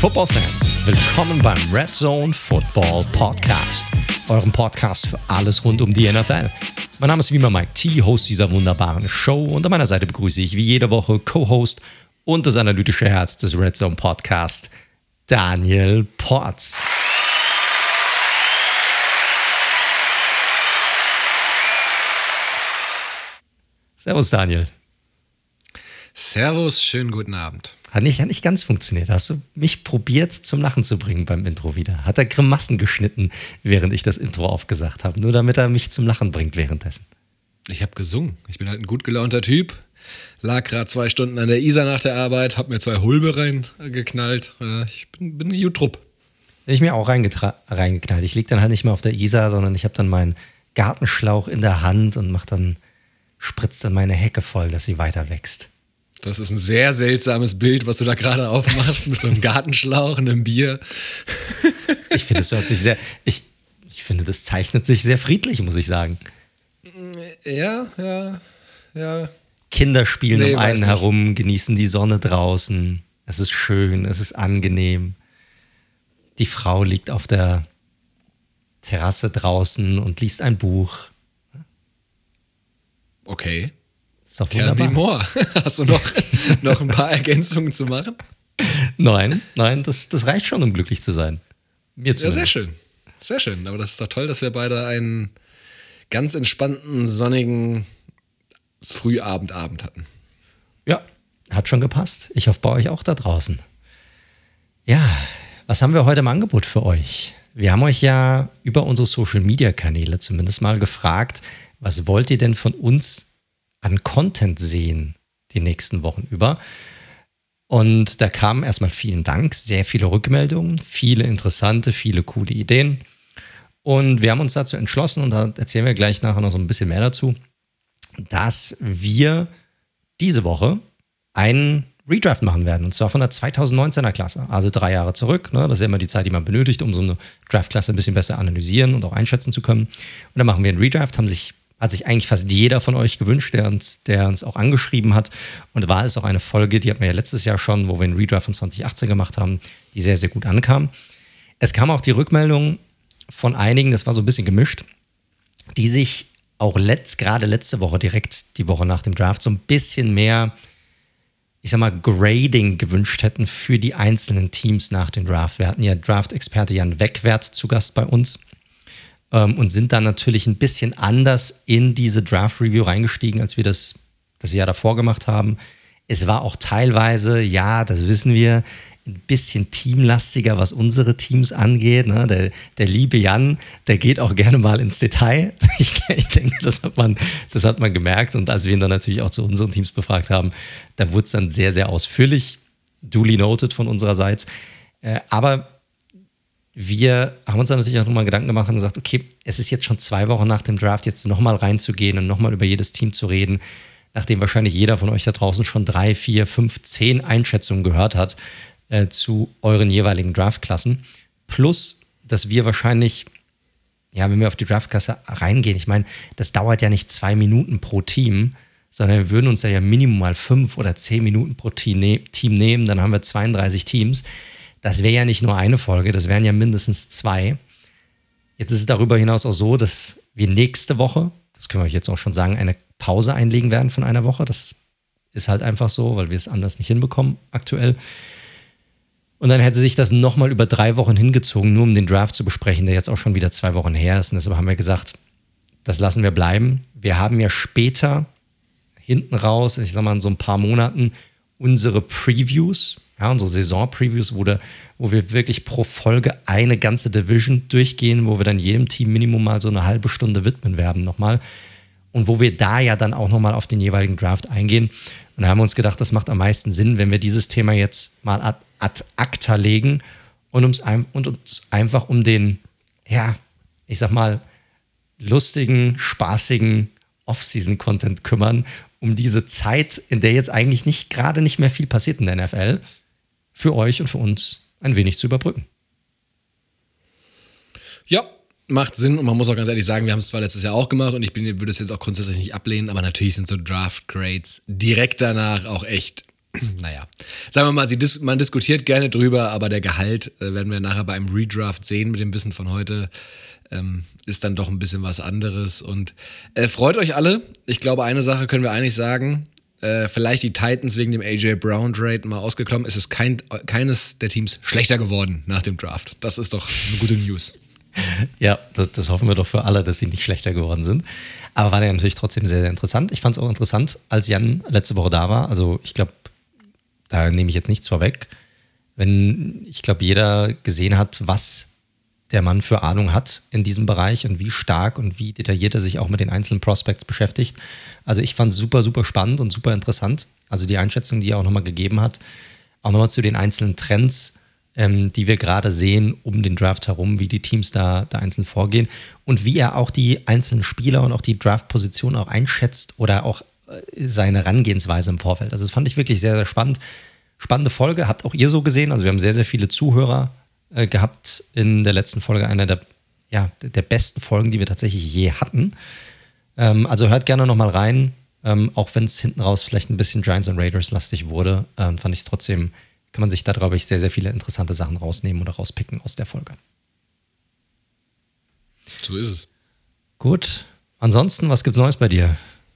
Football-Fans, willkommen beim Red Zone Football Podcast, eurem Podcast für alles rund um die NFL. Mein Name ist wie immer Mike T., Host dieser wunderbaren Show, und an meiner Seite begrüße ich wie jede Woche Co-Host und das analytische Herz des Red Zone Podcast, Daniel Potz. Servus Daniel. Servus, schönen guten Abend. Hat nicht ganz funktioniert. Hast du mich probiert zum Lachen zu bringen beim Intro wieder? Hat er Grimassen geschnitten, während ich das Intro aufgesagt habe, nur damit er mich zum Lachen bringt währenddessen? Ich habe gesungen. Ich bin halt ein gut gelaunter Typ. Lag gerade 2 Stunden an der Isar nach der Arbeit, hab mir 2 Hulbe reingeknallt. Ich bin ein Jutrupp. Habe ich mir auch reingeknallt. Ich liege dann halt nicht mehr auf der Isar, sondern ich habe dann meinen Gartenschlauch in der Hand und spritzt dann meine Hecke voll, dass sie weiter wächst. Das ist ein sehr seltsames Bild, was du da gerade aufmachst mit so einem Gartenschlauch und einem Bier. Ich finde, ich finde, das zeichnet sich sehr friedlich, muss ich sagen. Ja. Kinder spielen um einen herum, genießen die Sonne draußen. Es ist schön, es ist angenehm. Die Frau liegt auf der Terrasse draußen und liest ein Buch. Okay. Ist doch wunderbar. Tell me more. Hast du noch ein paar Ergänzungen zu machen? Nein, das reicht schon, um glücklich zu sein. Mir zumindest. Ja, sehr schön. Sehr schön. Aber das ist doch toll, dass wir beide einen ganz entspannten, sonnigen Frühabendabend hatten. Ja, hat schon gepasst. Ich hoffe bei euch auch da draußen. Ja, was haben wir heute im Angebot für euch? Wir haben euch ja über unsere Social-Media-Kanäle zumindest mal gefragt, was wollt ihr denn von uns an Content sehen die nächsten Wochen über? Und da kamen erstmal vielen Dank, sehr viele Rückmeldungen, viele interessante, viele coole Ideen. Und wir haben uns dazu entschlossen, und da erzählen wir gleich nachher noch so ein bisschen mehr dazu, dass wir diese Woche einen Redraft machen werden, und zwar von der 2019er Klasse, also 3 Jahre zurück. Ne? Das ist ja immer die Zeit, die man benötigt, um so eine Draftklasse ein bisschen besser analysieren und auch einschätzen zu können. Und dann machen wir einen Redraft, hat sich eigentlich fast jeder von euch gewünscht, der uns auch angeschrieben hat. Und war es auch eine Folge, die hatten wir ja letztes Jahr schon, wo wir einen Redraft von 2018 gemacht haben, die sehr, sehr gut ankam. Es kam auch die Rückmeldung von einigen, das war so ein bisschen gemischt, die sich auch gerade letzte Woche, direkt die Woche nach dem Draft, so ein bisschen mehr, ich sag mal, Grading gewünscht hätten für die einzelnen Teams nach dem Draft. Wir hatten ja Draft-Experte Jan Wegwert zu Gast bei uns. Und sind dann natürlich ein bisschen anders in diese Draft-Review reingestiegen, als wir das Jahr davor gemacht haben. Es war auch teilweise, ja, das wissen wir, ein bisschen teamlastiger, was unsere Teams angeht. Ne? Der liebe Jan, der geht auch gerne mal ins Detail. Ich denke, das hat man gemerkt. Und als wir ihn dann natürlich auch zu unseren Teams befragt haben, da wurde es dann sehr, sehr ausführlich, duly noted von unsererseits. Aber wir haben uns dann natürlich auch nochmal Gedanken gemacht und gesagt, okay, es ist jetzt schon 2 Wochen nach dem Draft, jetzt nochmal reinzugehen und nochmal über jedes Team zu reden, nachdem wahrscheinlich jeder von euch da draußen schon 3, 4, 5, 10 Einschätzungen gehört hat zu euren jeweiligen Draftklassen. Plus, dass wir wahrscheinlich, ja, wenn wir auf die Draftklasse reingehen, ich meine, das dauert ja nicht 2 Minuten pro Team, sondern wir würden uns ja Minimum mal 5 oder 10 Minuten pro Team nehmen, dann haben wir 32 Teams. Das wäre ja nicht nur eine Folge, das wären ja mindestens 2. Jetzt ist es darüber hinaus auch so, dass wir nächste Woche, das können wir euch jetzt auch schon sagen, eine Pause einlegen werden von einer Woche. Das ist halt einfach so, weil wir es anders nicht hinbekommen aktuell. Und dann hätte sich das nochmal über 3 Wochen hingezogen, nur um den Draft zu besprechen, der jetzt auch schon wieder 2 Wochen her ist. Und deshalb haben wir gesagt, das lassen wir bleiben. Wir haben ja später hinten raus, ich sag mal in so ein paar Monaten, unsere Previews, ja, unsere Saison-Previews, wo wir wirklich pro Folge eine ganze Division durchgehen, wo wir dann jedem Team Minimum mal so eine halbe Stunde widmen werden nochmal. Und wo wir da ja dann auch nochmal auf den jeweiligen Draft eingehen. Und da haben wir uns gedacht, das macht am meisten Sinn, wenn wir dieses Thema jetzt mal ad acta legen und uns einfach um den, ja, ich sag mal, lustigen, spaßigen Off-Season-Content kümmern, um diese Zeit, in der jetzt eigentlich gerade nicht mehr viel passiert in der NFL, für euch und für uns ein wenig zu überbrücken. Ja, macht Sinn, und man muss auch ganz ehrlich sagen, wir haben es zwar letztes Jahr auch gemacht und ich würde es jetzt auch grundsätzlich nicht ablehnen, aber natürlich sind so Draft-Grades direkt danach auch echt Naja, sagen wir mal, man diskutiert gerne drüber, aber der Gehalt, werden wir nachher beim Redraft sehen mit dem Wissen von heute, ist dann doch ein bisschen was anderes. Und freut euch alle. Ich glaube, eine Sache können wir eigentlich sagen. Vielleicht die Titans wegen dem A.J. Brown-Trade mal ausgeklommen. Es ist keines der Teams schlechter geworden nach dem Draft. Das ist doch eine gute News. Ja, das hoffen wir doch für alle, dass sie nicht schlechter geworden sind. Aber war ja natürlich trotzdem sehr, sehr interessant. Ich fand es auch interessant, als Jan letzte Woche da war. Also ich glaube, da nehme ich jetzt nichts vorweg. Ich glaube, jeder gesehen hat, was der Mann für Ahnung hat in diesem Bereich und wie stark und wie detailliert er sich auch mit den einzelnen Prospects beschäftigt. Also ich fand es super, super spannend und super interessant. Also die Einschätzung, die er auch nochmal gegeben hat, auch nochmal zu den einzelnen Trends, die wir gerade sehen um den Draft herum, wie die Teams da einzeln vorgehen und wie er auch die einzelnen Spieler und auch die Draft-Position auch einschätzt oder auch seine Herangehensweise im Vorfeld. Also das fand ich wirklich sehr, sehr spannend. Spannende Folge, habt auch ihr so gesehen. Also wir haben sehr, sehr viele Zuhörer gehabt in der letzten Folge. Einer der besten Folgen, die wir tatsächlich je hatten. Also hört gerne nochmal rein. Auch wenn es hinten raus vielleicht ein bisschen Giants und Raiders lastig wurde, fand ich es trotzdem, kann man sich da, glaube ich, sehr, sehr viele interessante Sachen rausnehmen oder rauspicken aus der Folge. So ist es. Gut. Ansonsten, was gibt's Neues bei dir?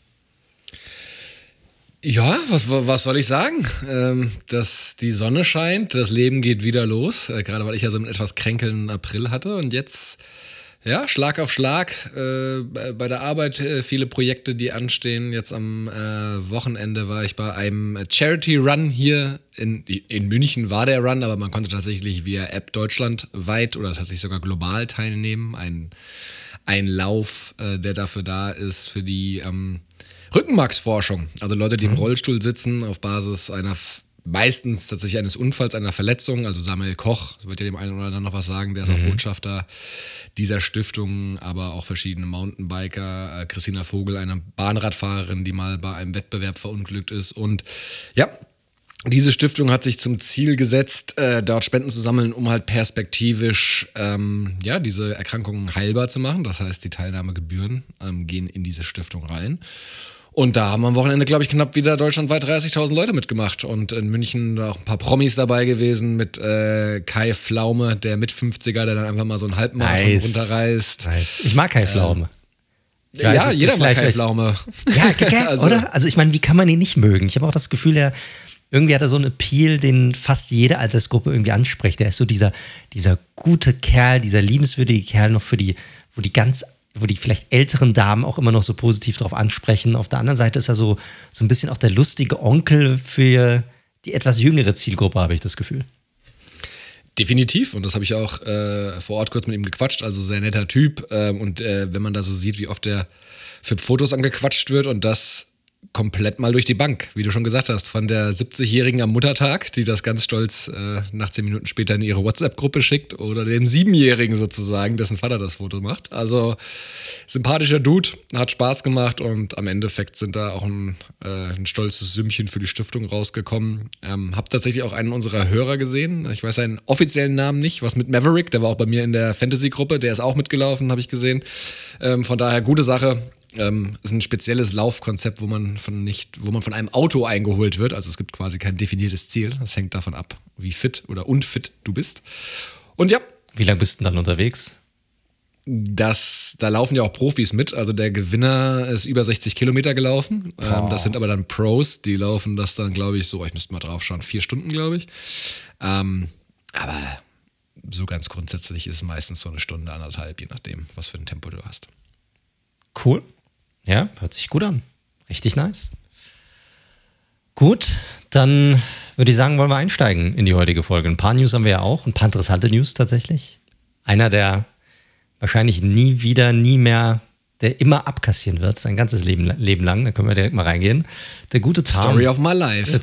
Ja, was soll ich sagen? Dass die Sonne scheint, das Leben geht wieder los, gerade weil ich ja so einen etwas kränkelnden April hatte und jetzt, ja, Schlag auf Schlag, bei der Arbeit viele Projekte, die anstehen. Jetzt am Wochenende war ich bei einem Charity-Run hier in München, war der Run, aber man konnte tatsächlich via App deutschlandweit oder tatsächlich sogar global teilnehmen. Ein Lauf, der dafür da ist, für die Rückenmarksforschung, also Leute, die im Rollstuhl sitzen, auf Basis meistens tatsächlich eines Unfalls, einer Verletzung, also Samuel Koch, das wird ja dem einen oder anderen noch was sagen, der ist auch Botschafter dieser Stiftung, aber auch verschiedene Mountainbiker, Christina Vogel, eine Bahnradfahrerin, die mal bei einem Wettbewerb verunglückt ist und ja, diese Stiftung hat sich zum Ziel gesetzt, dort Spenden zu sammeln, um halt perspektivisch diese Erkrankungen heilbar zu machen, das heißt, die Teilnahmegebühren gehen in diese Stiftung rein. Und da haben am Wochenende, glaube ich, knapp wieder deutschlandweit 30.000 Leute mitgemacht. Und in München auch ein paar Promis dabei gewesen mit Kai Pflaume, der mit 50er, der dann einfach mal so einen Halbmarathon runterreißt. Nice. Ich mag Kai Pflaume. Ja, jeder mag Kai Pflaume. Ja, oder? Also ich meine, wie kann man ihn nicht mögen? Ich habe auch das Gefühl, irgendwie hat er so einen Appeal, den fast jede Altersgruppe irgendwie anspricht. Der ist so dieser gute Kerl, dieser liebenswürdige Kerl noch wo die vielleicht älteren Damen auch immer noch so positiv drauf ansprechen. Auf der anderen Seite ist er so ein bisschen auch der lustige Onkel für die etwas jüngere Zielgruppe, habe ich das Gefühl. Definitiv. Und das habe ich auch vor Ort kurz mit ihm gequatscht. Also sehr netter Typ. Und wenn man da so sieht, wie oft der für Fotos angequatscht wird und das komplett mal durch die Bank, wie du schon gesagt hast, von der 70-Jährigen am Muttertag, die das ganz stolz nach 10 Minuten später in ihre WhatsApp-Gruppe schickt, oder dem 7-Jährigen sozusagen, dessen Vater das Foto macht. Also sympathischer Dude, hat Spaß gemacht und am Endeffekt sind da auch ein stolzes Sümmchen für die Stiftung rausgekommen. Hab tatsächlich auch einen unserer Hörer gesehen, ich weiß seinen offiziellen Namen nicht, was mit Maverick, der war auch bei mir in der Fantasy-Gruppe, der ist auch mitgelaufen, habe ich gesehen. Von daher gute Sache. Ist ein spezielles Laufkonzept, wo man von einem Auto eingeholt wird. Also es gibt quasi kein definiertes Ziel. Das hängt davon ab, wie fit oder unfit du bist. Und ja. Wie lange bist du denn dann unterwegs? Da laufen ja auch Profis mit. Also der Gewinner ist über 60 Kilometer gelaufen. Das sind aber dann Pros, die laufen das dann, glaube ich, ich müsste mal drauf schauen, 4 Stunden, glaube ich. Aber so ganz grundsätzlich ist es meistens so 1 Stunde, 1,5, je nachdem, was für ein Tempo du hast. Cool. Ja, hört sich gut an. Richtig nice. Gut, dann würde ich sagen, wollen wir einsteigen in die heutige Folge. Ein paar News haben wir ja auch, ein paar interessante News tatsächlich. Einer, der wahrscheinlich nie mehr, der immer abkassieren wird, sein ganzes Leben lang. Da können wir direkt mal reingehen. Der gute Tom. Story of my life.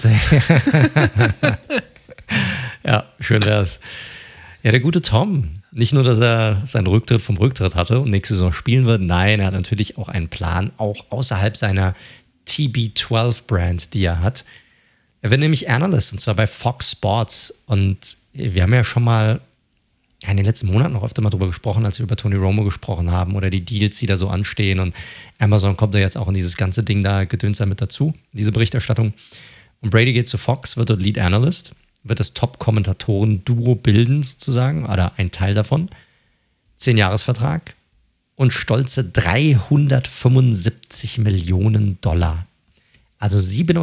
Ja, schön wär's. Ja, der gute Tom. Nicht nur, dass er seinen Rücktritt vom Rücktritt hatte und nächste Saison spielen wird, nein, er hat natürlich auch einen Plan, auch außerhalb seiner TB12-Brand, die er hat. Er wird nämlich Analyst, und zwar bei Fox Sports. Und wir haben ja schon mal in den letzten Monaten noch öfter mal drüber gesprochen, als wir über Tony Romo gesprochen haben oder die Deals, die da so anstehen. Und Amazon kommt da jetzt auch in dieses ganze Ding da Gedöns mit dazu, diese Berichterstattung. Und Brady geht zu Fox, wird dort Lead Analyst, wird das Top-Kommentatoren-Duo bilden sozusagen, oder ein Teil davon. 10-Jahres-Vertrag und stolze 375 Millionen $. Also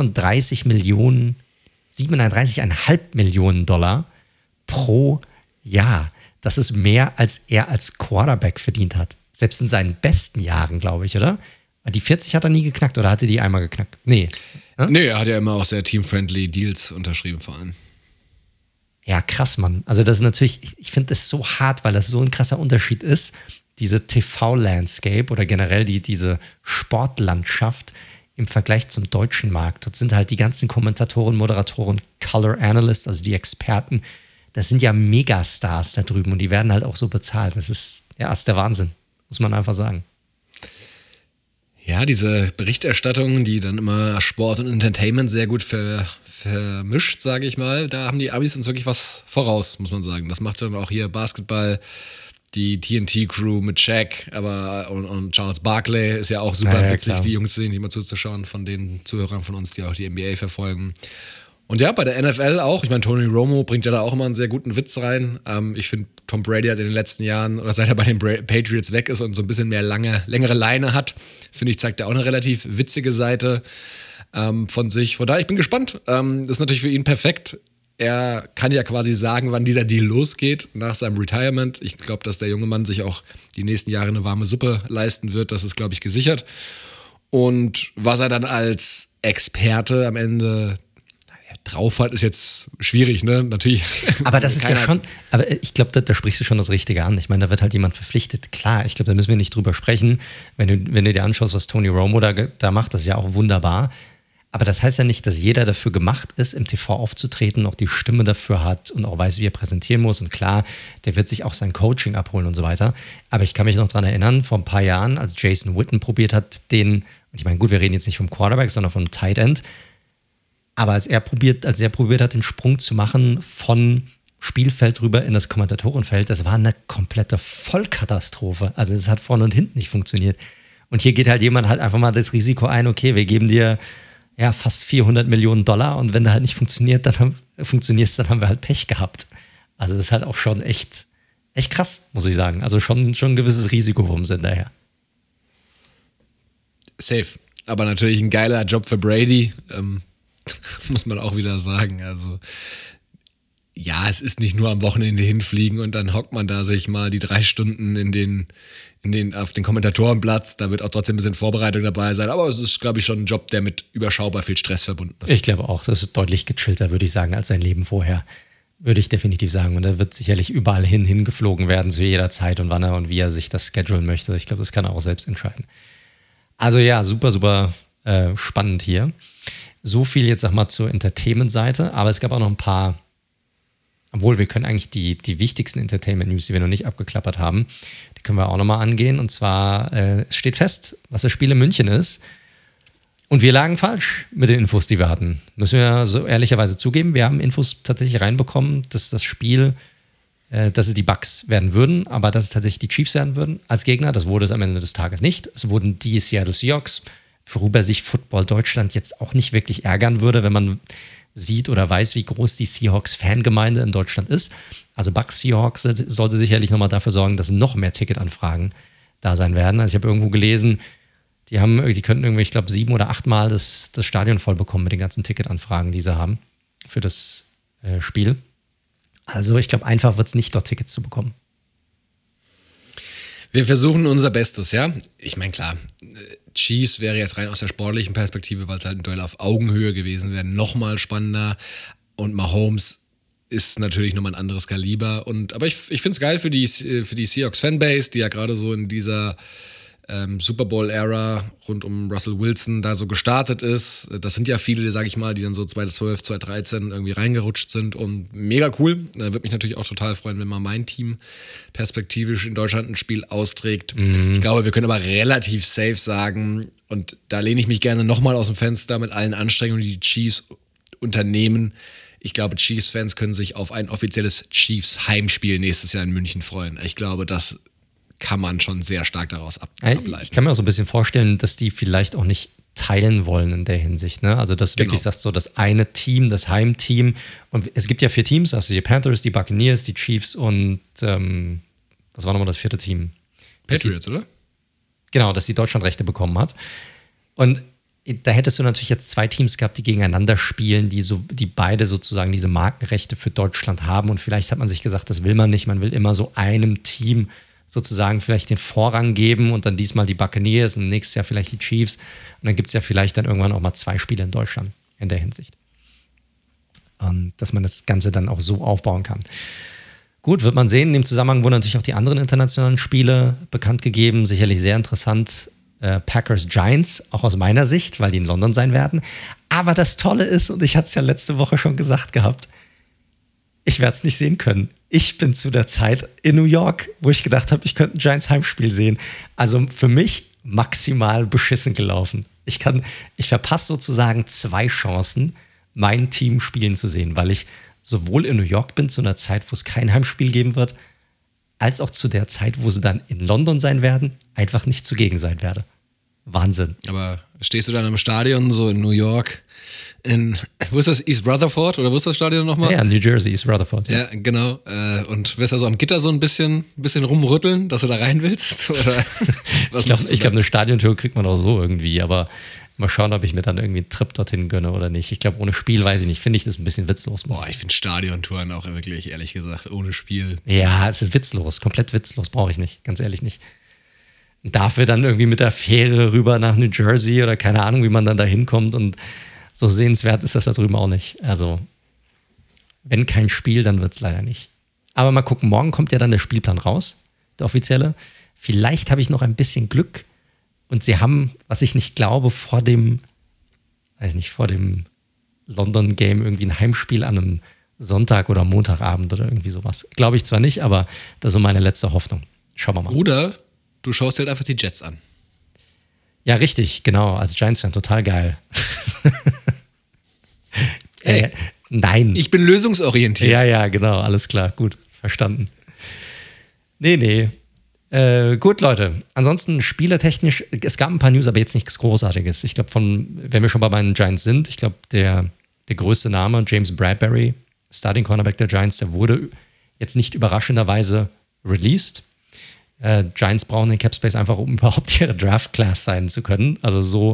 37,5 Millionen $ pro Jahr. Das ist mehr, als er als Quarterback verdient hat. Selbst in seinen besten Jahren, glaube ich, oder? Die 40 hat er nie geknackt, oder hatte die einmal geknackt? Nee. Nee, er hat ja immer auch sehr team-friendly Deals unterschrieben vor allem. Ja, krass, Mann. Also das ist natürlich, ich finde das so hart, weil das so ein krasser Unterschied ist. Diese TV-Landscape oder generell diese Sportlandschaft im Vergleich zum deutschen Markt. Dort sind halt die ganzen Kommentatoren, Moderatoren, Color Analysts, also die Experten. Das sind ja Megastars da drüben und die werden halt auch so bezahlt. Das ist der Wahnsinn, muss man einfach sagen. Ja, diese Berichterstattung, die dann immer Sport und Entertainment sehr gut vermischt, sage ich mal, da haben die Amis uns wirklich was voraus, muss man sagen. Das macht dann auch hier Basketball, die TNT-Crew mit Shaq, und Charles Barkley ist ja auch super witzig, klar. Die Jungs sehen, die mal zuzuschauen von den Zuhörern von uns, die auch die NBA verfolgen. Und ja, bei der NFL auch. Ich meine, Tony Romo bringt ja da auch immer einen sehr guten Witz rein. Ich finde, Tom Brady hat in den letzten Jahren, oder seit er bei den Patriots weg ist und so ein bisschen mehr längere Leine hat, finde ich, zeigt er auch eine relativ witzige Seite von sich. Von daher, ich bin gespannt. Das ist natürlich für ihn perfekt. Er kann ja quasi sagen, wann dieser Deal losgeht nach seinem Retirement. Ich glaube, dass der junge Mann sich auch die nächsten Jahre eine warme Suppe leisten wird. Das ist, glaube ich, gesichert. Und was er dann als Experte am Ende drauf hat, ist jetzt schwierig, ne? Natürlich. Aber das ist ja schon, aber ich glaube, da sprichst du schon das Richtige an. Ich meine, da wird halt jemand verpflichtet. Klar, ich glaube, da müssen wir nicht drüber sprechen. Wenn du dir anschaust, was Tony Romo da macht, das ist ja auch wunderbar. Aber das heißt ja nicht, dass jeder dafür gemacht ist, im TV aufzutreten, auch die Stimme dafür hat und auch weiß, wie er präsentieren muss. Und klar, der wird sich auch sein Coaching abholen und so weiter. Aber ich kann mich noch daran erinnern, vor ein paar Jahren, als Jason Witten probiert hat, und ich meine, gut, wir reden jetzt nicht vom Quarterback, sondern vom Tight End. Aber als er probiert hat, den Sprung zu machen von Spielfeld rüber in das Kommentatorenfeld, das war eine komplette Vollkatastrophe. Also es hat vorne und hinten nicht funktioniert. Und hier geht halt jemand halt einfach mal das Risiko ein, okay, wir geben dir fast 400 Millionen $, und wenn der halt nicht funktioniert, dann haben wir halt Pech gehabt. Also das ist halt auch schon echt krass, muss ich sagen. Also schon ein gewisses Risiko vom Sender her. Safe. Aber natürlich ein geiler Job für Brady, muss man auch wieder sagen. Also ja, es ist nicht nur am Wochenende hinfliegen und dann hockt man da sich mal die 3 Stunden auf den Kommentatorenplatz. Da wird auch trotzdem ein bisschen Vorbereitung dabei sein. Aber es ist, glaube ich, schon ein Job, der mit überschaubar viel Stress verbunden ist. Ich glaube auch, das ist deutlich gechillter, würde ich sagen, als sein Leben vorher. Würde ich definitiv sagen. Und er wird sicherlich überall hingeflogen werden, zu jeder Zeit und wann er und wie er sich das schedulen möchte. Ich glaube, das kann er auch selbst entscheiden. Also ja, super, super spannend hier. So viel jetzt, sag mal, zur Entertainment-Seite. Aber es gab auch noch ein paar, obwohl wir können eigentlich die wichtigsten Entertainment-News, die wir noch nicht abgeklappert haben, die können wir auch nochmal angehen. Und zwar, es steht fest, was das Spiel in München ist. Und wir lagen falsch mit den Infos, die wir hatten. Müssen wir so ehrlicherweise zugeben. Wir haben Infos tatsächlich reinbekommen, dass das Spiel, dass es die Bucks werden würden, aber dass es tatsächlich die Chiefs werden würden als Gegner. Das wurde es am Ende des Tages nicht. Es wurden die Seattle Seahawks, worüber sich Football Deutschland jetzt auch nicht wirklich ärgern würde, wenn man sieht oder weiß, wie groß die Seahawks-Fangemeinde in Deutschland ist. Also Bucks Seahawks sollte sicherlich nochmal dafür sorgen, dass noch mehr Ticketanfragen da sein werden. Also ich habe irgendwo gelesen, die könnten irgendwie, ich glaube, 7 oder 8 Mal das Stadion voll bekommen mit den ganzen Ticketanfragen, die sie haben für das Spiel. Also ich glaube, einfach wird es nicht, dort Tickets zu bekommen. Wir versuchen unser Bestes, ja. Ich meine, klar, Chiefs wäre jetzt rein aus der sportlichen Perspektive, weil es halt ein Duell auf Augenhöhe gewesen wäre, nochmal spannender. Und Mahomes ist natürlich nochmal ein anderes Kaliber. Aber ich finde es geil für die Seahawks-Fanbase, die ja gerade so in dieser Super Bowl-Ära rund um Russell Wilson da so gestartet ist. Das sind ja viele, sage ich mal, die dann so 2012, 2013 irgendwie reingerutscht sind und mega cool. Da würde mich natürlich auch total freuen, wenn mal mein Team perspektivisch in Deutschland ein Spiel austrägt. Mhm. Ich glaube, wir können aber relativ safe sagen, und da lehne ich mich gerne nochmal aus dem Fenster mit allen Anstrengungen, die Chiefs unternehmen. Ich glaube, Chiefs-Fans können sich auf ein offizielles Chiefs-Heimspiel nächstes Jahr in München freuen. Ich glaube, das kann man schon sehr stark daraus ableiten. Ich kann mir auch so ein bisschen vorstellen, dass die vielleicht auch nicht teilen wollen in der Hinsicht. Ne? Also, dass wirklich sagst, so das eine Team, das Heimteam. Und es gibt ja 4 Teams, also die Panthers, die Buccaneers, die Chiefs und was war nochmal das 4. Team? Patriots, oder? Genau, dass die Deutschlandrechte bekommen hat. Und da hättest du natürlich jetzt 2 Teams gehabt, die gegeneinander spielen, die beide sozusagen diese Markenrechte für Deutschland haben. Und vielleicht hat man sich gesagt, das will man nicht. Man will immer so einem Team sozusagen vielleicht den Vorrang geben und dann diesmal die Buccaneers und nächstes Jahr vielleicht die Chiefs. Und dann gibt es ja vielleicht dann irgendwann auch mal 2 Spiele in Deutschland in der Hinsicht. Und dass man das Ganze dann auch so aufbauen kann. Gut, wird man sehen. In dem Zusammenhang wurden natürlich auch die anderen internationalen Spiele bekannt gegeben. Sicherlich sehr interessant. Packers Giants, auch aus meiner Sicht, weil die in London sein werden. Aber das Tolle ist, und ich hatte es ja letzte Woche schon gesagt gehabt, ich werde es nicht sehen können. Ich bin zu der Zeit in New York, wo ich gedacht habe, ich könnte ein Giants Heimspiel sehen. Also für mich maximal beschissen gelaufen. Ich verpasse sozusagen 2 Chancen, mein Team spielen zu sehen, weil ich sowohl in New York bin, zu einer Zeit, wo es kein Heimspiel geben wird, als auch zu der Zeit, wo sie dann in London sein werden, einfach nicht zugegen sein werde. Wahnsinn. Aber stehst du dann im Stadion, so in New York, wo ist das, East Rutherford, oder wo ist das Stadion nochmal? Ja, New Jersey, East Rutherford. Ja, genau. Und wirst du so am Gitter so ein bisschen rumrütteln, dass du da rein willst? Oder ich glaube, eine Stadiontour kriegt man auch so irgendwie, aber mal schauen, ob ich mir dann irgendwie einen Trip dorthin gönne oder nicht. Ich glaube, ohne Spiel weiß ich nicht. Finde ich das ein bisschen witzlos. Boah, ich finde Stadiontouren auch wirklich, ehrlich gesagt, ohne Spiel. Ja, es ist witzlos. Komplett witzlos. Brauche ich nicht. Ganz ehrlich nicht. Und dafür dann irgendwie mit der Fähre rüber nach New Jersey oder keine Ahnung, wie man dann da hinkommt. Und so sehenswert ist das da drüben auch nicht. Also, wenn kein Spiel, dann wird es leider nicht. Aber mal gucken. Morgen kommt ja dann der Spielplan raus, der offizielle. Vielleicht habe ich noch ein bisschen Glück. Und sie haben, was ich nicht glaube, vor dem London-Game irgendwie ein Heimspiel an einem Sonntag oder Montagabend oder irgendwie sowas. Glaube ich zwar nicht, aber das ist so meine letzte Hoffnung. Schauen wir mal. Oder du schaust dir halt einfach die Jets an. Ja, richtig, genau. Als Giants-Fan total geil. Hey, nein. Ich bin lösungsorientiert. Ja, genau. Alles klar. Gut. Verstanden. Nee. Gut, Leute. Ansonsten spielertechnisch, es gab ein paar News, aber jetzt nichts Großartiges. Ich glaube, wenn wir schon bei meinen Giants sind, ich glaube, der größte Name, James Bradbury, Starting Cornerback der Giants, der wurde jetzt nicht überraschenderweise released. Giants brauchen den Cap Space einfach, um überhaupt ihre Draft Class sein zu können. Also so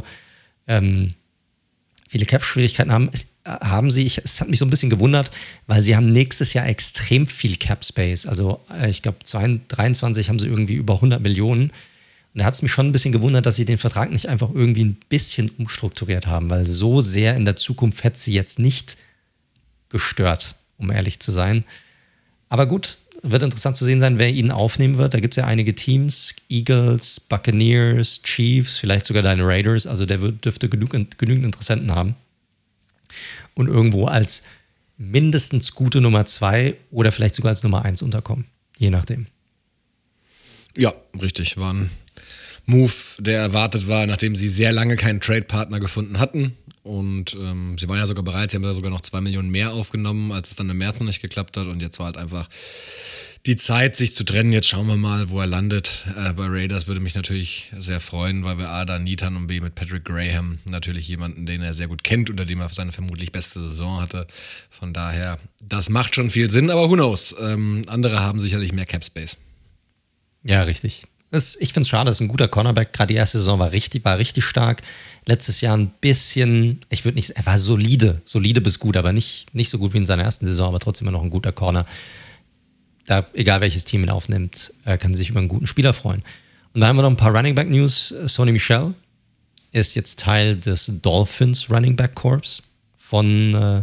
viele Cap-Schwierigkeiten haben sie. Es hat mich so ein bisschen gewundert, weil sie haben nächstes Jahr extrem viel Cap Space. Also ich glaube 2023 haben sie irgendwie über 100 Millionen. Und da hat es mich schon ein bisschen gewundert, dass sie den Vertrag nicht einfach irgendwie ein bisschen umstrukturiert haben, weil so sehr in der Zukunft hätte sie jetzt nicht gestört, um ehrlich zu sein. Aber gut, wird interessant zu sehen sein, wer ihn aufnehmen wird. Da gibt es ja einige Teams, Eagles, Buccaneers, Chiefs, vielleicht sogar deine Raiders. Also der dürfte genügend Interessenten haben. Und irgendwo als mindestens gute Nummer 2 oder vielleicht sogar als Nummer 1 unterkommen. Je nachdem. Ja, richtig. War ein Move, der erwartet war, nachdem sie sehr lange keinen Trade-Partner gefunden hatten. Und sie waren ja sogar bereit, sie haben da sogar noch 2 Millionen mehr aufgenommen, als es dann im März noch nicht geklappt hat. Und jetzt war halt einfach die Zeit, sich zu trennen. Jetzt schauen wir mal, wo er landet. Bei Raiders würde mich natürlich sehr freuen, weil wir A, da Need haben und B, mit Patrick Graham natürlich jemanden, den er sehr gut kennt, unter dem er seine vermutlich beste Saison hatte. Von daher, das macht schon viel Sinn, aber who knows? Andere haben sicherlich mehr Cap Space. Ja, richtig. Ich finde es schade, das ist ein guter Cornerback. Gerade die erste Saison war richtig stark. Letztes Jahr ein bisschen, er war solide bis gut, aber nicht so gut wie in seiner ersten Saison, aber trotzdem immer noch ein guter Corner. Da, egal welches Team ihn aufnimmt, kann sich über einen guten Spieler freuen. Und dann haben wir noch ein paar Running Back News. Sony Michel ist jetzt Teil des Dolphins Running Back Corps kommt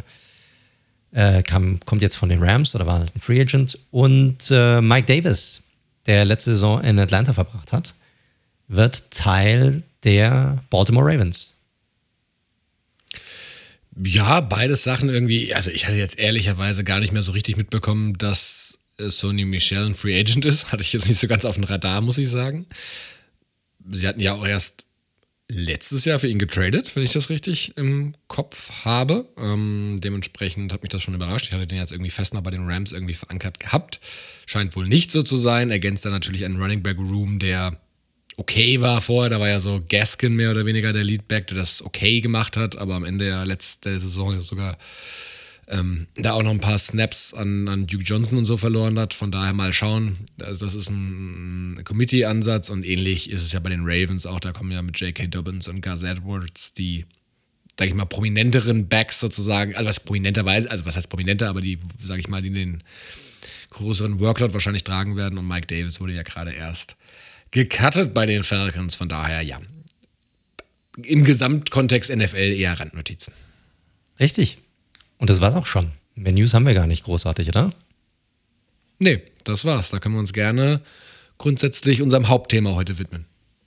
jetzt von den Rams oder war ein Free Agent. Und Mike Davis, der letzte Saison in Atlanta verbracht hat, wird Teil der Baltimore Ravens. Ja, beides Sachen irgendwie, also ich hatte jetzt ehrlicherweise gar nicht mehr so richtig mitbekommen, dass Sony Michel ein Free Agent ist. Hatte ich jetzt nicht so ganz auf dem Radar, muss ich sagen. Sie hatten ja auch erst letztes Jahr für ihn getradet, wenn ich das richtig im Kopf habe. Dementsprechend hat mich das schon überrascht. Ich hatte den jetzt irgendwie fest noch bei den Rams irgendwie verankert gehabt. Scheint wohl nicht so zu sein. Ergänzt dann natürlich einen Running Back Room, der okay war vorher. Da war ja so Gaskin mehr oder weniger der Leadback, der das okay gemacht hat, aber am Ende der letzten Saison ist sogar da auch noch ein paar Snaps an Duke Johnson und so verloren hat. Von daher mal schauen. Also das ist ein Committee-Ansatz und ähnlich ist es ja bei den Ravens auch. Da kommen ja mit J.K. Dobbins und Gus Edwards die, sag ich mal, prominenteren Backs sozusagen. Also was prominenterweise, also was heißt prominenter, aber die, sag ich mal, die den größeren Workload wahrscheinlich tragen werden. Und Mike Davis wurde ja gerade erst gecuttet bei den Falcons. Von daher, ja, im Gesamtkontext NFL eher Randnotizen. Richtig. Und das war's auch schon. Mehr News haben wir gar nicht großartig, oder? Nee, das war's. Da können wir uns gerne grundsätzlich unserem Hauptthema heute widmen.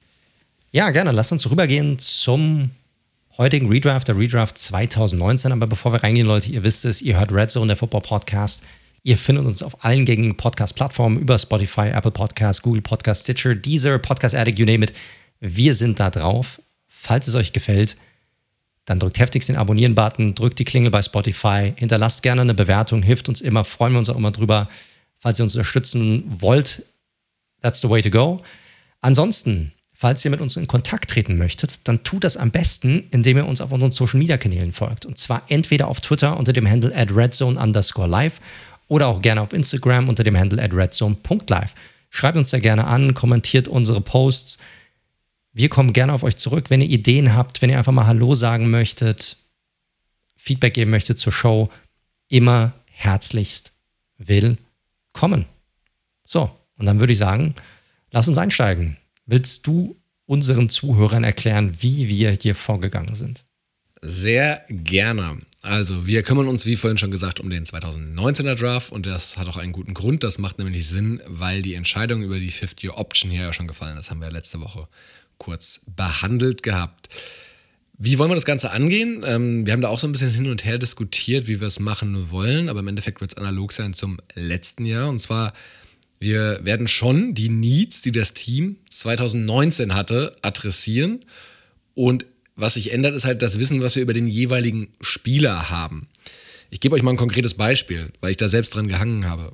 Ja, gerne. Lasst uns rübergehen zum heutigen Redraft, der Redraft 2019. Aber bevor wir reingehen, Leute, ihr wisst es, ihr hört Red Zone, der Football-Podcast. Ihr findet uns auf allen gängigen Podcast-Plattformen über Spotify, Apple Podcasts, Google Podcasts, Stitcher, Deezer, Podcast Addict, you name it. Wir sind da drauf. Falls es euch gefällt, dann drückt heftigst den Abonnieren-Button, drückt die Klingel bei Spotify, hinterlasst gerne eine Bewertung, hilft uns immer, freuen wir uns auch immer drüber. Falls ihr uns unterstützen wollt, that's the way to go. Ansonsten, falls ihr mit uns in Kontakt treten möchtet, dann tut das am besten, indem ihr uns auf unseren Social-Media-Kanälen folgt. Und zwar entweder auf Twitter unter dem Handle @redzone_live oder auch gerne auf Instagram unter dem Handle @redzone.live. Schreibt uns da gerne an, kommentiert unsere Posts. Wir kommen gerne auf euch zurück, wenn ihr Ideen habt, wenn ihr einfach mal Hallo sagen möchtet, Feedback geben möchtet zur Show. Immer herzlichst willkommen. So, und dann würde ich sagen, lass uns einsteigen. Willst du unseren Zuhörern erklären, wie wir hier vorgegangen sind? Sehr gerne. Also, wir kümmern uns, wie vorhin schon gesagt, um den 2019er Draft und das hat auch einen guten Grund. Das macht nämlich Sinn, weil die Entscheidung über die Fifth-Year-Option hier ja schon gefallen ist. Das haben wir letzte Woche kurz behandelt gehabt. Wie wollen wir das Ganze angehen? Wir haben da auch so ein bisschen hin und her diskutiert, wie wir es machen wollen, aber im Endeffekt wird es analog sein zum letzten Jahr. Und zwar, wir werden schon die Needs, die das Team 2019 hatte, adressieren. Und was sich ändert, ist halt das Wissen, was wir über den jeweiligen Spieler haben. Ich gebe euch mal ein konkretes Beispiel, weil ich da selbst dran gehangen habe.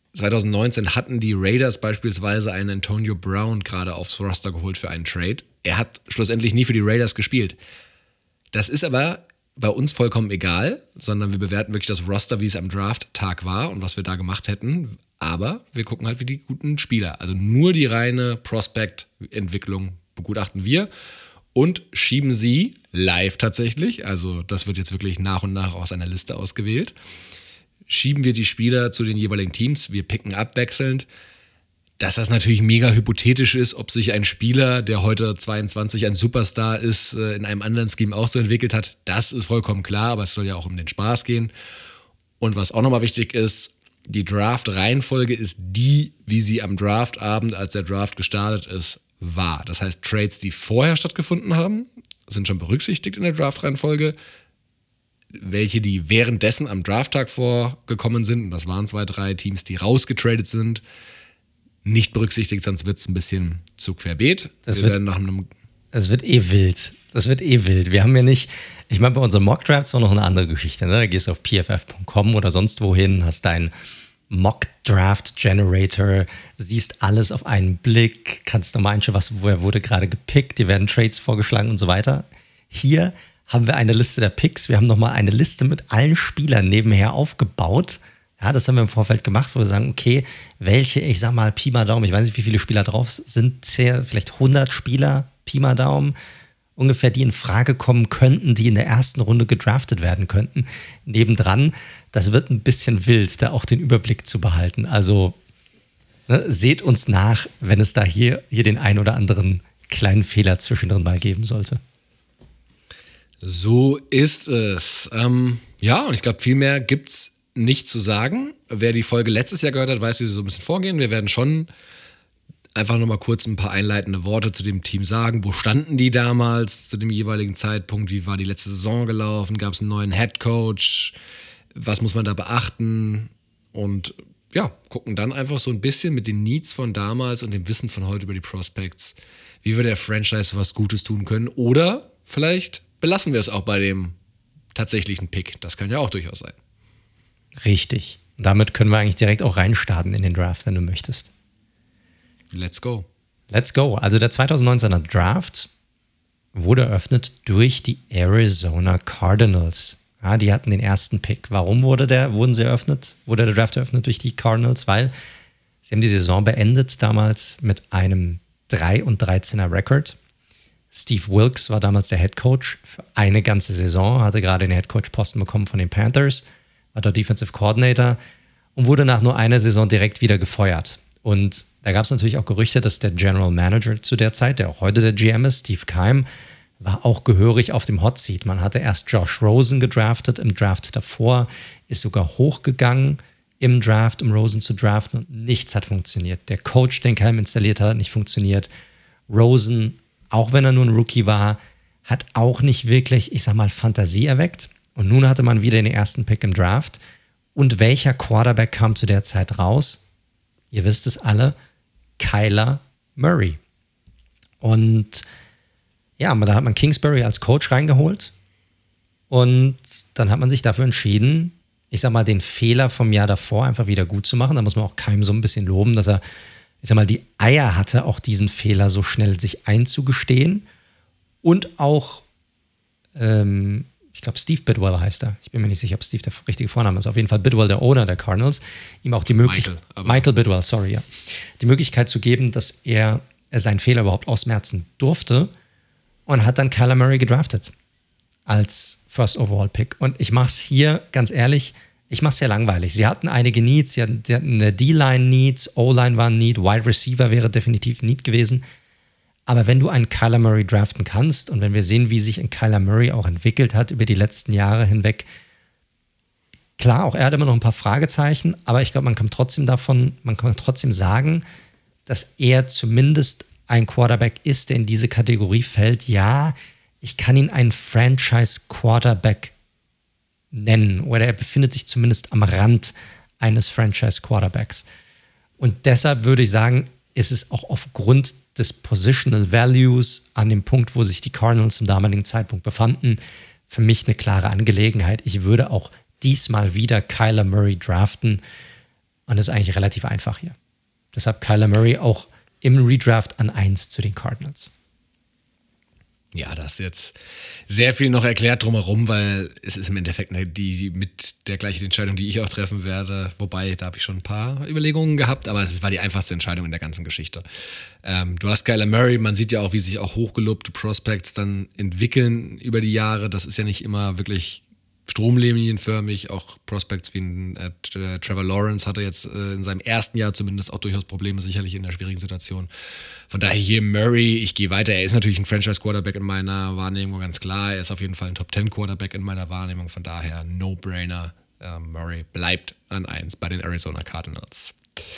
2019 hatten die Raiders beispielsweise einen Antonio Brown gerade aufs Roster geholt für einen Trade. Er hat schlussendlich nie für die Raiders gespielt. Das ist aber bei uns vollkommen egal, sondern wir bewerten wirklich das Roster, wie es am Draft-Tag war und was wir da gemacht hätten. Aber wir gucken halt wie die guten Spieler. Also nur die reine Prospect-Entwicklung begutachten wir und schieben sie live tatsächlich. Also das wird jetzt wirklich nach und nach aus einer Liste ausgewählt. Schieben wir die Spieler zu den jeweiligen Teams, wir picken abwechselnd. Dass das natürlich mega hypothetisch ist, ob sich ein Spieler, der heute 22 ein Superstar ist, in einem anderen Scheme auch so entwickelt hat, das ist vollkommen klar, aber es soll ja auch um den Spaß gehen. Und was auch nochmal wichtig ist, die Draft-Reihenfolge ist die, wie sie am Draftabend, als der Draft gestartet ist, war. Das heißt, Trades, die vorher stattgefunden haben, sind schon berücksichtigt in der Draft-Reihenfolge. Welche, die währenddessen am Drafttag vorgekommen sind, und das waren 2, 3 Teams, die rausgetradet sind, nicht berücksichtigt, sonst wird es ein bisschen zu querbeet. Das wird eh wild. Das wird eh wild. Wir haben ja nicht, ich meine, bei unseren Mock-Drafts war noch eine andere Geschichte. Ne? Da gehst du auf pff.com oder sonst wohin, hast deinen Mock-Draft-Generator, siehst alles auf einen Blick, kannst nochmal einschauen, woher wurde gerade gepickt, dir werden Trades vorgeschlagen und so weiter. Hier haben wir eine Liste der Picks. Wir haben nochmal eine Liste mit allen Spielern nebenher aufgebaut. Ja, das haben wir im Vorfeld gemacht, wo wir sagen, okay, welche, ich sag mal, Pi mal Daumen, ich weiß nicht, wie viele Spieler drauf sind, vielleicht 100 Spieler, Pi mal Daumen, ungefähr, die in Frage kommen könnten, die in der ersten Runde gedraftet werden könnten. Nebendran, das wird ein bisschen wild, da auch den Überblick zu behalten. Also ne, seht uns nach, wenn es da hier den ein oder anderen kleinen Fehler zwischendrin mal geben sollte. So ist es. Ja, und ich glaube, viel mehr gibt's nicht zu sagen. Wer die Folge letztes Jahr gehört hat, weiß, wie wir so ein bisschen vorgehen. Wir werden schon einfach nochmal kurz ein paar einleitende Worte zu dem Team sagen. Wo standen die damals zu dem jeweiligen Zeitpunkt? Wie war die letzte Saison gelaufen? Gab es einen neuen Headcoach? Was muss man da beachten? Und ja, gucken dann einfach so ein bisschen mit den Needs von damals und dem Wissen von heute über die Prospects, wie wir der Franchise was Gutes tun können. Oder vielleicht belassen wir es auch bei dem tatsächlichen Pick. Das kann ja auch durchaus sein. Richtig. Damit können wir eigentlich direkt auch reinstarten in den Draft, wenn du möchtest. Let's go. Let's go. Also der 2019er Draft wurde eröffnet durch die Arizona Cardinals. Ja, die hatten den ersten Pick. Warum wurde der Draft eröffnet durch die Cardinals? Weil sie haben die Saison beendet damals mit einem 3-13er Record. Steve Wilkes war damals der Head Coach für eine ganze Saison, hatte gerade den Head Coach Posten bekommen von den Panthers, war dort Defensive Coordinator und wurde nach nur einer Saison direkt wieder gefeuert. Und da gab es natürlich auch Gerüchte, dass der General Manager zu der Zeit, der auch heute der GM ist, Steve Keim, war auch gehörig auf dem Hot Seat. Man hatte erst Josh Rosen gedraftet im Draft davor, ist sogar hochgegangen im Draft, um Rosen zu draften und nichts hat funktioniert. Der Coach, den Keim installiert hat, hat nicht funktioniert. Rosen, auch wenn er nur ein Rookie war, hat auch nicht wirklich, ich sag mal, Fantasie erweckt. Und nun hatte man wieder den ersten Pick im Draft. Und welcher Quarterback kam zu der Zeit raus? Ihr wisst es alle, Kyler Murray. Und ja, da hat man Kingsbury als Coach reingeholt. Und dann hat man sich dafür entschieden, ich sag mal, den Fehler vom Jahr davor einfach wieder gut zu machen. Da muss man auch Keim so ein bisschen loben, dass er, ich sag mal, die Eier hatte, auch diesen Fehler so schnell sich einzugestehen. Und auch, ich glaube, Steve Bidwell heißt er. Ich bin mir nicht sicher, ob Steve der richtige Vorname ist. Auf jeden Fall Bidwell, der Owner der Cardinals, ihm auch die Möglichkeit, Michael Bidwell, sorry, ja, die Möglichkeit zu geben, dass er seinen Fehler überhaupt ausmerzen durfte und hat dann Kyler Murray gedraftet als First Overall Pick. Und ich mache es hier, ganz ehrlich, ich mache es sehr langweilig. Sie hatten einige Needs, sie hatten eine D-Line Needs, O-Line war ein Need, Wide Receiver wäre definitiv ein Need gewesen. Aber wenn du einen Kyler Murray draften kannst und wenn wir sehen, wie sich ein Kyler Murray auch entwickelt hat über die letzten Jahre hinweg, klar, auch er hat immer noch ein paar Fragezeichen, aber ich glaube, man kann trotzdem sagen, dass er zumindest ein Quarterback ist, der in diese Kategorie fällt. Ja, ich kann ihn einen Franchise-Quarterback nennen oder er befindet sich zumindest am Rand eines Franchise-Quarterbacks. Und deshalb würde ich sagen, ist es auch aufgrund des Positional Values an dem Punkt, wo sich die Cardinals zum damaligen Zeitpunkt befanden, für mich eine klare Angelegenheit. Ich würde auch diesmal wieder Kyler Murray draften und das ist eigentlich relativ einfach hier. Deshalb Kyler Murray auch im Redraft an 1 zu den Cardinals. Ja, das ist jetzt sehr viel noch erklärt drumherum, weil es ist im Endeffekt die mit der gleichen Entscheidung, die ich auch treffen werde. Wobei, da habe ich schon ein paar Überlegungen gehabt, aber es war die einfachste Entscheidung in der ganzen Geschichte. Du hast Kyler Murray, man sieht ja auch, wie sich auch hochgelobte Prospects dann entwickeln über die Jahre. Das ist ja nicht immer wirklich stromlinienförmig. Auch Prospects wie Trevor Lawrence hatte jetzt in seinem ersten Jahr zumindest auch durchaus Probleme, sicherlich in der schwierigen Situation. Von daher hier Murray, ich gehe weiter. Er ist natürlich ein Franchise-Quarterback in meiner Wahrnehmung, ganz klar. Er ist auf jeden Fall ein Top-10-Quarterback in meiner Wahrnehmung. Von daher No-Brainer. Murray bleibt an 1 bei den Arizona Cardinals.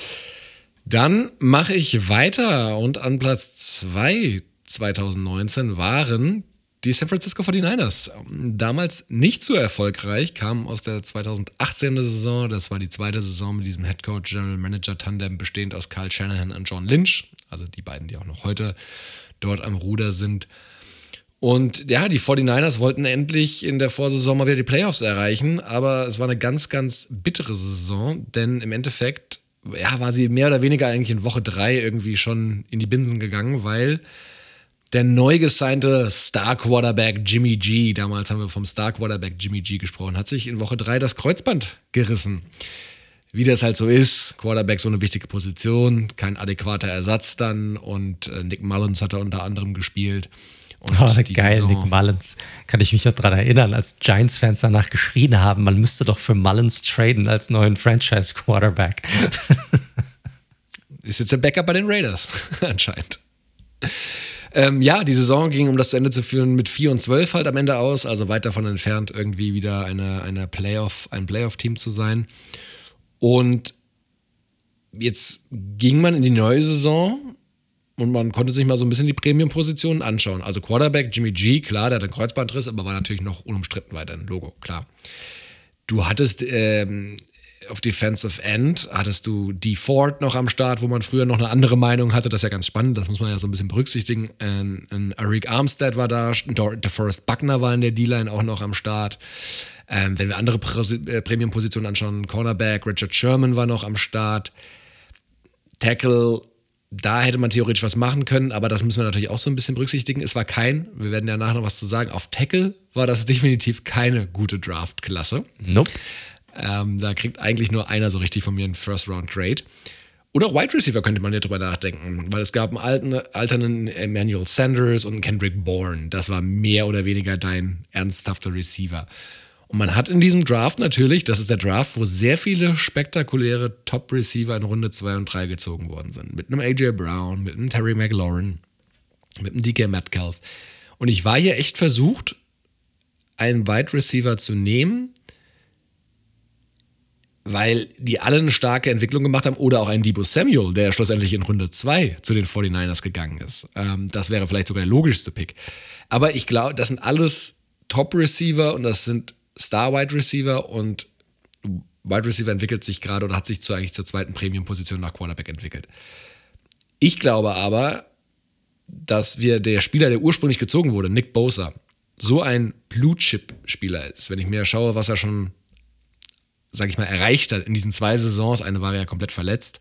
Dann mache ich weiter und an Platz 2 2019 waren die San Francisco 49ers. Damals nicht so erfolgreich, kamen aus der 2018er Saison. Das war die zweite Saison mit diesem Headcoach-General-Manager-Tandem, bestehend aus Kyle Shanahan und John Lynch. Also die beiden, die auch noch heute dort am Ruder sind. Und ja, die 49ers wollten endlich in der Vorsaison mal wieder die Playoffs erreichen. Aber es war eine ganz, ganz bittere Saison. Denn im Endeffekt war sie mehr oder weniger eigentlich in Woche 3 irgendwie schon in die Binsen gegangen, weil der neu gesignte Star-Quarterback Jimmy G, damals haben wir vom Star-Quarterback Jimmy G gesprochen, hat sich in Woche 3 das Kreuzband gerissen. Wie das halt so ist, Quarterback so eine wichtige Position, kein adäquater Ersatz dann und Nick Mullins hat da unter anderem gespielt. Und geil, Saison, Nick Mullins. Kann ich mich noch daran erinnern, als Giants-Fans danach geschrien haben, man müsste doch für Mullins traden als neuen Franchise-Quarterback. Ist jetzt der Backup bei den Raiders, anscheinend. Die Saison ging, um das zu Ende zu führen, mit 4-12 halt am Ende aus, also weit davon entfernt, irgendwie wieder ein Playoff-Team zu sein. Und jetzt ging man in die neue Saison und man konnte sich mal so ein bisschen die Premium-Positionen anschauen. Also Quarterback Jimmy G, klar, der hat einen Kreuzbandriss, aber war natürlich noch unumstritten weiter ein Logo, klar. Du hattest auf Defensive End hattest du Dee Ford noch am Start, wo man früher noch eine andere Meinung hatte. Das ist ja ganz spannend, das muss man ja so ein bisschen berücksichtigen. Arik Armstead war da, DeForest Buckner war in der D-Line auch noch am Start. Wenn wir andere Premium-Positionen anschauen, Cornerback Richard Sherman war noch am Start. Tackle Da hätte man theoretisch was machen können, aber das müssen wir natürlich auch so ein bisschen berücksichtigen. Es war wir werden ja nachher noch was zu sagen, auf Tackle war das definitiv keine gute Draft-Klasse. Nope. Da kriegt eigentlich nur einer so richtig von mir einen First-Round-Trade. Oder auch Wide Receiver könnte man ja drüber nachdenken, weil es gab einen alternden Emmanuel Sanders und einen Kendrick Bourne. Das war mehr oder weniger dein ernsthafter Receiver. Und man hat in diesem Draft natürlich, das ist der Draft, wo sehr viele spektakuläre Top-Receiver in Runde 2 und 3 gezogen worden sind. Mit einem A.J. Brown, mit einem Terry McLaurin, mit einem DK Metcalf. Und ich war hier echt versucht, einen Wide Receiver zu nehmen, weil die alle eine starke Entwicklung gemacht haben, oder auch einen Deebo Samuel, der schlussendlich in Runde 2 zu den 49ers gegangen ist. Das wäre vielleicht sogar der logischste Pick. Aber ich glaube, das sind alles Top-Receiver und das sind Star-Wide Receiver, und Wide Receiver entwickelt sich gerade oder hat sich eigentlich zur zweiten Premium-Position nach Quarterback entwickelt. Ich glaube aber, dass der Spieler, der ursprünglich gezogen wurde, Nick Bosa, so ein Blue-Chip-Spieler ist. Wenn ich mir schaue, was er schon, sag ich mal, erreicht hat in diesen 2 Saisons, eine war ja komplett verletzt,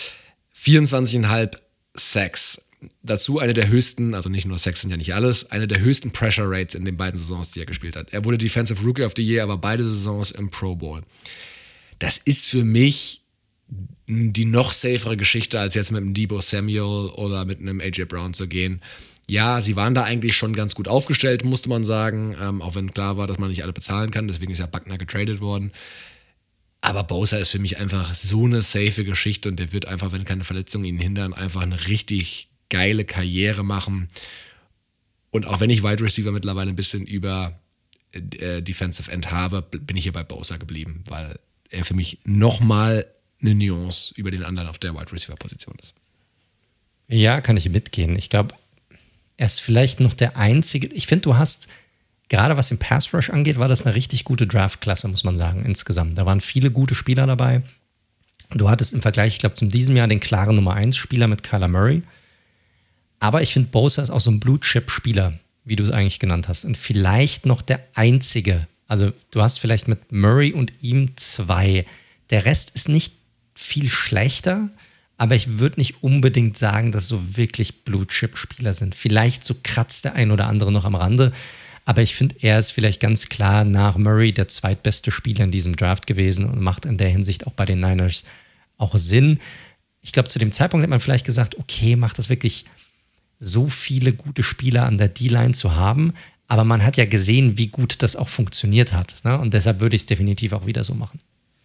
24,5 Sacks. Dazu eine der höchsten, also nicht nur Sacks sind ja nicht alles, eine der höchsten Pressure Rates in den beiden Saisons, die er gespielt hat. Er wurde Defensive Rookie of the Year, aber beide Saisons im Pro Bowl. Das ist für mich die noch safere Geschichte, als jetzt mit einem Deebo Samuel oder mit einem A.J. Brown zu gehen. Ja, sie waren da eigentlich schon ganz gut aufgestellt, musste man sagen, auch wenn klar war, dass man nicht alle bezahlen kann, deswegen ist ja Buckner getradet worden. Aber Bosa ist für mich einfach so eine safe Geschichte, und der wird einfach, wenn keine Verletzungen ihn hindern, einfach eine richtig geile Karriere machen. Und auch wenn ich Wide Receiver mittlerweile ein bisschen über Defensive End habe, bin ich hier bei Bosa geblieben, weil er für mich nochmal eine Nuance über den anderen auf der Wide Receiver Position ist. Ja, kann ich mitgehen. Ich glaube, er ist vielleicht noch der Einzige. Ich finde, du hast, gerade was den Pass Rush angeht, war das eine richtig gute Draft-Klasse, muss man sagen, insgesamt. Da waren viele gute Spieler dabei. Du hattest im Vergleich, ich glaube, zu diesem Jahr den klaren Nummer 1 Spieler mit Kyler Murray. Aber ich finde, Bosa ist auch so ein Blue-Chip-Spieler, wie du es eigentlich genannt hast. Und vielleicht noch der Einzige. Also du hast vielleicht mit Murray und ihm 2. Der Rest ist nicht viel schlechter, aber ich würde nicht unbedingt sagen, dass so wirklich Blue-Chip-Spieler sind. Vielleicht so kratzt der ein oder andere noch am Rande. Aber ich finde, er ist vielleicht ganz klar nach Murray der zweitbeste Spieler in diesem Draft gewesen und macht in der Hinsicht auch bei den Niners auch Sinn. Ich glaube, zu dem Zeitpunkt hat man vielleicht gesagt, okay, macht das wirklich so viele gute Spieler an der D-Line zu haben, aber man hat ja gesehen, wie gut das auch funktioniert hat, ne? Und deshalb würde ich es definitiv auch wieder so machen.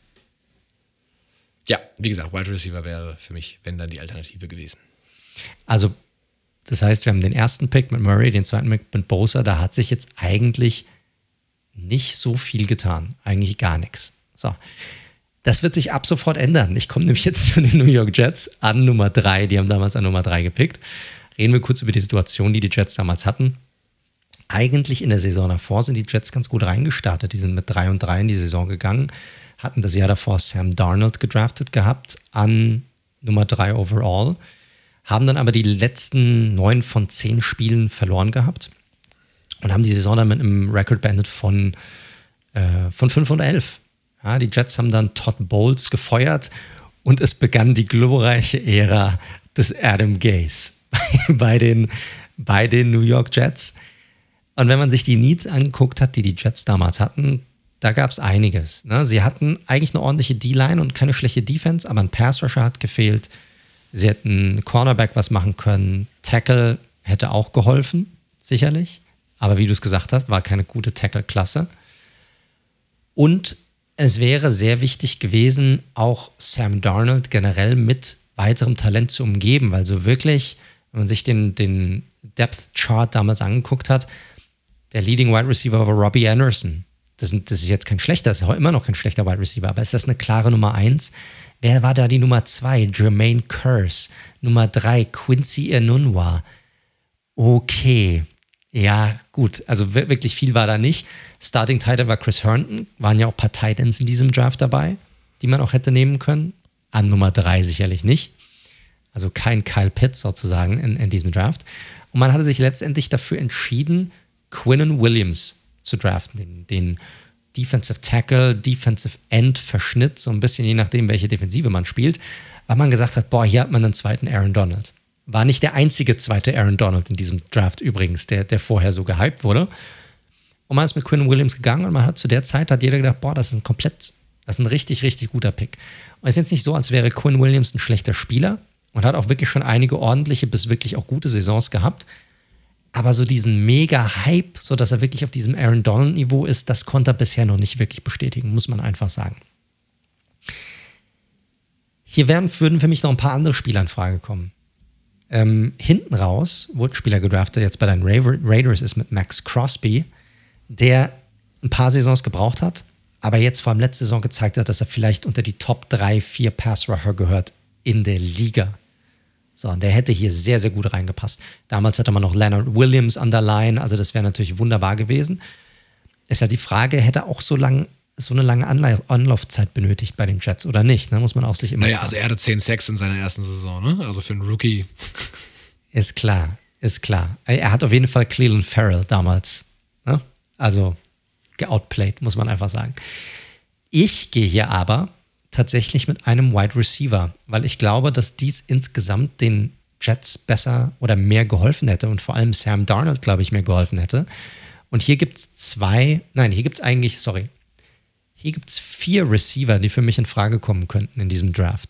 Ja, wie gesagt, Wide Receiver wäre für mich, wenn dann, die Alternative gewesen. Also, das heißt, wir haben den ersten Pick mit Murray, den zweiten Pick mit Bosa, da hat sich jetzt eigentlich nicht so viel getan, eigentlich gar nichts. So, das wird sich ab sofort ändern. Ich komme nämlich jetzt zu den New York Jets an Nummer 3, die haben damals an Nummer 3 gepickt. Reden wir kurz über die Situation, die Jets damals hatten. Eigentlich in der Saison davor sind die Jets ganz gut reingestartet. Die sind mit 3-3 in die Saison gegangen, hatten das Jahr davor Sam Darnold gedraftet gehabt an Nummer 3 overall, haben dann aber die letzten 9 von 10 Spielen verloren gehabt und haben die Saison dann mit einem Record beendet von 5-11. Ja, die Jets haben dann Todd Bowles gefeuert und es begann die glorreiche Ära des Adam Gase bei den New York Jets. Und wenn man sich die Needs angeguckt hat, die Jets damals hatten, da gab es einiges. Ne? Sie hatten eigentlich eine ordentliche D-Line und keine schlechte Defense, aber ein Pass-Rusher hat gefehlt. Sie hätten Cornerback was machen können. Tackle hätte auch geholfen, sicherlich. Aber wie du es gesagt hast, war keine gute Tackle-Klasse. Und es wäre sehr wichtig gewesen, auch Sam Darnold generell mit weiterem Talent zu umgeben, weil so wirklich, wenn man sich den Depth-Chart damals angeguckt hat, der Leading Wide Receiver war Robbie Anderson. Das ist jetzt kein schlechter, das ist immer noch kein schlechter Wide Receiver, aber ist das eine klare Nummer 1? Wer war da die Nummer 2? Jermaine Kearse. Nummer 3, Quincy Enunwa. Okay, ja, gut, also wirklich viel war da nicht. Starting Tight End war Chris Herndon, waren ja auch ein paar Tight Ends in diesem Draft dabei, die man auch hätte nehmen können. An Nummer 3 sicherlich nicht. Also kein Kyle Pitts sozusagen in diesem Draft. Und man hatte sich letztendlich dafür entschieden, Quinnen Williams zu draften, den Defensive Tackle, Defensive End Verschnitt, so ein bisschen je nachdem, welche Defensive man spielt, weil man gesagt hat, boah, hier hat man einen zweiten Aaron Donald. War nicht der einzige zweite Aaron Donald in diesem Draft übrigens, der vorher so gehypt wurde. Und man ist mit Quinn Williams gegangen und man hat zu der Zeit, hat jeder gedacht, boah, das ist ein richtig, richtig guter Pick. Und es ist jetzt nicht so, als wäre Quinn Williams ein schlechter Spieler und hat auch wirklich schon einige ordentliche bis wirklich auch gute Saisons gehabt. Aber so diesen Mega-Hype, so dass er wirklich auf diesem Aaron Donald-Niveau ist, das konnte er bisher noch nicht wirklich bestätigen, muss man einfach sagen. Hier würden für mich noch ein paar andere Spieler in Frage kommen. Hinten raus wurde ein Spieler gedraftet, jetzt bei den Raiders ist mit Max Crosby, der ein paar Saisons gebraucht hat, aber jetzt vor allem letzte Saison gezeigt hat, dass er vielleicht unter die Top 3, 4 Pass-Rusher gehört in der Liga. So, und der hätte hier sehr, sehr gut reingepasst. Damals hatte man noch Leonard Williams an der Line, also das wäre natürlich wunderbar gewesen. Ist ja die Frage, hätte er auch so eine lange Anlaufzeit benötigt bei den Jets oder nicht? Ne? Muss man auch sich immer fragen. Also er hatte 10 Sacks in seiner ersten Saison, ne? Also für einen Rookie. Ist klar. Er hat auf jeden Fall Clelin Ferrell damals, ne? Also geoutplayed, muss man einfach sagen. Ich gehe hier aber tatsächlich mit einem Wide Receiver, weil ich glaube, dass dies insgesamt den Jets besser oder mehr geholfen hätte und vor allem Sam Darnold, glaube ich, mehr geholfen hätte. Und hier gibt es hier gibt es 4 Receiver, die für mich in Frage kommen könnten in diesem Draft.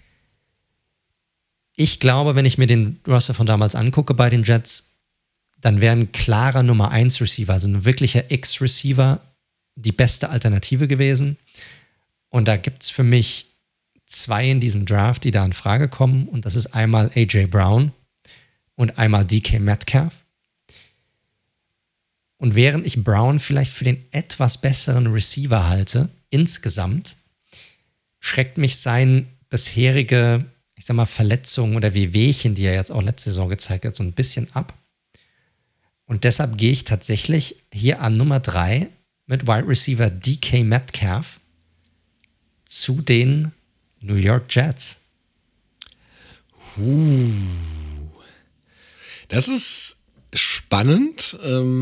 Ich glaube, wenn ich mir den Roster von damals angucke bei den Jets, dann wäre ein klarer Nummer 1 Receiver, also ein wirklicher X-Receiver, die beste Alternative gewesen. Und da gibt es für mich 2 in diesem Draft, die da in Frage kommen. Und das ist einmal A.J. Brown und einmal DK Metcalf. Und während ich Brown vielleicht für den etwas besseren Receiver halte, insgesamt, schreckt mich sein bisherige, Verletzungen oder Wehwehchen, die er jetzt auch letzte Saison gezeigt hat, so ein bisschen ab. Und deshalb gehe ich tatsächlich hier an Nummer 3 mit Wide Receiver DK Metcalf zu den New York Jets. Das ist spannend.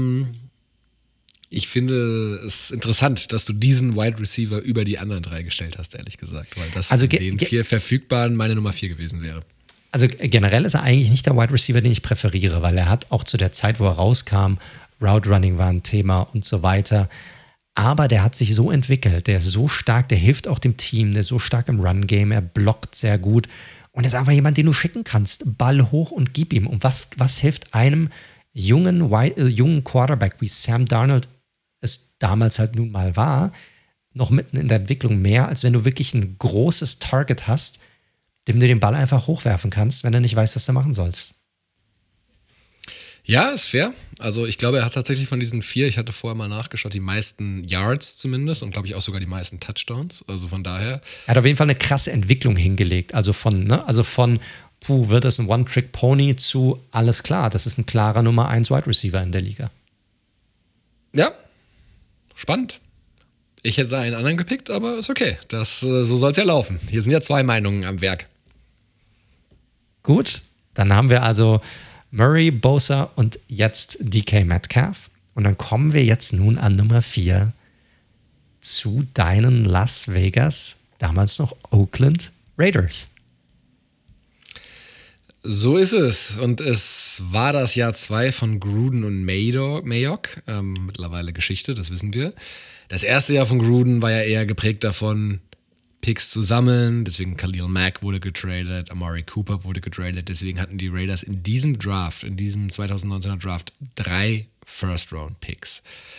Ich finde es interessant, dass du diesen Wide Receiver über die anderen 3 gestellt hast, ehrlich gesagt, weil das von den 4 verfügbaren meine Nummer 4 gewesen wäre. Also generell ist er eigentlich nicht der Wide Receiver, den ich präferiere, weil er hat auch zu der Zeit, wo er rauskam, Route Running war ein Thema und so weiter. Aber der hat sich so entwickelt, der ist so stark, der hilft auch dem Team, der ist so stark im Run-Game, er blockt sehr gut und er ist einfach jemand, den du schicken kannst. Ball hoch und gib ihm. Und was hilft einem jungen Quarterback wie Sam Darnold es damals halt nun mal war, noch mitten in der Entwicklung mehr, als wenn du wirklich ein großes Target hast, dem du den Ball einfach hochwerfen kannst, wenn du nicht weißt, was du machen sollst. Ja, ist fair. Also ich glaube, er hat tatsächlich von diesen 4, ich hatte vorher mal nachgeschaut, die meisten Yards zumindest und glaube ich auch sogar die meisten Touchdowns. Also von daher. Er hat auf jeden Fall eine krasse Entwicklung hingelegt. Also von wird das ein One-Trick-Pony zu, alles klar, das ist ein klarer Nummer 1 Wide Receiver in der Liga. Ja, spannend. Ich hätte einen anderen gepickt, aber ist okay. So soll es ja laufen. Hier sind ja 2 Meinungen am Werk. Gut, dann haben wir also Murray, Bosa und jetzt DK Metcalf. Und dann kommen wir jetzt nun an Nummer 4 zu deinen Las Vegas, damals noch Oakland Raiders. So ist es. Und es war das Jahr 2 von Gruden und Mayock. Mittlerweile Geschichte, das wissen wir. Das erste Jahr von Gruden war ja eher geprägt davon, Picks zu sammeln. Deswegen Khalil Mack wurde getradet, Amari Cooper wurde getradet. Deswegen hatten die Raiders in diesem 2019er Draft 3 First-Round-Picks.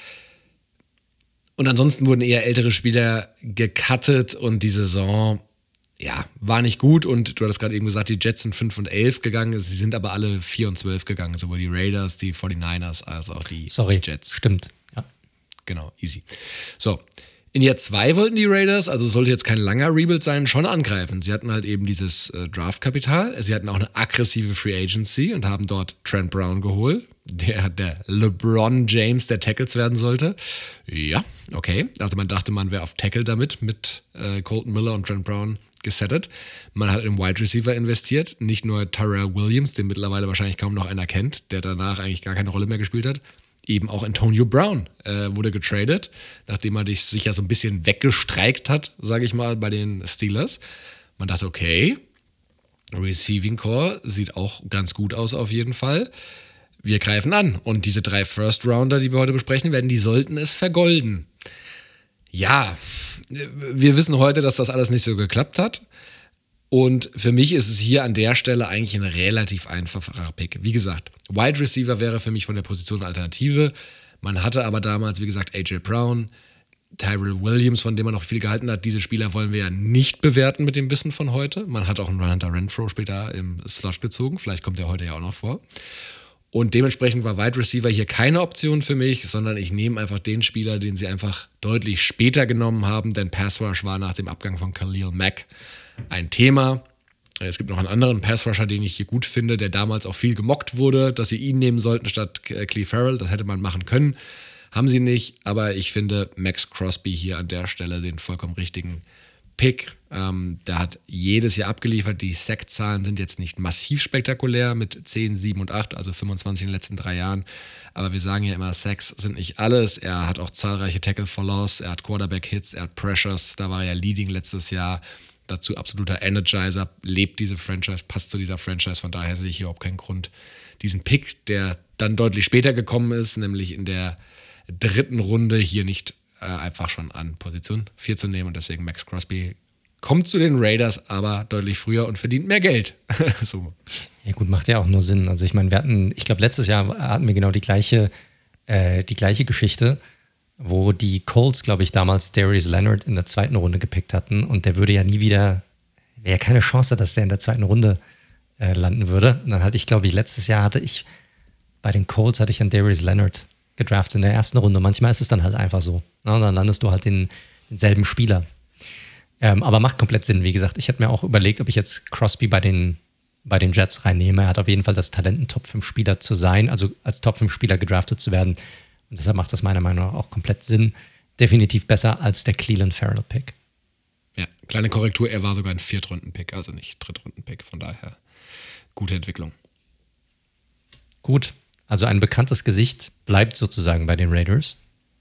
Und ansonsten wurden eher ältere Spieler gecuttet und die Saison war nicht gut. Und du hattest gerade eben gesagt, die Jets sind 5 und 11 gegangen. Sie sind aber alle 4 und 12 gegangen. Sowohl die Raiders, die 49ers als auch die Jets. Stimmt. Ja. Genau, easy. So, in Jahr 2 wollten die Raiders, also sollte jetzt kein langer Rebuild sein, schon angreifen. Sie hatten halt eben dieses Draftkapital. Sie hatten auch eine aggressive Free Agency und haben dort Trent Brown geholt, der LeBron James der Tackles werden sollte. Ja, okay. Also man dachte, man wäre auf Tackle damit mit Colton Miller und Trent Brown gesettet. Man hat in Wide Receiver investiert, nicht nur Tyrell Williams, den mittlerweile wahrscheinlich kaum noch einer kennt, der danach eigentlich gar keine Rolle mehr gespielt hat. Eben auch Antonio Brown wurde getradet, nachdem er sich ja so ein bisschen weggestreikt hat, sage ich mal, bei den Steelers. Man dachte, okay, Receiving Core sieht auch ganz gut aus auf jeden Fall. Wir greifen an und diese 3 First-Rounder, die wir heute besprechen werden, die sollten es vergolden. Ja, wir wissen heute, dass das alles nicht so geklappt hat. Und für mich ist es hier an der Stelle eigentlich ein relativ einfacher Pick. Wie gesagt, Wide Receiver wäre für mich von der Position eine Alternative. Man hatte aber damals, wie gesagt, A.J. Brown, Tyrell Williams, von dem man noch viel gehalten hat. Diese Spieler wollen wir ja nicht bewerten mit dem Wissen von heute. Man hat auch einen Hunter Renfrow später im Slot gezogen. Vielleicht kommt er heute ja auch noch vor. Und dementsprechend war Wide Receiver hier keine Option für mich, sondern ich nehme einfach den Spieler, den sie einfach deutlich später genommen haben, denn Pass Rush war nach dem Abgang von Khalil Mack ein Thema. Es gibt noch einen anderen Pass Rusher, den ich hier gut finde, der damals auch viel gemockt wurde, dass sie ihn nehmen sollten statt Cleve Farrell. Das hätte man machen können. Haben sie nicht, aber ich finde Max Crosby hier an der Stelle den vollkommen richtigen Pick. Der hat jedes Jahr abgeliefert. Die Sack-Zahlen sind jetzt nicht massiv spektakulär mit 10, 7 und 8, also 25 in den letzten 3 Jahren. Aber wir sagen ja immer, Sacks sind nicht alles. Er hat auch zahlreiche Tackle for Loss, er hat Quarterback-Hits, er hat Pressures. Da war er ja Leading letztes Jahr. Dazu absoluter Energizer, lebt diese Franchise, passt zu dieser Franchise. Von daher sehe ich hier überhaupt keinen Grund, diesen Pick, der dann deutlich später gekommen ist, nämlich in der 3. Runde, hier nicht einfach schon an Position 4 zu nehmen. Und deswegen Max Crosby kommt zu den Raiders, aber deutlich früher und verdient mehr Geld. So. Ja gut, macht ja auch nur Sinn. Also ich meine, ich glaube letztes Jahr hatten wir genau die gleiche Geschichte, wo die Colts, glaube ich, damals Darius Leonard in der 2. Runde gepickt hatten und der würde ja nie wieder, wäre ja keine Chance, dass der in der 2. Runde landen würde. Und dann hatte ich, glaube ich, letztes Jahr bei den Colts hatte ich an Darius Leonard gedraftet in der 1. Runde. Manchmal ist es dann halt einfach so. Ne? Und dann landest du halt denselben Spieler. Aber macht komplett Sinn. Wie gesagt, ich hätte mir auch überlegt, ob ich jetzt Crosby bei den Jets reinnehme. Er hat auf jeden Fall das Talent, ein Top-5-Spieler zu sein, also als Top-5-Spieler gedraftet zu werden. Und deshalb macht das meiner Meinung nach auch komplett Sinn. Definitiv besser als der Cleveland Farrell-Pick. Ja, kleine Korrektur, er war sogar ein 4-Runden-Pick, also nicht 3-Runden-Pick. Von daher gute Entwicklung. Gut, also ein bekanntes Gesicht bleibt sozusagen bei den Raiders.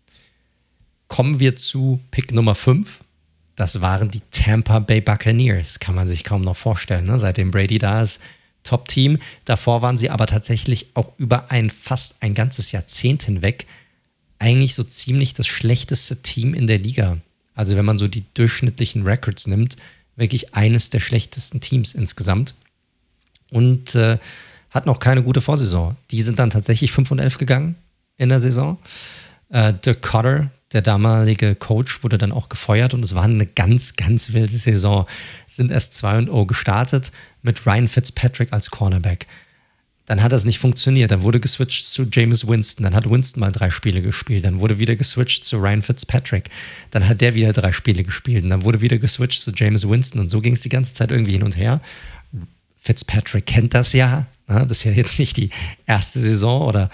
Kommen wir zu Pick Nummer 5. Das waren die Tampa Bay Buccaneers. Kann man sich kaum noch vorstellen, ne? Seitdem Brady da ist, Top-Team. Davor waren sie aber tatsächlich auch über fast ein ganzes Jahrzehnt hinweg eigentlich so ziemlich das schlechteste Team in der Liga. Also wenn man so die durchschnittlichen Records nimmt, wirklich eines der schlechtesten Teams insgesamt. Und hatten auch keine gute Vorsaison. Die sind dann tatsächlich 5-11 gegangen in der Saison. Dirk Koetter, der damalige Coach, wurde dann auch gefeuert und es war eine ganz, ganz wilde Saison. Sind erst 2-0 gestartet mit Ryan Fitzpatrick als Cornerback. Dann hat das nicht funktioniert. Dann wurde geswitcht zu Jameis Winston. Dann hat Winston mal 3 Spiele gespielt. Dann wurde wieder geswitcht zu Ryan Fitzpatrick. Dann hat der wieder 3 Spiele gespielt. Und dann wurde wieder geswitcht zu Jameis Winston. Und so ging es die ganze Zeit irgendwie hin und her. Fitzpatrick kennt das ja. Das ist ja jetzt nicht die erste Saison oder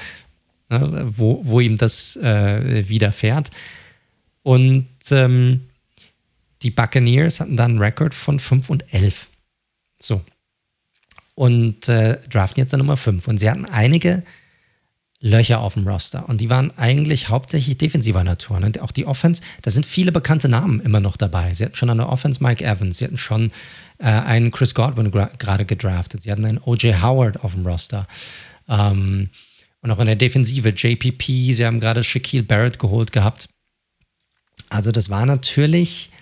wo ihm das widerfährt. Und die Buccaneers hatten dann einen Rekord von 5-11. So. Und draften jetzt an Nummer 5. Und sie hatten einige Löcher auf dem Roster. Und die waren eigentlich hauptsächlich defensiver Natur. Und auch die Offense, da sind viele bekannte Namen immer noch dabei. Sie hatten schon an der Offense Mike Evans, sie hatten schon einen Chris Godwin gerade gedraftet, sie hatten einen O.J. Howard auf dem Roster. Und auch in der Defensive JPP, sie haben gerade Shaquille Barrett geholt gehabt. Also das war natürlich,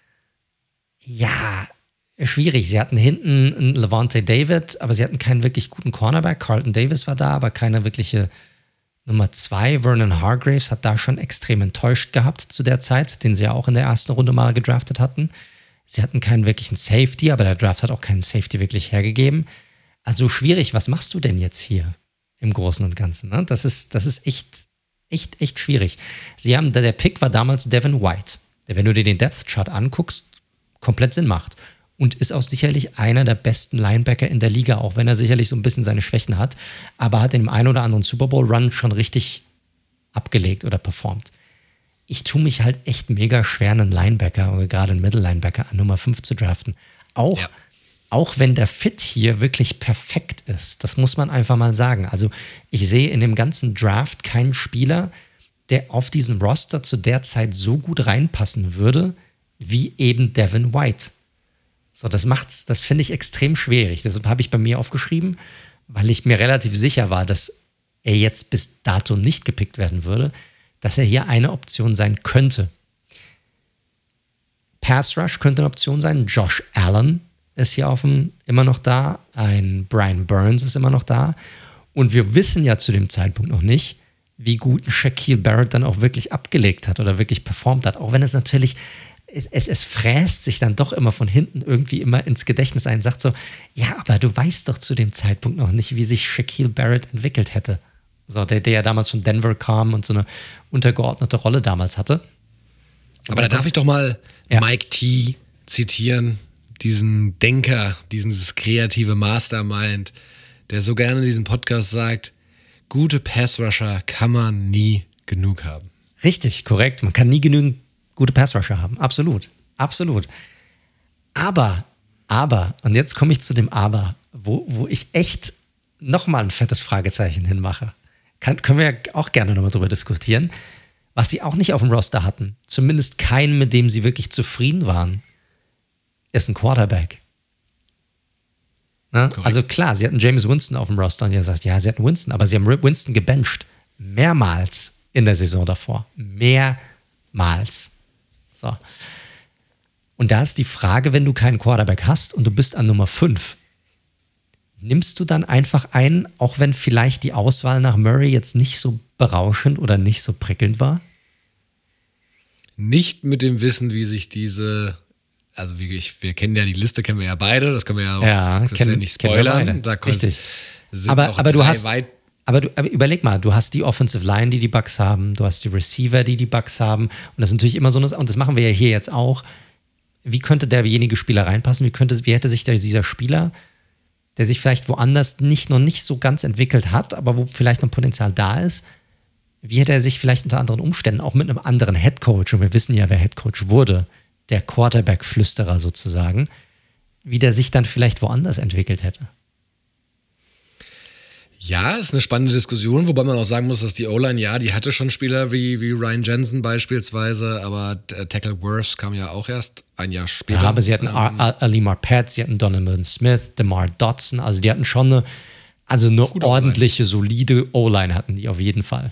ja, schwierig. Sie hatten hinten einen Levante David, aber sie hatten keinen wirklich guten Cornerback. Carlton Davis war da, aber keine wirkliche Nummer 2. Vernon Hargreaves hat da schon extrem enttäuscht gehabt zu der Zeit, den sie ja auch in der 1. Runde mal gedraftet hatten. Sie hatten keinen wirklichen Safety, aber der Draft hat auch keinen Safety wirklich hergegeben. Also schwierig. Was machst du denn jetzt hier im Großen und Ganzen? Ne? Das ist echt schwierig. Der Pick war damals Devin White, der, wenn du dir den Depth Chart anguckst, komplett Sinn macht. Und ist auch sicherlich einer der besten Linebacker in der Liga, auch wenn er sicherlich so ein bisschen seine Schwächen hat, aber hat in dem einen oder anderen Super Bowl Run schon richtig abgelegt oder performt. Ich tue mich halt echt mega schwer, einen Linebacker oder gerade einen Middle-Linebacker an Nummer 5 zu draften. Auch wenn der Fit hier wirklich perfekt ist. Das muss man einfach mal sagen. Also ich sehe in dem ganzen Draft keinen Spieler, der auf diesen Roster zu der Zeit so gut reinpassen würde, wie eben Devin White. So, das finde ich extrem schwierig. Deshalb habe ich bei mir aufgeschrieben, weil ich mir relativ sicher war, dass er jetzt bis dato nicht gepickt werden würde, dass er hier eine Option sein könnte. Pass Rush könnte eine Option sein. Josh Allen ist hier immer noch da. Ein Brian Burns ist immer noch da. Und wir wissen ja zu dem Zeitpunkt noch nicht, wie gut ein Shaquille Barrett dann auch wirklich abgelegt hat oder wirklich performt hat. Auch wenn es natürlich, es fräst sich dann doch immer von hinten irgendwie immer ins Gedächtnis ein und sagt so, ja, aber du weißt doch zu dem Zeitpunkt noch nicht, wie sich Shaquille Barrett entwickelt hätte. So, der ja damals von Denver kam und so eine untergeordnete Rolle damals hatte. Aber da darf ich doch mal Mike T. zitieren, diesen Denker, dieses kreative Mastermind, der so gerne in diesem Podcast sagt, gute Pass-Rusher kann man nie genug haben. Richtig, korrekt. Man kann nie genügend gute Pass-Rusher haben. Absolut, absolut. Aber, und jetzt komme ich zu dem Aber, wo ich echt nochmal ein fettes Fragezeichen hinmache. Können wir ja auch gerne nochmal drüber diskutieren. Was sie auch nicht auf dem Roster hatten, zumindest keinen, mit dem sie wirklich zufrieden waren, ist ein Quarterback. Ne? Also klar, sie hatten Jameis Winston auf dem Roster und ihr sagt, ja, sie hatten Winston, aber sie haben Winston gebencht. Mehrmals in der Saison davor. Mehrmals. So. Und da ist die Frage, wenn du keinen Quarterback hast und du bist an Nummer 5, nimmst du dann einfach einen, auch wenn vielleicht die Auswahl nach Murray jetzt nicht so berauschend oder nicht so prickelnd war? Nicht mit dem Wissen, wie sich diese, also wir kennen ja die Liste, kennen wir ja beide, das können wir ja auch nicht spoilern. Da richtig. Aber du hast, aber überleg mal, du hast die Offensive Line, die Bucks haben, du hast die Receiver, die Bucks haben und das ist natürlich immer so eine, und das machen wir ja hier jetzt auch, wie könnte derjenige Spieler reinpassen, wie hätte sich dieser Spieler, der sich vielleicht woanders noch nicht so ganz entwickelt hat, aber wo vielleicht noch Potenzial da ist, wie hätte er sich vielleicht unter anderen Umständen auch mit einem anderen Headcoach, und wir wissen ja, wer Headcoach wurde, der Quarterback-Flüsterer sozusagen, wie der sich dann vielleicht woanders entwickelt hätte. Ja, ist eine spannende Diskussion, wobei man auch sagen muss, dass die O-Line, ja, die hatte schon Spieler wie Ryan Jensen beispielsweise, aber Tackle Worth kam ja auch erst ein Jahr später. Ja, aber sie hatten Ali Marpet, sie hatten Donovan Smith, DeMar Dotson, also die hatten schon eine ordentliche, solide O-Line hatten die auf jeden Fall.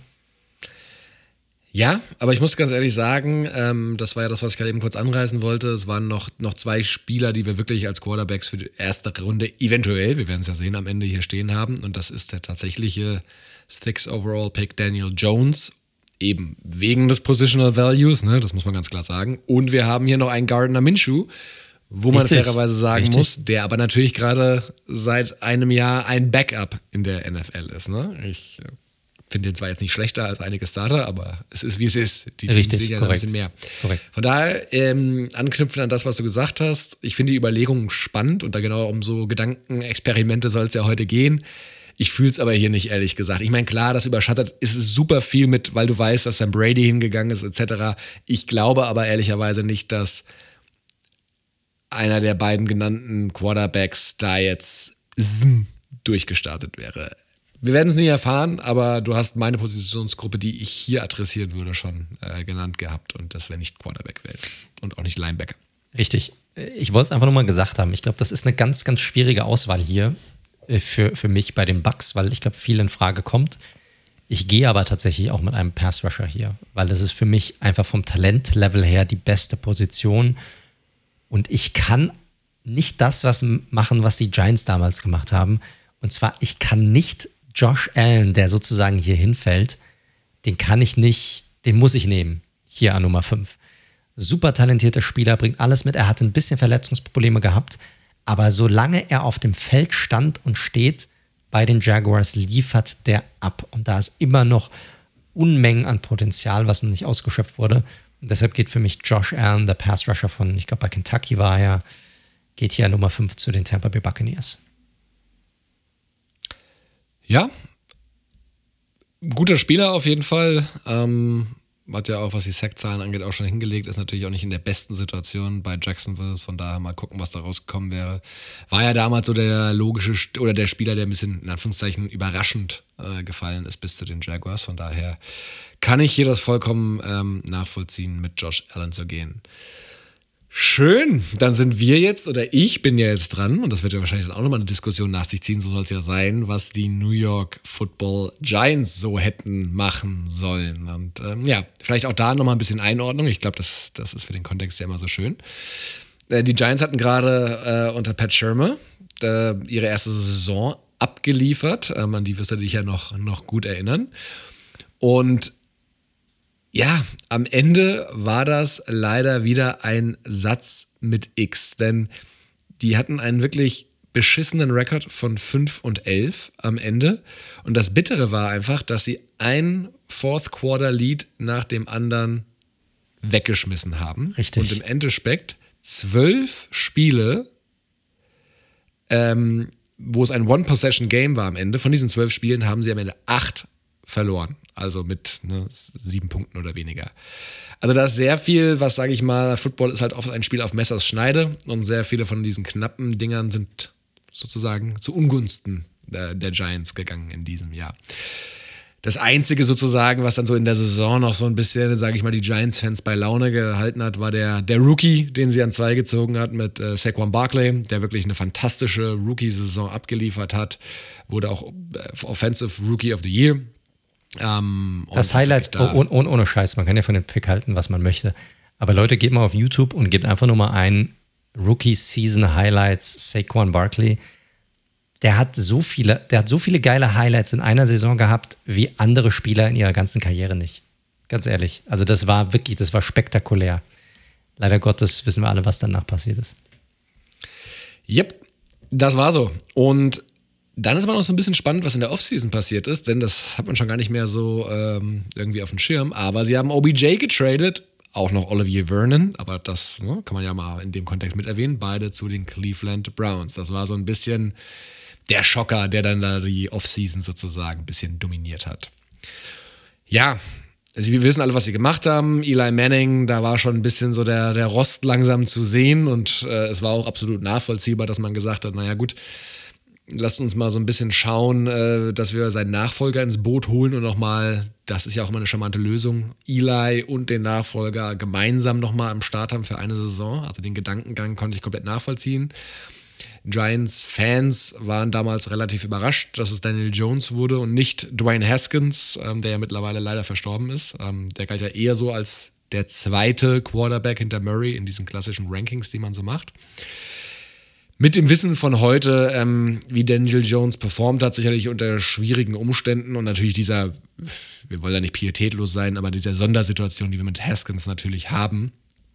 Ja, aber ich muss ganz ehrlich sagen, das war ja das, was ich gerade eben kurz anreißen wollte. Es waren noch 2 Spieler, die wir wirklich als Quarterbacks für die erste Runde eventuell, wir werden es ja sehen, am Ende hier stehen haben. Und das ist der tatsächliche 6th Overall Pick Daniel Jones, eben wegen des Positional Values, ne, das muss man ganz klar sagen. Und wir haben hier noch einen Gardner Minshew, wo man fairerweise sagen muss, der aber natürlich gerade seit einem Jahr ein Backup in der NFL ist. Ne? Ich finde den zwar jetzt nicht schlechter als einige Starter, aber es ist, wie es ist. Die Teams sehen ja ein bisschen mehr. Korrekt. Von daher, anknüpfen an das, was du gesagt hast, ich finde die Überlegungen spannend und da genau um so Gedankenexperimente soll es ja heute gehen. Ich fühle es aber hier nicht, ehrlich gesagt. Ich meine, klar, das überschattet, ist es super viel mit, weil du weißt, dass Sam Brady hingegangen ist, etc. Ich glaube aber ehrlicherweise nicht, dass einer der beiden genannten Quarterbacks da jetzt durchgestartet wäre. Wir werden es nie erfahren, aber du hast meine Positionsgruppe, die ich hier adressieren würde, schon genannt gehabt. Und das wäre nicht Quarterback-Welt und auch nicht Linebacker. Richtig. Ich wollte es einfach nur mal gesagt haben. Ich glaube, das ist eine ganz, ganz schwierige Auswahl hier für mich bei den Bucks, weil ich glaube, viel in Frage kommt. Ich gehe aber tatsächlich auch mit einem Pass-Rusher hier, weil das ist für mich einfach vom Talentlevel her die beste Position. Und ich kann nicht das machen, was die Giants damals gemacht haben. Und zwar, ich kann nicht Josh Allen, der sozusagen hier hinfällt, den muss ich nehmen, hier an Nummer 5. Super talentierter Spieler, bringt alles mit. Er hatte ein bisschen Verletzungsprobleme gehabt, aber solange er auf dem Feld stand und steht bei den Jaguars, liefert der ab. Und da ist immer noch Unmengen an Potenzial, was noch nicht ausgeschöpft wurde. Und deshalb geht für mich Josh Allen, der Pass-Rusher von, ich glaube bei Kentucky war er, geht hier an Nummer 5 zu den Tampa Bay Buccaneers. Ja, guter Spieler auf jeden Fall. Hat ja auch, was die Sackzahlen angeht, auch schon hingelegt. Ist natürlich auch nicht in der besten Situation bei Jacksonville. Von daher mal gucken, was da rausgekommen wäre. War ja damals so der logische oder der Spieler, der ein bisschen in Anführungszeichen überraschend gefallen ist bis zu den Jaguars. Von daher kann ich hier das vollkommen nachvollziehen, mit Josh Allen zu gehen. Schön, dann sind wir jetzt, oder ich bin ja jetzt dran, und das wird ja wahrscheinlich dann auch nochmal eine Diskussion nach sich ziehen, so soll es ja sein, was die New York Football Giants so hätten machen sollen. Und vielleicht auch da nochmal ein bisschen Einordnung. Ich glaube, das ist für den Kontext ja immer so schön. Die Giants hatten gerade unter Pat Shurmur ihre erste Saison abgeliefert. An die wirst du dich ja noch gut erinnern. Und ja, am Ende war das leider wieder ein Satz mit X, denn die hatten einen wirklich beschissenen Rekord von 5-11 am Ende. Und das Bittere war einfach, dass sie ein Fourth-Quarter-Lead nach dem anderen weggeschmissen haben. Richtig. Und im Endeffekt 12 Spiele, wo es ein One-Possession-Game war am Ende. Von diesen 12 Spielen haben sie am Ende 8 verloren. Also mit 7 Punkten oder weniger. Also da ist sehr viel, was, sage ich mal, Football ist halt oft ein Spiel auf Messers Schneide und sehr viele von diesen knappen Dingern sind sozusagen zu Ungunsten der Giants gegangen in diesem Jahr. Das Einzige sozusagen, was dann so in der Saison noch so ein bisschen, sage ich mal, die Giants-Fans bei Laune gehalten hat, war der Rookie, den sie an 2 gezogen hat mit Saquon Barkley, der wirklich eine fantastische Rookie-Saison abgeliefert hat, wurde auch Offensive Rookie of the Year. Das Highlight, ohne Scheiß, man kann ja von dem Pick halten, was man möchte, aber Leute, geht mal auf YouTube und gebt einfach nur mal ein Rookie-Season-Highlights Saquon Barkley. Der hat so viele geile Highlights in einer Saison gehabt, wie andere Spieler in ihrer ganzen Karriere nicht. Ganz ehrlich. Also das war spektakulär. Leider Gottes wissen wir alle, was danach passiert ist. Yep, das war so. Und dann ist aber noch so ein bisschen spannend, was in der Offseason passiert ist, denn das hat man schon gar nicht mehr so irgendwie auf dem Schirm. Aber sie haben OBJ getradet, auch noch Olivier Vernon, aber das kann man ja mal in dem Kontext mit erwähnen, beide zu den Cleveland Browns. Das war so ein bisschen der Schocker, der dann da die Offseason sozusagen ein bisschen dominiert hat. Ja, also wir wissen alle, was sie gemacht haben. Eli Manning, da war schon ein bisschen so der Rost langsam zu sehen und es war auch absolut nachvollziehbar, dass man gesagt hat, naja gut, lasst uns mal so ein bisschen schauen, dass wir seinen Nachfolger ins Boot holen und nochmal, das ist ja auch immer eine charmante Lösung, Eli und den Nachfolger gemeinsam nochmal am Start haben für eine Saison. Also den Gedankengang konnte ich komplett nachvollziehen. Giants-Fans waren damals relativ überrascht, dass es Daniel Jones wurde und nicht Dwayne Haskins, der ja mittlerweile leider verstorben ist. Der galt ja eher so als der zweite Quarterback hinter Murray in diesen klassischen Rankings, die man so macht. Mit dem Wissen von heute, wie Daniel Jones performt hat, sicherlich unter schwierigen Umständen und natürlich dieser, wir wollen ja nicht pietätlos sein, aber dieser Sondersituation, die wir mit Haskins natürlich haben,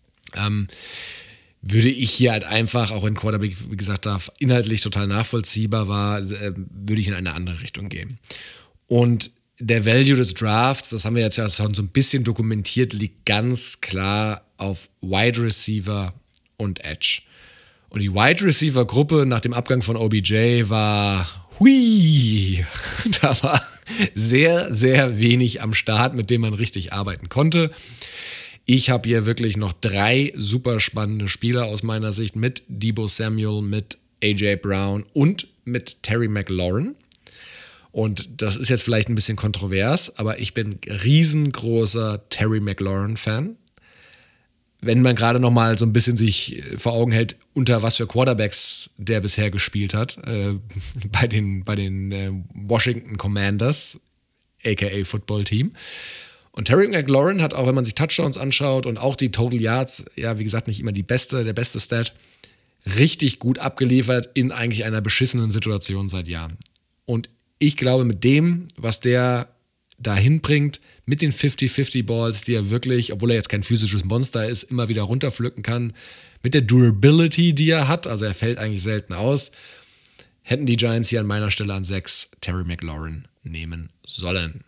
würde ich hier halt einfach, auch wenn Quarterback, wie gesagt, da inhaltlich total nachvollziehbar war, würde ich in eine andere Richtung gehen. Und der Value des Drafts, das haben wir jetzt ja schon so ein bisschen dokumentiert, liegt ganz klar auf Wide Receiver und Edge. Und die Wide Receiver Gruppe nach dem Abgang von OBJ war, da war sehr, sehr wenig am Start, mit dem man richtig arbeiten konnte. Ich habe hier wirklich noch 3 super spannende Spieler aus meiner Sicht mit Deebo Samuel, mit AJ Brown und mit Terry McLaurin. Und das ist jetzt vielleicht ein bisschen kontrovers, aber ich bin riesengroßer Terry McLaurin-Fan. Wenn man gerade noch mal so ein bisschen sich vor Augen hält, unter was für Quarterbacks der bisher gespielt hat, bei den Washington Commanders, aka Football Team. Und Terry McLaurin hat auch, wenn man sich Touchdowns anschaut und auch die Total Yards, ja, wie gesagt, nicht immer der beste Stat, richtig gut abgeliefert in eigentlich einer beschissenen Situation seit Jahren. Und ich glaube, mit dem, was der da hinbringt, mit den 50-50 Balls, die er wirklich, obwohl er jetzt kein physisches Monster ist, immer wieder runterpflücken kann, mit der Durability, die er hat, also er fällt eigentlich selten aus, hätten die Giants hier an meiner Stelle an 6 Terry McLaurin nehmen sollen.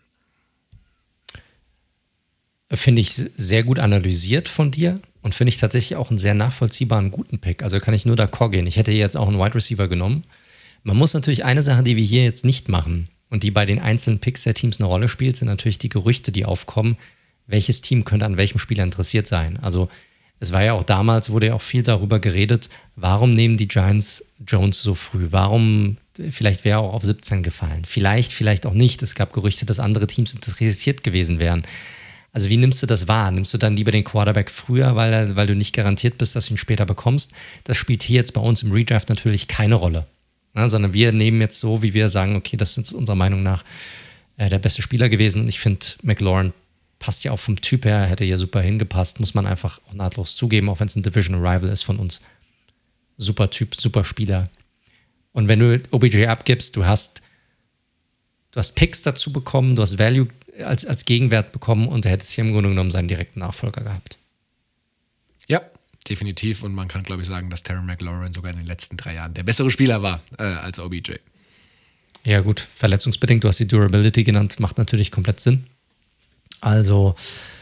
Finde ich sehr gut analysiert von dir und finde ich tatsächlich auch einen sehr nachvollziehbaren guten Pick. Also kann ich nur d'accord gehen. Ich hätte jetzt auch einen Wide Receiver genommen. Man muss natürlich eine Sache, die wir hier jetzt nicht machen und die bei den einzelnen Picks der Teams eine Rolle spielt, sind natürlich die Gerüchte, die aufkommen. Welches Team könnte an welchem Spieler interessiert sein? Also es war ja auch damals, wurde ja auch viel darüber geredet, warum nehmen die Giants Jones so früh? Warum, vielleicht wäre er auch auf 17 gefallen. Vielleicht auch nicht. Es gab Gerüchte, dass andere Teams interessiert gewesen wären. Also wie nimmst du das wahr? Nimmst du dann lieber den Quarterback früher, weil du nicht garantiert bist, dass du ihn später bekommst? Das spielt hier jetzt bei uns im Redraft natürlich keine Rolle. Ja, sondern wir nehmen jetzt so, wie wir sagen, okay, das ist unserer Meinung nach der beste Spieler gewesen. Und ich finde, McLaurin passt ja auch vom Typ her, hätte ja super hingepasst, muss man einfach auch nahtlos zugeben, auch wenn es ein Divisional Rival ist von uns. Super Typ, super Spieler. Und wenn du OBJ abgibst, du hast Picks dazu bekommen, du hast Value als Gegenwert bekommen und du hättest hier im Grunde genommen seinen direkten Nachfolger gehabt. Ja, definitiv. Und man kann, glaube ich, sagen, dass Terry McLaurin sogar in den letzten 3 Jahren der bessere Spieler war als OBJ. Ja gut, verletzungsbedingt, du hast die Durability genannt, macht natürlich komplett Sinn. Also,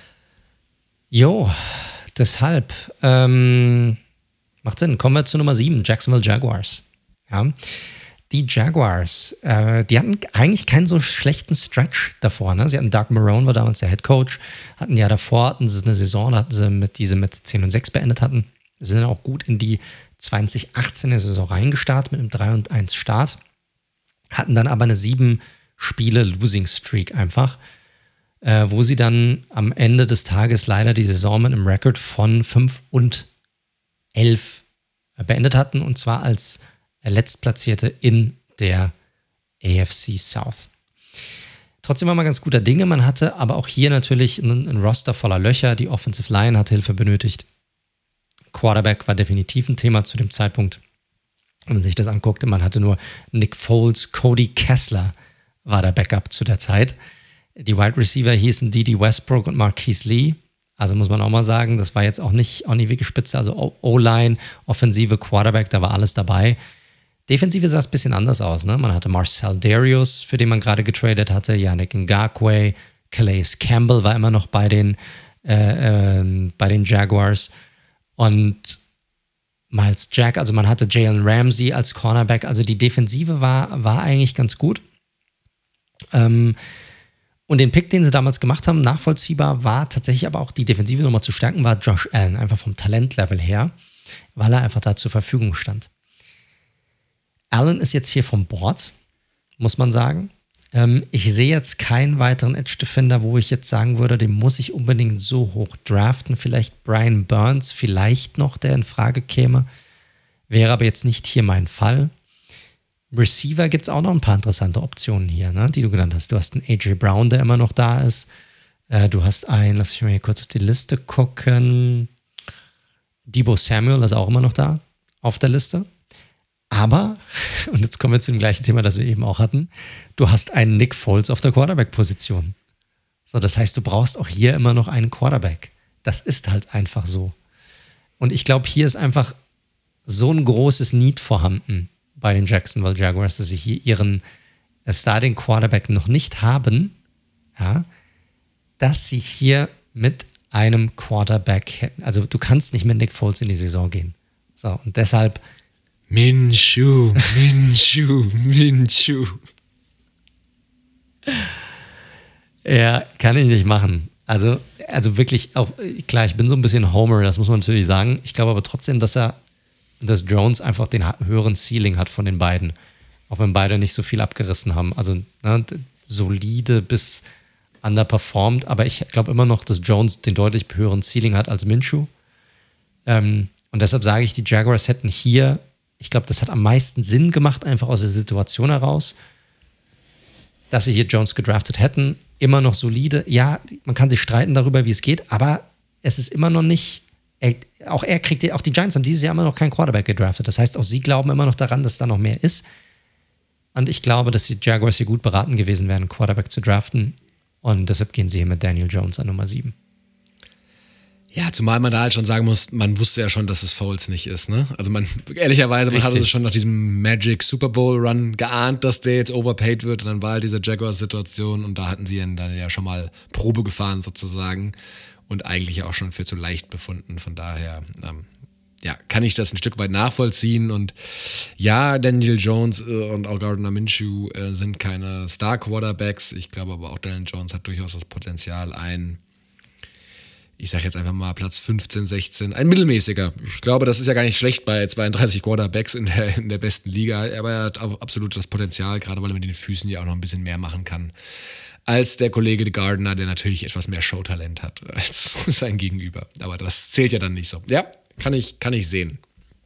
deshalb macht Sinn. Kommen wir zu Nummer 7, Jacksonville Jaguars. Ja. Die Jaguars, die hatten eigentlich keinen so schlechten Stretch davor. Ne? Sie hatten Doug Marrone, war damals der Head Coach, hatten ja davor eine Saison, die sie mit 10-6 beendet hatten. Sie sind auch gut in die 2018er Saison reingestartet mit einem 3-1 Start, hatten dann aber eine 7-Spiele-Losing-Streak einfach, wo sie dann am Ende des Tages leider die Saison mit einem Rekord von 5-11 beendet hatten, und zwar als Letztplatzierte in der AFC South. Trotzdem war man ganz guter Dinge. Man hatte aber auch hier natürlich ein Roster voller Löcher. Die Offensive Line hat Hilfe benötigt. Quarterback war definitiv ein Thema zu dem Zeitpunkt. Wenn man sich das anguckte, man hatte nur Nick Foles, Cody Kessler war der Backup zu der Zeit. Die Wide Receiver hießen Dede Westbrook und Marquise Lee. Also muss man auch mal sagen, das war jetzt auch nicht wirklich spitze. Also O-Line, Offensive, Quarterback, da war alles dabei. Defensive sah es ein bisschen anders aus. Ne? Man hatte Marcel Darius, für den man gerade getradet hatte, Yannick Ngakoue, Calais Campbell war immer noch bei den Jaguars und Miles Jack, also man hatte Jalen Ramsey als Cornerback, also die Defensive war eigentlich ganz gut. Und den Pick, den sie damals gemacht haben, nachvollziehbar, war tatsächlich aber auch die Defensive nochmal zu stärken, war Josh Allen, einfach vom Talentlevel her, weil er einfach da zur Verfügung stand. Allen ist jetzt hier vom Board, muss man sagen. Ich sehe jetzt keinen weiteren Edge-Defender, wo ich jetzt sagen würde, den muss ich unbedingt so hoch draften. Vielleicht Brian Burns, vielleicht noch, der in Frage käme. Wäre aber jetzt nicht hier mein Fall. Receiver gibt es auch noch ein paar interessante Optionen hier, ne, die du genannt hast. Du hast einen AJ Brown, der immer noch da ist. Du hast einen, lass mich mal hier kurz auf die Liste gucken. Deebo Samuel ist auch immer noch da auf der Liste. Aber, und jetzt kommen wir zu dem gleichen Thema, das wir eben auch hatten, du hast einen Nick Foles auf der Quarterback-Position. So, das heißt, du brauchst auch hier immer noch einen Quarterback. Das ist halt einfach so. Und ich glaube, hier ist einfach so ein großes Need vorhanden bei den Jacksonville Jaguars, dass sie hier ihren Starting Quarterback noch nicht haben, ja, dass sie hier mit einem Quarterback hätten. Also du kannst nicht mit Nick Foles in die Saison gehen. So, und deshalb Minshew. Ja, kann ich nicht machen. Also wirklich auch, klar, ich bin so ein bisschen Homer, das muss man natürlich sagen. Ich glaube aber trotzdem, dass Jones einfach den höheren Ceiling hat von den beiden. Auch wenn beide nicht so viel abgerissen haben. Also solide bis underperformed. Aber ich glaube immer noch, dass Jones den deutlich höheren Ceiling hat als Minshew. Und deshalb sage ich, die Jaguars hätten hier, ich glaube, das hat am meisten Sinn gemacht, einfach aus der Situation heraus, dass sie hier Jones gedraftet hätten. Immer noch solide. Ja, man kann sich streiten darüber, wie es geht, aber es ist immer noch nicht, auch die Giants haben dieses Jahr immer noch keinen Quarterback gedraftet. Das heißt, auch sie glauben immer noch daran, dass da noch mehr ist. Und ich glaube, dass die Jaguars hier gut beraten gewesen wären, einen Quarterback zu draften. Und deshalb gehen sie hier mit Daniel Jones an Nummer 7. Ja, zumal man da halt schon sagen muss, man wusste ja schon, dass es Foles nicht ist, ne? Also ehrlicherweise, man hatte es schon nach diesem Magic Super Bowl Run geahnt, dass der jetzt overpaid wird, und dann war halt diese Jaguars-Situation und da hatten sie ihn dann ja schon mal Probe gefahren sozusagen und eigentlich auch schon für zu leicht befunden. Von daher, kann ich das ein Stück weit nachvollziehen, und ja, Daniel Jones und auch Gardner Minshew sind keine Star-Quarterbacks. Ich glaube aber auch, Daniel Jones hat durchaus das Potenzial, ich sage jetzt einfach mal Platz 15, 16, ein mittelmäßiger. Ich glaube, das ist ja gar nicht schlecht bei 32 Quarterbacks in der besten Liga, aber er hat auch absolut das Potenzial, gerade weil er mit den Füßen ja auch noch ein bisschen mehr machen kann als der Kollege Gardner, der natürlich etwas mehr Showtalent hat als sein Gegenüber. Aber das zählt ja dann nicht so. Ja, kann ich sehen.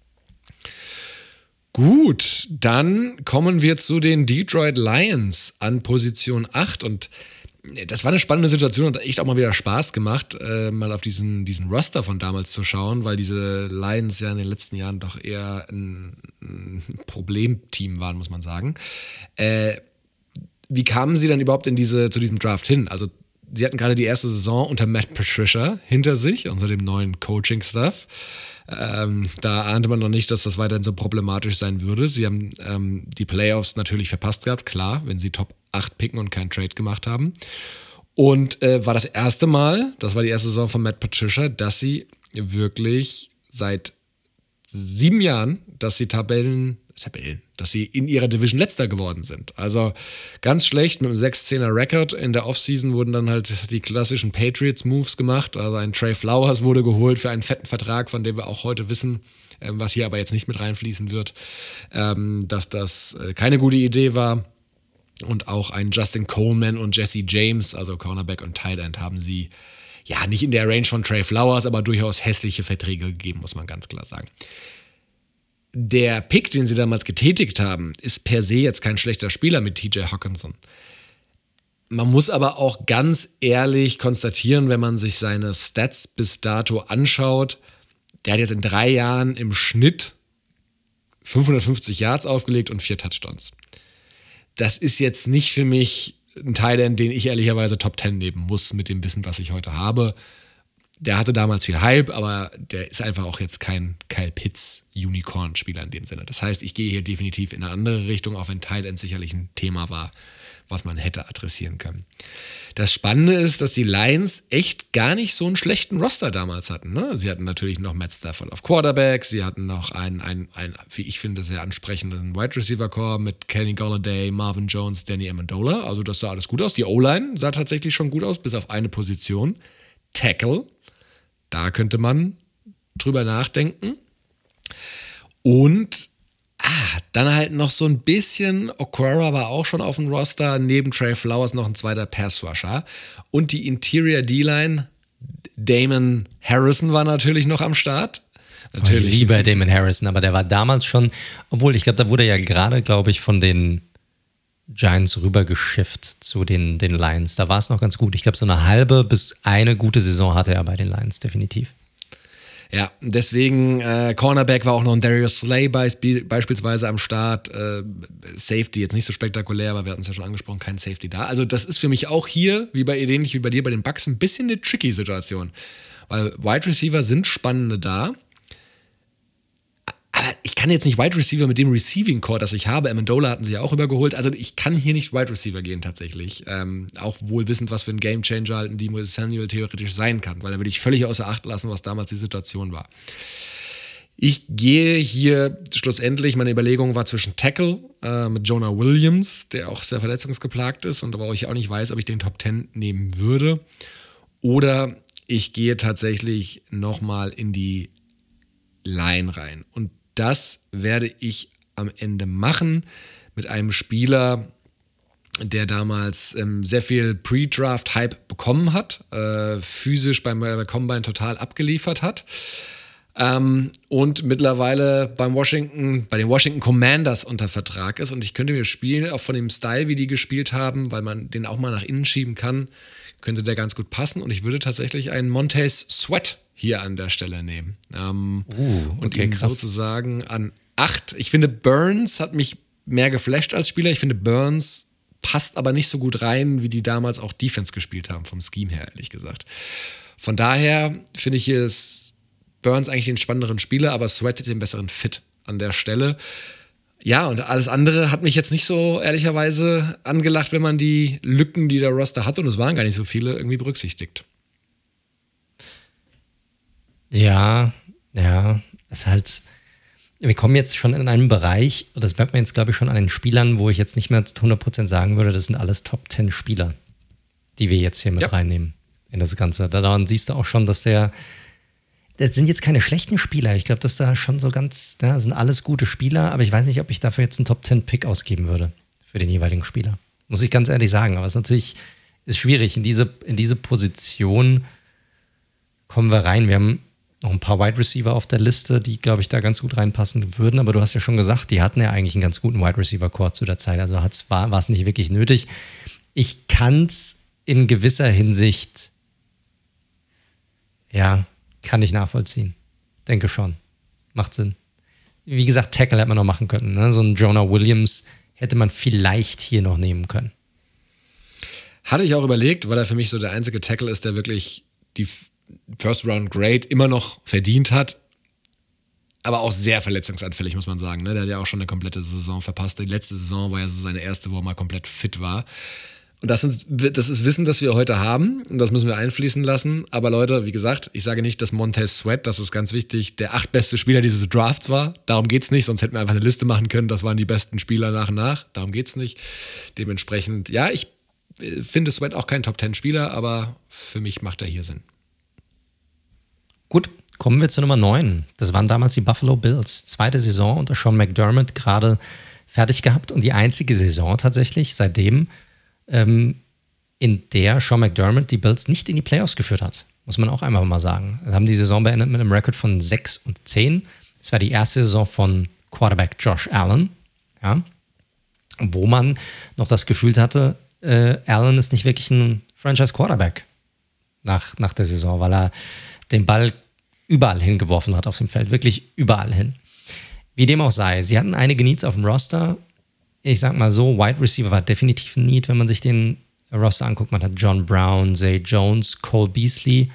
Gut, dann kommen wir zu den Detroit Lions an Position 8 und das war eine spannende Situation und hat echt auch mal wieder Spaß gemacht, mal auf diesen Roster von damals zu schauen, weil diese Lions ja in den letzten Jahren doch eher ein Problemteam waren, muss man sagen. Wie kamen sie dann überhaupt zu diesem Draft hin? Also sie hatten gerade die erste Saison unter Matt Patricia hinter sich, unter dem neuen Coaching-Staff. Da ahnte man noch nicht, dass das weiterhin so problematisch sein würde. Sie haben die Playoffs natürlich verpasst gehabt, klar, wenn sie Top 8 picken und keinen Trade gemacht haben. Und war das erste Mal, das war die erste Saison von Matt Patricia, dass sie wirklich seit 7 Jahren, dass sie dass sie in ihrer Division Letzter geworden sind. Also ganz schlecht mit einem 6-10er Record. In der Offseason wurden dann halt die klassischen Patriots-Moves gemacht. Also ein Trey Flowers wurde geholt für einen fetten Vertrag, von dem wir auch heute wissen, was hier aber jetzt nicht mit reinfließen wird, dass das keine gute Idee war. Und auch ein Justin Coleman und Jesse James, also Cornerback und Tight End, haben sie ja nicht in der Range von Trey Flowers, aber durchaus hässliche Verträge gegeben, muss man ganz klar sagen. Der Pick, den sie damals getätigt haben, ist per se jetzt kein schlechter Spieler mit TJ Hockenson. Man muss aber auch ganz ehrlich konstatieren, wenn man sich seine Stats bis dato anschaut, der hat jetzt in 3 Jahren im Schnitt 550 Yards aufgelegt und 4 Touchdowns. Das ist jetzt nicht für mich ein Tight End, den ich ehrlicherweise Top 10 nehmen muss mit dem Wissen, was ich heute habe. Der hatte damals viel Hype, aber der ist einfach auch jetzt kein Kyle Pitts-Unicorn-Spieler in dem Sinne. Das heißt, ich gehe hier definitiv in eine andere Richtung, auch wenn Tight End sicherlich ein Thema war, was man hätte adressieren können. Das Spannende ist, dass die Lions echt gar nicht so einen schlechten Roster damals hatten. Ne? Sie hatten natürlich noch Matt Stafford auf Quarterback, sie hatten noch einen wie ich finde, sehr ansprechenden Wide-Receiver-Core mit Kenny Golladay, Marvin Jones, Danny Amendola. Also das sah alles gut aus. Die O-Line sah tatsächlich schon gut aus, bis auf eine Position. Tackle. Da könnte man drüber nachdenken. Und dann halt noch so ein bisschen, Okwara war auch schon auf dem Roster, neben Trey Flowers noch ein zweiter Pass-Rusher. Und die Interior D-Line, Damon Harrison war natürlich noch am Start. Natürlich. Ich liebe Damon Harrison, aber der war damals schon, obwohl ich glaube, da wurde ja gerade, glaube ich, von den Giants rübergeschifft zu den Lions. Da war es noch ganz gut. Ich glaube, so eine halbe bis eine gute Saison hatte er bei den Lions, definitiv. Ja, deswegen Cornerback war auch noch ein Darius Slay beispielsweise am Start. Safety jetzt nicht so spektakulär, aber wir hatten es ja schon angesprochen, kein Safety da. Also das ist für mich auch hier, ähnlich wie bei dir bei den Bucks, ein bisschen eine tricky Situation. Weil Wide Receiver sind spannende da. Aber ich kann jetzt nicht Wide Receiver mit dem Receiving Core, das ich habe. Amendola hatten sie ja auch übergeholt. Also ich kann hier nicht Wide Receiver gehen tatsächlich. Auch wohl wissend, was für ein Gamechanger halt ein Deebo Samuel theoretisch sein kann. Weil da würde ich völlig außer Acht lassen, was damals die Situation war. Ich gehe hier schlussendlich, meine Überlegung war zwischen Tackle mit Jonah Williams, der auch sehr verletzungsgeplagt ist und aber ich auch nicht weiß, ob ich den Top 10 nehmen würde. Oder ich gehe tatsächlich nochmal in die Line rein. Und das werde ich am Ende machen mit einem Spieler, der damals sehr viel Pre-Draft-Hype bekommen hat, physisch beim Combine total abgeliefert hat und mittlerweile bei den Washington Commanders unter Vertrag ist. Und ich könnte mir spielen, auch von dem Style, wie die gespielt haben, weil man den auch mal nach innen schieben kann, könnte der ganz gut passen. Und ich würde tatsächlich einen Montez Sweat hier an der Stelle nehmen. Und ihn krass. sozusagen an 8. Ich finde, Burns hat mich mehr geflasht als Spieler. Ich finde, Burns passt aber nicht so gut rein, wie die damals auch Defense gespielt haben, vom Scheme her, ehrlich gesagt. Von daher finde ich, ist Burns eigentlich den spannenderen Spieler, aber Sweat hat den besseren Fit an der Stelle. Ja, und alles andere hat mich jetzt nicht so ehrlicherweise angelacht, wenn man die Lücken, die der Roster hat, und es waren gar nicht so viele, irgendwie berücksichtigt. Ja, ist halt, wir kommen jetzt schon in einen Bereich, und das merkt man jetzt, glaube ich, schon an den Spielern, wo ich jetzt nicht mehr zu 100% sagen würde, das sind alles Top 10 Spieler, die wir jetzt hier mit reinnehmen in das Ganze. Daran siehst du auch schon, dass das sind jetzt keine schlechten Spieler. Ich glaube, dass da schon so sind alles gute Spieler, aber ich weiß nicht, ob ich dafür jetzt einen Top 10 Pick ausgeben würde für den jeweiligen Spieler. Muss ich ganz ehrlich sagen, aber es ist natürlich ist schwierig. In diese Position kommen wir rein. Wir haben noch ein paar Wide Receiver auf der Liste, die, glaube ich, da ganz gut reinpassen würden. Aber du hast ja schon gesagt, die hatten ja eigentlich einen ganz guten Wide Receiver Core zu der Zeit. Also war es nicht wirklich nötig. Ich kann es in gewisser Hinsicht, ja, kann ich nachvollziehen. Denke schon. Macht Sinn. Wie gesagt, Tackle hätte man noch machen können. Ne? So ein Jonah Williams hätte man vielleicht hier noch nehmen können. Hatte ich auch überlegt, weil er für mich so der einzige Tackle ist, der wirklich die First-Round-Grade immer noch verdient hat, aber auch sehr verletzungsanfällig, muss man sagen. Ne? Der hat ja auch schon eine komplette Saison verpasst. Die letzte Saison war ja so seine erste, wo er mal komplett fit war. Und das ist Wissen, das wir heute haben und das müssen wir einfließen lassen. Aber Leute, wie gesagt, ich sage nicht, dass Montez Sweat, das ist ganz wichtig, der 8. beste Spieler dieses Drafts war. Darum geht's nicht, sonst hätten wir einfach eine Liste machen können, das waren die besten Spieler nach und nach. Darum geht's nicht. Dementsprechend, ja, ich finde Sweat auch kein Top-10-Spieler, aber für mich macht er hier Sinn. Gut, kommen wir zu Nummer 9. Das waren damals die Buffalo Bills. 2. Saison unter Sean McDermott gerade fertig gehabt und die einzige Saison tatsächlich seitdem, in der Sean McDermott die Bills nicht in die Playoffs geführt hat. Muss man auch einmal mal sagen. Sie haben die Saison beendet mit einem Rekord von 6-10. Es war die erste Saison von Quarterback Josh Allen, ja, wo man noch das Gefühl hatte, Allen ist nicht wirklich ein Franchise-Quarterback nach der Saison, weil er den Ball überall hingeworfen hat auf dem Feld, wirklich überall hin. Wie dem auch sei, sie hatten einige Needs auf dem Roster. Ich sag mal so, Wide Receiver war definitiv ein Need, wenn man sich den Roster anguckt. Man hat John Brown, Zay Jones, Cole Beasley.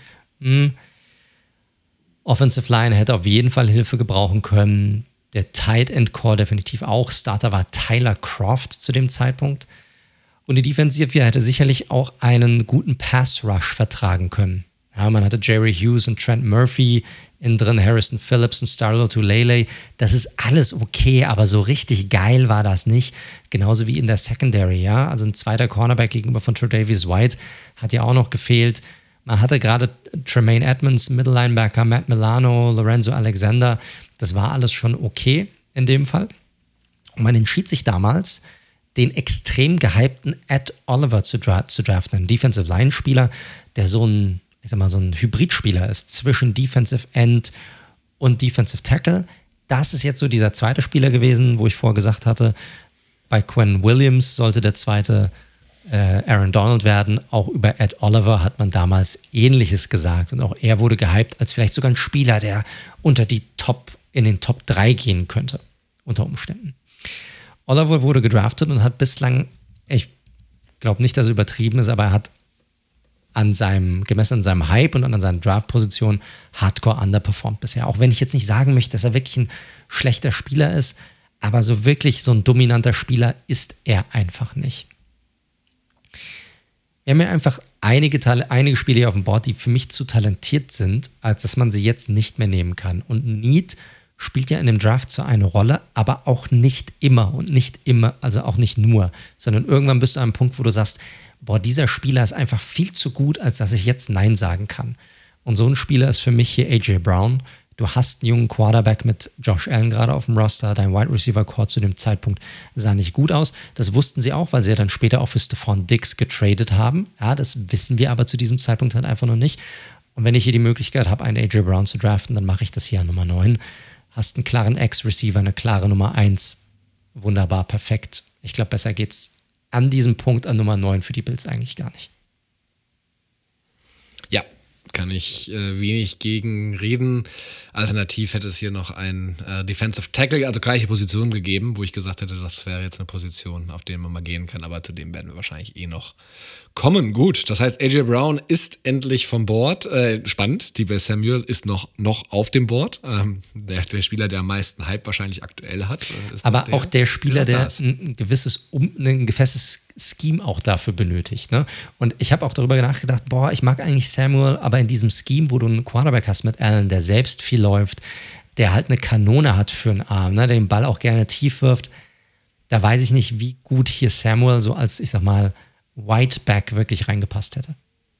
Offensive Line hätte auf jeden Fall Hilfe gebrauchen können. Der Tight End Core definitiv auch. Starter war Tyler Croft zu dem Zeitpunkt. Und die Defensive hätte sicherlich auch einen guten Pass Rush vertragen können. Ja, man hatte Jerry Hughes und Trent Murphy innen drin, Harrison Phillips und Starlo Tulele. Das ist alles okay, aber so richtig geil war das nicht. Genauso wie in der Secondary, ja. Also ein zweiter Cornerback gegenüber von Tre'Davious White hat ja auch noch gefehlt. Man hatte gerade Tremaine Edmonds, Middle Linebacker, Matt Milano, Lorenzo Alexander. Das war alles schon okay in dem Fall. Und man entschied sich damals, den extrem gehypten Ed Oliver zu draften. Ein Defensive Line-Spieler, der so ein Hybridspieler ist zwischen Defensive End und Defensive Tackle. Das ist jetzt so dieser zweite Spieler gewesen, wo ich vorher gesagt hatte, bei Quinn Williams sollte der zweite Aaron Donald werden. Auch über Ed Oliver hat man damals Ähnliches gesagt. Und auch er wurde gehypt als vielleicht sogar ein Spieler, der in den Top 3 gehen könnte, unter Umständen. Oliver wurde gedraftet und hat bislang, ich glaube nicht, dass es übertrieben ist, aber er hat gemessen an seinem Hype und an seiner Draft-Position hardcore underperformed bisher. Auch wenn ich jetzt nicht sagen möchte, dass er wirklich ein schlechter Spieler ist, aber so wirklich so ein dominanter Spieler ist er einfach nicht. Wir haben ja einfach einige Spieler hier auf dem Board, die für mich zu talentiert sind, als dass man sie jetzt nicht mehr nehmen kann. Und Need spielt ja in dem Draft so eine Rolle, aber auch nicht immer und nicht immer, also auch nicht nur, sondern irgendwann bist du an einem Punkt, wo du sagst, boah, dieser Spieler ist einfach viel zu gut, als dass ich jetzt Nein sagen kann. Und so ein Spieler ist für mich hier AJ Brown. Du hast einen jungen Quarterback mit Josh Allen gerade auf dem Roster. Dein Wide Receiver Core zu dem Zeitpunkt sah nicht gut aus. Das wussten sie auch, weil sie ja dann später auch für Stephon Diggs getradet haben. Ja, das wissen wir aber zu diesem Zeitpunkt halt einfach noch nicht. Und wenn ich hier die Möglichkeit habe, einen AJ Brown zu draften, dann mache ich das hier an Nummer 9. Hast einen klaren Ex-Receiver, eine klare Nummer 1. Wunderbar, perfekt. Ich glaube, besser geht's an diesem Punkt an Nummer 9 für die Bills eigentlich gar nicht. Ja, kann ich wenig gegen reden. Alternativ hätte es hier noch einen Defensive Tackle, also gleiche Position gegeben, wo ich gesagt hätte, das wäre jetzt eine Position, auf die man mal gehen kann, aber zu dem werden wir wahrscheinlich noch kommen. Gut, das heißt, AJ Brown ist endlich vom Board. Spannend, Deebo Samuel ist noch auf dem Board. Der Spieler, der am meisten Hype wahrscheinlich aktuell hat. Aber auch der Spieler, der ein gefestes Scheme auch dafür benötigt. Ne? Und ich habe auch darüber nachgedacht, ich mag eigentlich Samuel, aber in diesem Scheme, wo du einen Quarterback hast mit Allen, der selbst viel läuft, der halt eine Kanone hat für einen Arm, ne? Der den Ball auch gerne tief wirft, da weiß ich nicht, wie gut hier Samuel so als, ich sag mal, Whiteback wirklich reingepasst hätte.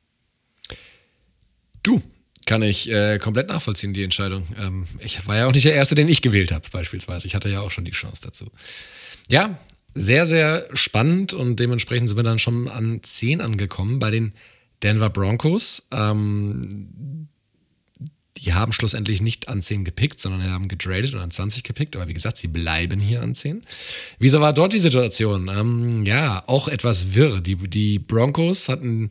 Du, kann ich komplett nachvollziehen, die Entscheidung. Ich war ja auch nicht der Erste, den ich gewählt habe, beispielsweise. Ich hatte ja auch schon die Chance dazu. Ja, sehr, sehr spannend und dementsprechend sind wir dann schon an 10 angekommen bei den Denver Broncos. Die haben schlussendlich nicht an 10 gepickt, sondern haben getradet und an 20 gepickt. Aber wie gesagt, sie bleiben hier an 10. Wieso war dort die Situation? Auch etwas wirr. Die Broncos hatten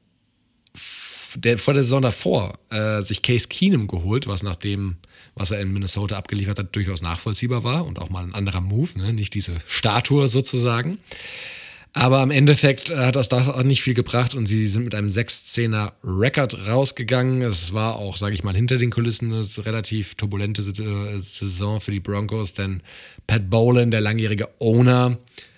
vor der Saison davor sich Case Keenum geholt, was nach dem, was er in Minnesota abgeliefert hat, durchaus nachvollziehbar war und auch mal ein anderer Move, ne? Nicht diese Statue sozusagen. Aber im Endeffekt hat das auch nicht viel gebracht und sie sind mit einem 6-10er Record rausgegangen. Es war auch, sage ich mal, hinter den Kulissen eine relativ turbulente Saison für die Broncos, denn Pat Bowlen, der langjährige Owner,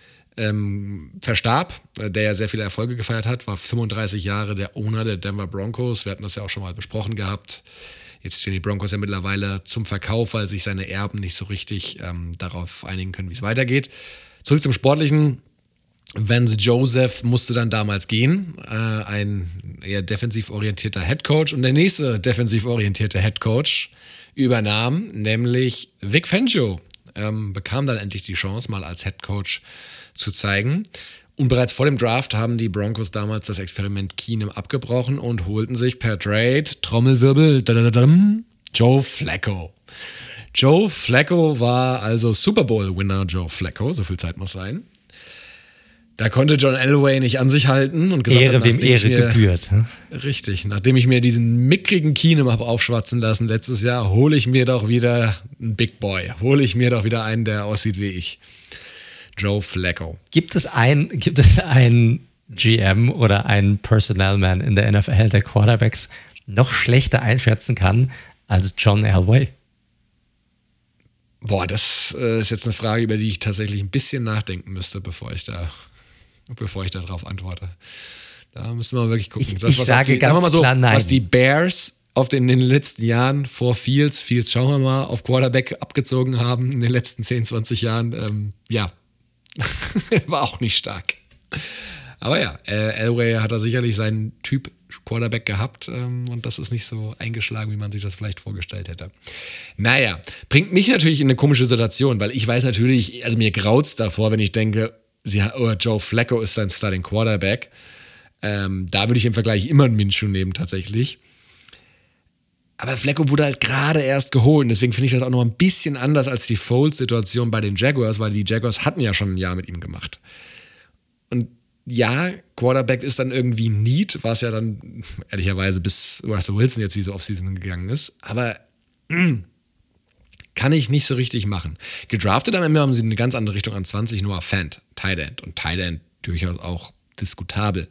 verstarb, der ja sehr viele Erfolge gefeiert hat, war 35 Jahre der Owner der Denver Broncos. Wir hatten das ja auch schon mal besprochen gehabt. Jetzt stehen die Broncos ja mittlerweile zum Verkauf, weil sich seine Erben nicht so richtig darauf einigen können, wie es weitergeht. Zurück zum Sportlichen. Vance Joseph musste dann damals gehen, ein eher defensiv orientierter Headcoach. Und der nächste defensiv orientierte Headcoach übernahm, nämlich Vic Fangio. Bekam dann endlich die Chance, mal als Headcoach zu zeigen. Und bereits vor dem Draft haben die Broncos damals das Experiment Keenum abgebrochen und holten sich per Trade, Trommelwirbel, Joe Flacco. Joe Flacco war also Super Bowl-Winner Joe Flacco, so viel Zeit muss sein. Da konnte John Elway nicht an sich halten und gesagt Ehre, wem Ehre gebührt. Richtig, nachdem ich mir diesen mickrigen Keenum habe aufschwatzen lassen letztes Jahr, hole ich mir doch wieder einen Big Boy. Hole ich mir doch wieder einen, der aussieht wie ich. Joe Flacco. Gibt es einen GM oder einen Personnel Man in der NFL, der Quarterbacks noch schlechter einschätzen kann als John Elway? Boah, das ist jetzt eine Frage, über die ich tatsächlich ein bisschen nachdenken müsste, bevor ich da drauf antworte. Da müssen wir wirklich gucken. Ich sage ganz klar nein. Was die Bears in den letzten Jahren vor Fields, schauen wir mal, auf Quarterback abgezogen haben in den letzten 10, 20 Jahren, war auch nicht stark. Aber ja, Elway hat da sicherlich seinen Typ Quarterback gehabt und das ist nicht so eingeschlagen, wie man sich das vielleicht vorgestellt hätte. Naja, bringt mich natürlich in eine komische Situation, weil ich weiß natürlich, also mir graut's davor, wenn ich denke, Joe Flacco ist sein Starting Quarterback. Da würde ich im Vergleich immer einen Minshew nehmen tatsächlich. Aber Flacco wurde halt gerade erst geholt. Deswegen finde ich das auch noch ein bisschen anders als die Foles-Situation bei den Jaguars, weil die Jaguars hatten ja schon ein Jahr mit ihm gemacht. Und ja, Quarterback ist dann irgendwie Need, was ja dann ehrlicherweise bis Russell Wilson jetzt diese Offseason gegangen ist. Aber kann ich nicht so richtig machen. Gedraftet am Ende haben sie eine ganz andere Richtung an 20, Noah Fant, Tight End. Und Tight End durchaus auch diskutabel.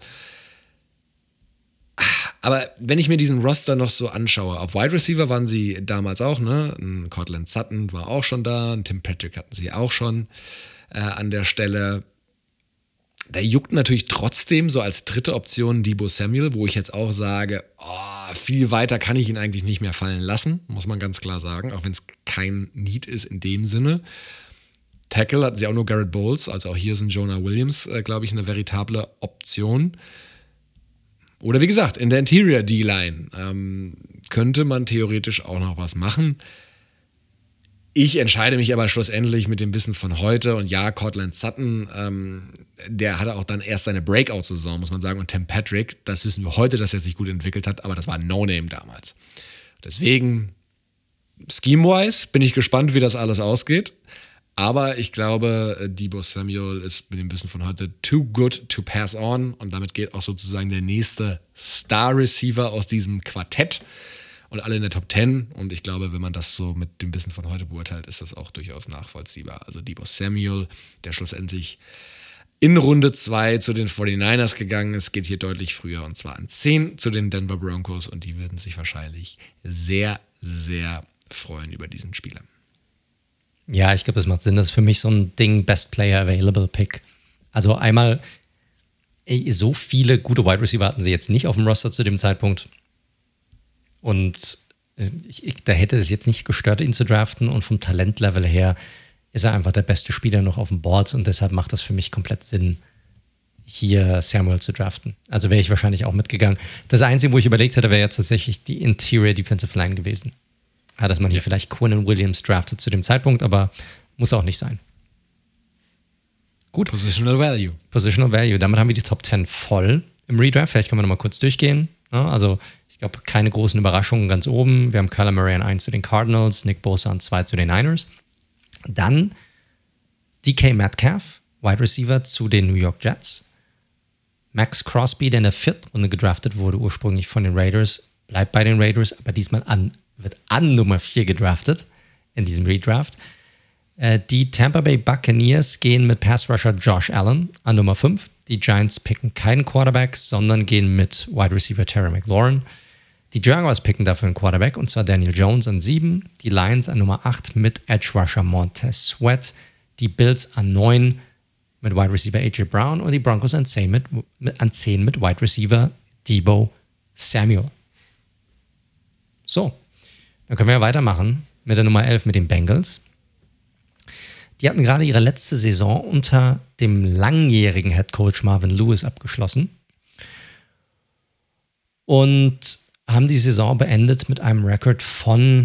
Aber wenn ich mir diesen Roster noch so anschaue, auf Wide Receiver waren sie damals auch, ne? Ein Cortland Sutton war auch schon da, ein Tim Patrick hatten sie auch schon an der Stelle. Da juckt natürlich trotzdem so als dritte Option Deebo Samuel, wo ich jetzt auch sage, viel weiter kann ich ihn eigentlich nicht mehr fallen lassen, muss man ganz klar sagen, auch wenn es kein Need ist in dem Sinne. Tackle hatten sie auch nur Garrett Bowles, also auch hier sind Jonah Williams, glaube ich, eine veritable Option. Oder wie gesagt, in der Interior D-Line könnte man theoretisch auch noch was machen. Ich entscheide mich aber schlussendlich mit dem Wissen von heute. Und ja, Cortland Sutton, der hatte auch dann erst seine Breakout-Saison, muss man sagen. Und Tim Patrick, das wissen wir heute, dass er sich gut entwickelt hat, aber das war ein No-Name damals. Deswegen, scheme-wise, bin ich gespannt, wie das alles ausgeht. Aber ich glaube, Deebo Samuel ist mit dem Wissen von heute too good to pass on. Und damit geht auch sozusagen der nächste Star-Receiver aus diesem Quartett. Und alle in der Top 10. Und ich glaube, wenn man das so mit dem Wissen von heute beurteilt, ist das auch durchaus nachvollziehbar. Also Deebo Samuel, der schlussendlich in Runde 2 zu den 49ers gegangen ist, geht hier deutlich früher. Und zwar an 10 zu den Denver Broncos. Und die würden sich wahrscheinlich sehr, sehr freuen über diesen Spieler. Ja, ich glaube, das macht Sinn. Das ist für mich so ein Ding, Best Player Available Pick. Also einmal, so viele gute Wide Receiver hatten sie jetzt nicht auf dem Roster zu dem Zeitpunkt. Und da hätte es jetzt nicht gestört, ihn zu draften. Und vom Talentlevel her ist er einfach der beste Spieler noch auf dem Board. Und deshalb macht das für mich komplett Sinn, hier Samuel zu draften. Also wäre ich wahrscheinlich auch mitgegangen. Das Einzige, wo ich überlegt hätte, wäre ja tatsächlich die Interior Defensive Line gewesen. Ja, dass man hier vielleicht Quinnen Williams draftet zu dem Zeitpunkt, aber muss auch nicht sein. Gut. Positional Value. Positional Value. Damit haben wir die Top 10 voll im Redraft. Vielleicht können wir nochmal kurz durchgehen. Ja, also ich glaube, keine großen Überraschungen ganz oben. Wir haben Kyler Murray an 1 zu den Cardinals, Nick Bosa an 2 zu den Niners. Dann DK Metcalf, Wide Receiver zu den New York Jets. Max Crosby, der in der 4. Runde gedraftet wurde, ursprünglich von den Raiders, bleibt bei den Raiders, aber diesmal wird an Nummer 4 gedraftet in diesem Redraft. Die Tampa Bay Buccaneers gehen mit Pass-Rusher Josh Allen an Nummer 5. Die Giants picken keinen Quarterback, sondern gehen mit Wide Receiver Terry McLaurin. Die Jaguars picken dafür einen Quarterback, und zwar Daniel Jones an 7. Die Lions an Nummer 8 mit Edge Rusher Montez Sweat. Die Bills an 9 mit Wide Receiver A.J. Brown und die Broncos an 10 mit Wide Receiver Deebo Samuel. So, dann können wir ja weitermachen mit der Nummer 11 mit den Bengals. Die hatten gerade ihre letzte Saison unter dem langjährigen Headcoach Marvin Lewis abgeschlossen und haben die Saison beendet mit einem Rekord von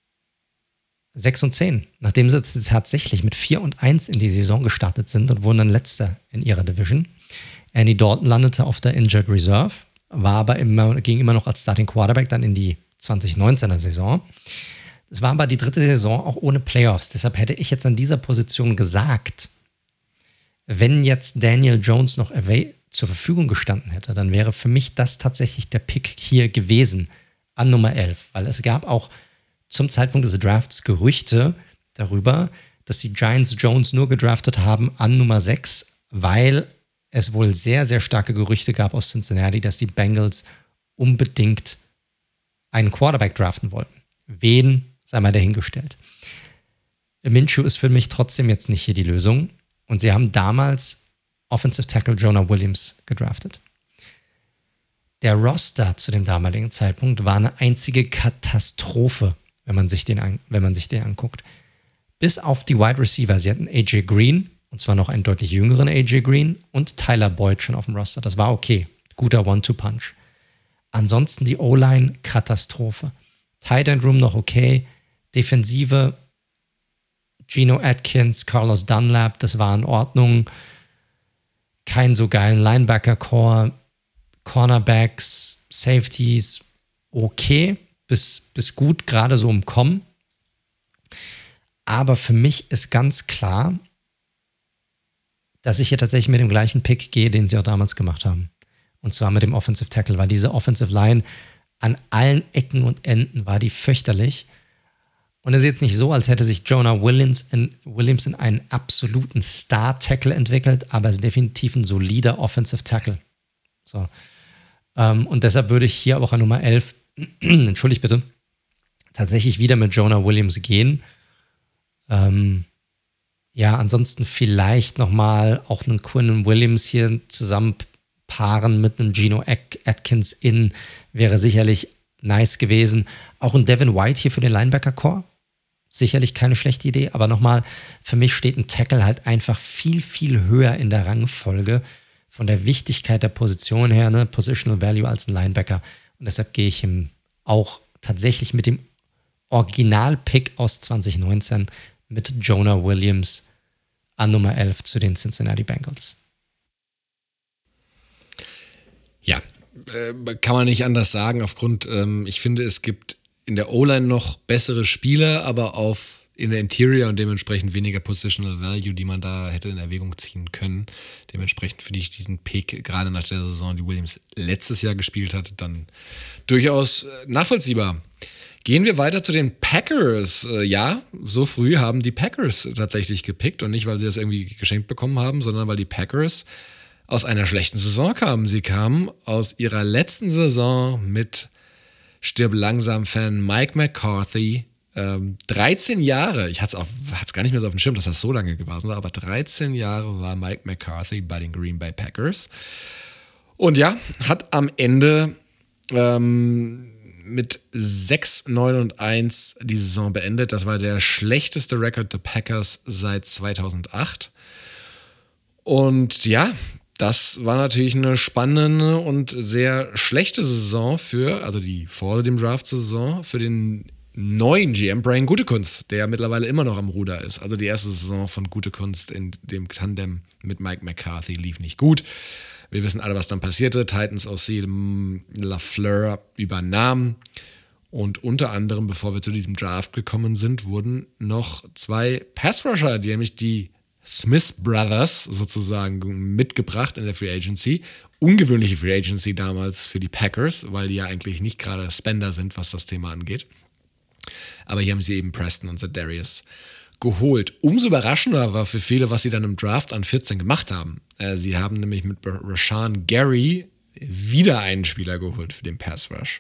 6-10, nachdem sie tatsächlich mit 4-1 in die Saison gestartet sind und wurden dann Letzter in ihrer Division. Andy Dalton landete auf der Injured Reserve, ging immer noch als Starting Quarterback dann in die 2019er Saison. Es war aber die 3. Saison auch ohne Playoffs. Deshalb hätte ich jetzt an dieser Position gesagt, wenn jetzt Daniel Jones noch zur Verfügung gestanden hätte, dann wäre für mich das tatsächlich der Pick hier gewesen an Nummer 11. Weil es gab auch zum Zeitpunkt des Drafts Gerüchte darüber, dass die Giants Jones nur gedraftet haben an Nummer 6, weil es wohl sehr, sehr starke Gerüchte gab aus Cincinnati, dass die Bengals unbedingt einen Quarterback draften wollten. Wen, sei mal dahingestellt. Minshew ist für mich trotzdem jetzt nicht hier die Lösung. Und sie haben damals Offensive Tackle Jonah Williams gedraftet. Der Roster zu dem damaligen Zeitpunkt war eine einzige Katastrophe, wenn man sich den anguckt. Bis auf die Wide Receiver. Sie hatten AJ Green, und zwar noch einen deutlich jüngeren AJ Green, und Tyler Boyd schon auf dem Roster. Das war okay. Guter One-Two-Punch. Ansonsten die O-Line, Katastrophe. Tight End Room noch okay. Defensive, Geno Atkins, Carlos Dunlap, das war in Ordnung. Kein so geilen Linebacker-Core. Cornerbacks, Safeties, okay, bis gut, gerade so im Kommen. Aber für mich ist ganz klar, dass ich hier tatsächlich mit dem gleichen Pick gehe, den sie auch damals gemacht haben. Und zwar mit dem Offensive Tackle, weil diese Offensive Line an allen Ecken und Enden war die fürchterlich. Und es ist jetzt nicht so, als hätte sich Jonah Williams in einen absoluten Star-Tackle entwickelt, aber es ist definitiv ein solider Offensive Tackle. So. Und deshalb würde ich hier auch an Nummer 11, entschuldigt bitte, tatsächlich wieder mit Jonah Williams gehen. Ansonsten vielleicht nochmal auch einen Quinnen Williams hier zusammen paaren mit einem Geno Atkins wäre sicherlich nice gewesen. Auch ein Devin White hier für den Linebacker-Core. Sicherlich keine schlechte Idee, aber nochmal, für mich steht ein Tackle halt einfach viel, viel höher in der Rangfolge von der Wichtigkeit der Position her, ne? Positional Value als ein Linebacker. Und deshalb gehe ich ihm auch tatsächlich mit dem Original-Pick aus 2019 mit Jonah Williams an Nummer 11 zu den Cincinnati Bengals. Ja, kann man nicht anders sagen. Ich finde, es gibt in der O-Line noch bessere Spieler, aber in der Interior und dementsprechend weniger Positional Value, die man da hätte in Erwägung ziehen können. Dementsprechend finde ich diesen Pick, gerade nach der Saison, die Williams letztes Jahr gespielt hat, dann durchaus nachvollziehbar. Gehen wir weiter zu den Packers. Ja, so früh haben die Packers tatsächlich gepickt und nicht, weil sie das irgendwie geschenkt bekommen haben, sondern weil die Packers aus einer schlechten Saison kamen. Sie kamen aus ihrer letzten Saison mit Stirb langsam-Fan Mike McCarthy. 13 Jahre, ich hatte es gar nicht mehr so auf dem Schirm, dass das so lange gewesen war, aber 13 Jahre war Mike McCarthy bei den Green Bay Packers. Und ja, hat am Ende mit 6-9-1 die Saison beendet. Das war der schlechteste Rekord der Packers seit 2008. Und ja, das war natürlich eine spannende und sehr schlechte Saison also die vor dem Draft-Saison für den neuen GM Brian Gutekunst, der mittlerweile immer noch am Ruder ist. Also die erste Saison von Gutekunst in dem Tandem mit Mike McCarthy lief nicht gut. Wir wissen alle, was dann passierte. Titans OC LaFleur übernahm. Und unter anderem, bevor wir zu diesem Draft gekommen sind, wurden noch 2 Pass-Rusher, nämlich die Smith Brothers sozusagen mitgebracht in der Free Agency. Ungewöhnliche Free Agency damals für die Packers, weil die ja eigentlich nicht gerade Spender sind, was das Thema angeht. Aber hier haben sie eben Preston und Za'Darius geholt. Umso überraschender war für viele, was sie dann im Draft an 14 gemacht haben. Sie haben nämlich mit Rashan Gary wieder einen Spieler geholt für den Pass Rush.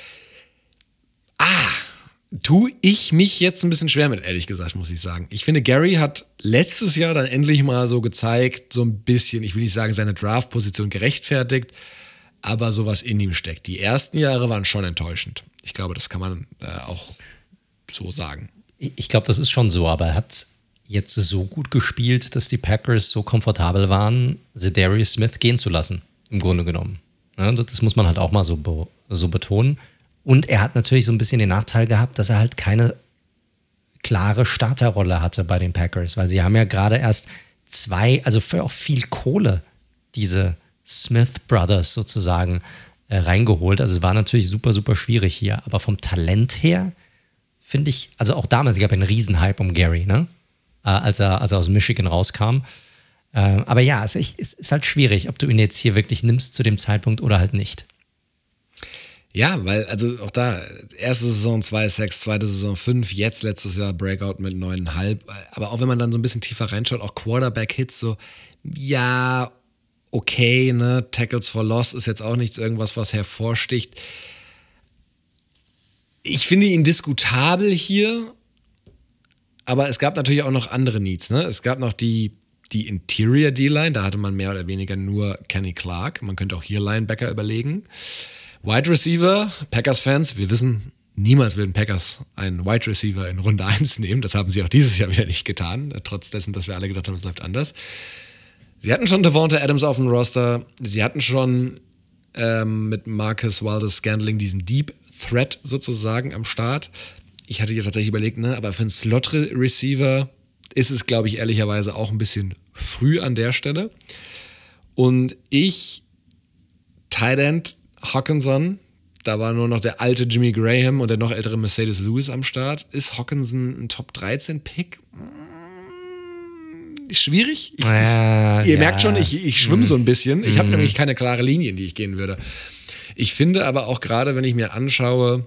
Tue ich mich jetzt ein bisschen schwer mit, ehrlich gesagt, muss ich sagen. Ich finde, Gary hat letztes Jahr dann endlich mal so gezeigt, so ein bisschen, ich will nicht sagen, seine Draft-Position gerechtfertigt, aber sowas in ihm steckt. Die ersten Jahre waren schon enttäuschend. Ich glaube, das kann man auch so sagen. Ich glaube, das ist schon so, aber er hat jetzt so gut gespielt, dass die Packers so komfortabel waren, Za'Darius Smith gehen zu lassen, im Grunde genommen. Ja, das muss man halt auch mal so betonen. Und er hat natürlich so ein bisschen den Nachteil gehabt, dass er halt keine klare Starterrolle hatte bei den Packers, weil sie haben ja gerade erst 2, also für auch viel Kohle, diese Smith Brothers sozusagen reingeholt. Also es war natürlich super, super schwierig hier. Aber vom Talent her finde ich, also auch damals, es gab einen Riesenhype um Gary, ne? Als er aus Michigan rauskam. Aber ja, es ist halt schwierig, ob du ihn jetzt hier wirklich nimmst zu dem Zeitpunkt oder halt nicht. Ja, weil, also auch da, erste Saison 2,6, zweite Saison 5, jetzt letztes Jahr Breakout mit 9,5. Aber auch wenn man dann so ein bisschen tiefer reinschaut, auch Quarterback-Hits, so, ja, okay, ne, Tackles for Loss ist jetzt auch nichts irgendwas, was hervorsticht. Ich finde ihn diskutabel hier, aber es gab natürlich auch noch andere Needs, ne? Es gab noch die Interior D-Line, da hatte man mehr oder weniger nur Kenny Clark. Man könnte auch hier Linebacker überlegen. Wide Receiver, Packers-Fans, wir wissen, niemals werden Packers einen Wide Receiver in Runde 1 nehmen. Das haben sie auch dieses Jahr wieder nicht getan, trotz dessen, dass wir alle gedacht haben, es läuft anders. Sie hatten schon Davante Adams auf dem Roster. Sie hatten schon mit Marcus Valdes-Scantling diesen Deep Threat sozusagen am Start. Ich hatte hier tatsächlich überlegt, ne, aber für einen Slot-Receiver ist es, glaube ich, ehrlicherweise auch ein bisschen früh an der Stelle. Und Tight End Hockenson, da war nur noch der alte Jimmy Graham und der noch ältere Mercedes Lewis am Start. Ist Hockenson ein Top-13-Pick? Schwierig. Ihr merkt schon, ich schwimme so ein bisschen. Ich habe nämlich keine klare Linie, in die ich gehen würde. Ich finde aber auch gerade, wenn ich mir anschaue,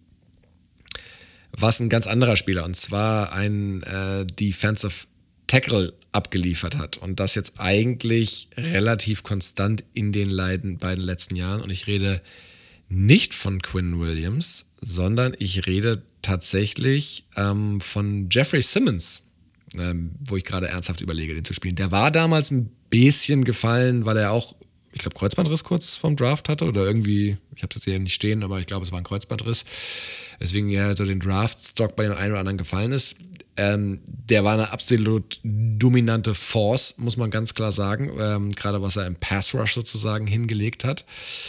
was ein ganz anderer Spieler, und zwar ein Defensive Tackle abgeliefert hat und das jetzt eigentlich relativ konstant in den beiden letzten Jahren. Und ich rede nicht von Quinn Williams, sondern ich rede tatsächlich von Jeffrey Simmons, wo ich gerade ernsthaft überlege, den zu spielen. Der war damals ein bisschen gefallen, weil er auch, ich glaube, Kreuzbandriss kurz vom Draft hatte oder irgendwie, ich habe es jetzt hier nicht stehen, aber ich glaube, es war ein Kreuzbandriss, weswegen ja so den Draft-Stock bei dem einen oder anderen gefallen ist. Der war eine absolut dominante Force, muss man ganz klar sagen, gerade was er im Pass-Rush sozusagen hingelegt hat.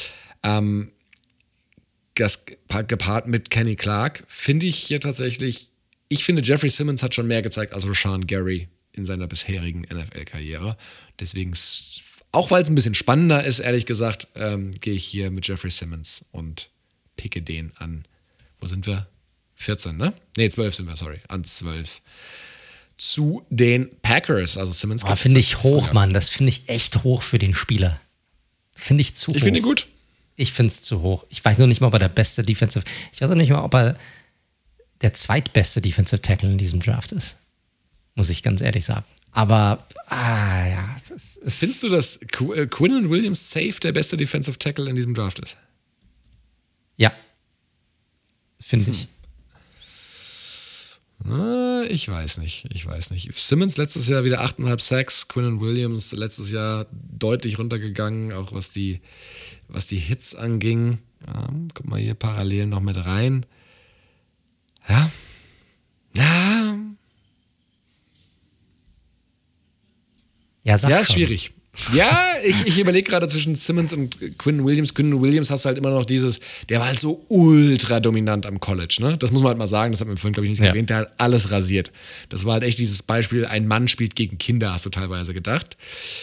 Das gepaart mit Kenny Clark finde ich hier tatsächlich, ich finde, Jeffrey Simmons hat schon mehr gezeigt als Rashan Gary in seiner bisherigen NFL-Karriere. Deswegen, auch weil es ein bisschen spannender ist, ehrlich gesagt, gehe ich hier mit Jeffrey Simmons und picke den an. Wo sind wir? 14, ne? Ne, 12 sind wir, sorry. An 12. Zu den Packers. Also Simmons. Finde ich hoch, Mann. Das finde ich echt hoch für den Spieler. Finde ich zu hoch. Ich finde ihn gut. Ich finde es zu hoch. Ich weiß noch nicht mal, ob er der beste Defensive... Ich weiß noch nicht mal, ob er der zweitbeste Defensive Tackle in diesem Draft ist. Muss ich ganz ehrlich sagen. Aber, ja. Das ist Findest du, dass Quinnen Williams safe der beste Defensive Tackle in diesem Draft ist? Ja. Finde ich. Ich weiß nicht. Simmons letztes Jahr wieder 8,5 Sacks, Quinnen Williams letztes Jahr deutlich runtergegangen, auch was die Hits anging. Ja, guck mal hier parallel noch mit rein. Ja. Ja, sag ja, schon. schwierig. Ja, ich überlege gerade zwischen Simmons und Quinn Williams. Quinn Williams hast du halt immer noch der war halt so ultra dominant am College, ne? Das muss man halt mal sagen, das hat man vorhin, glaube ich, nicht erwähnt, der hat alles rasiert. Das war halt echt dieses Beispiel, ein Mann spielt gegen Kinder, hast du teilweise gedacht.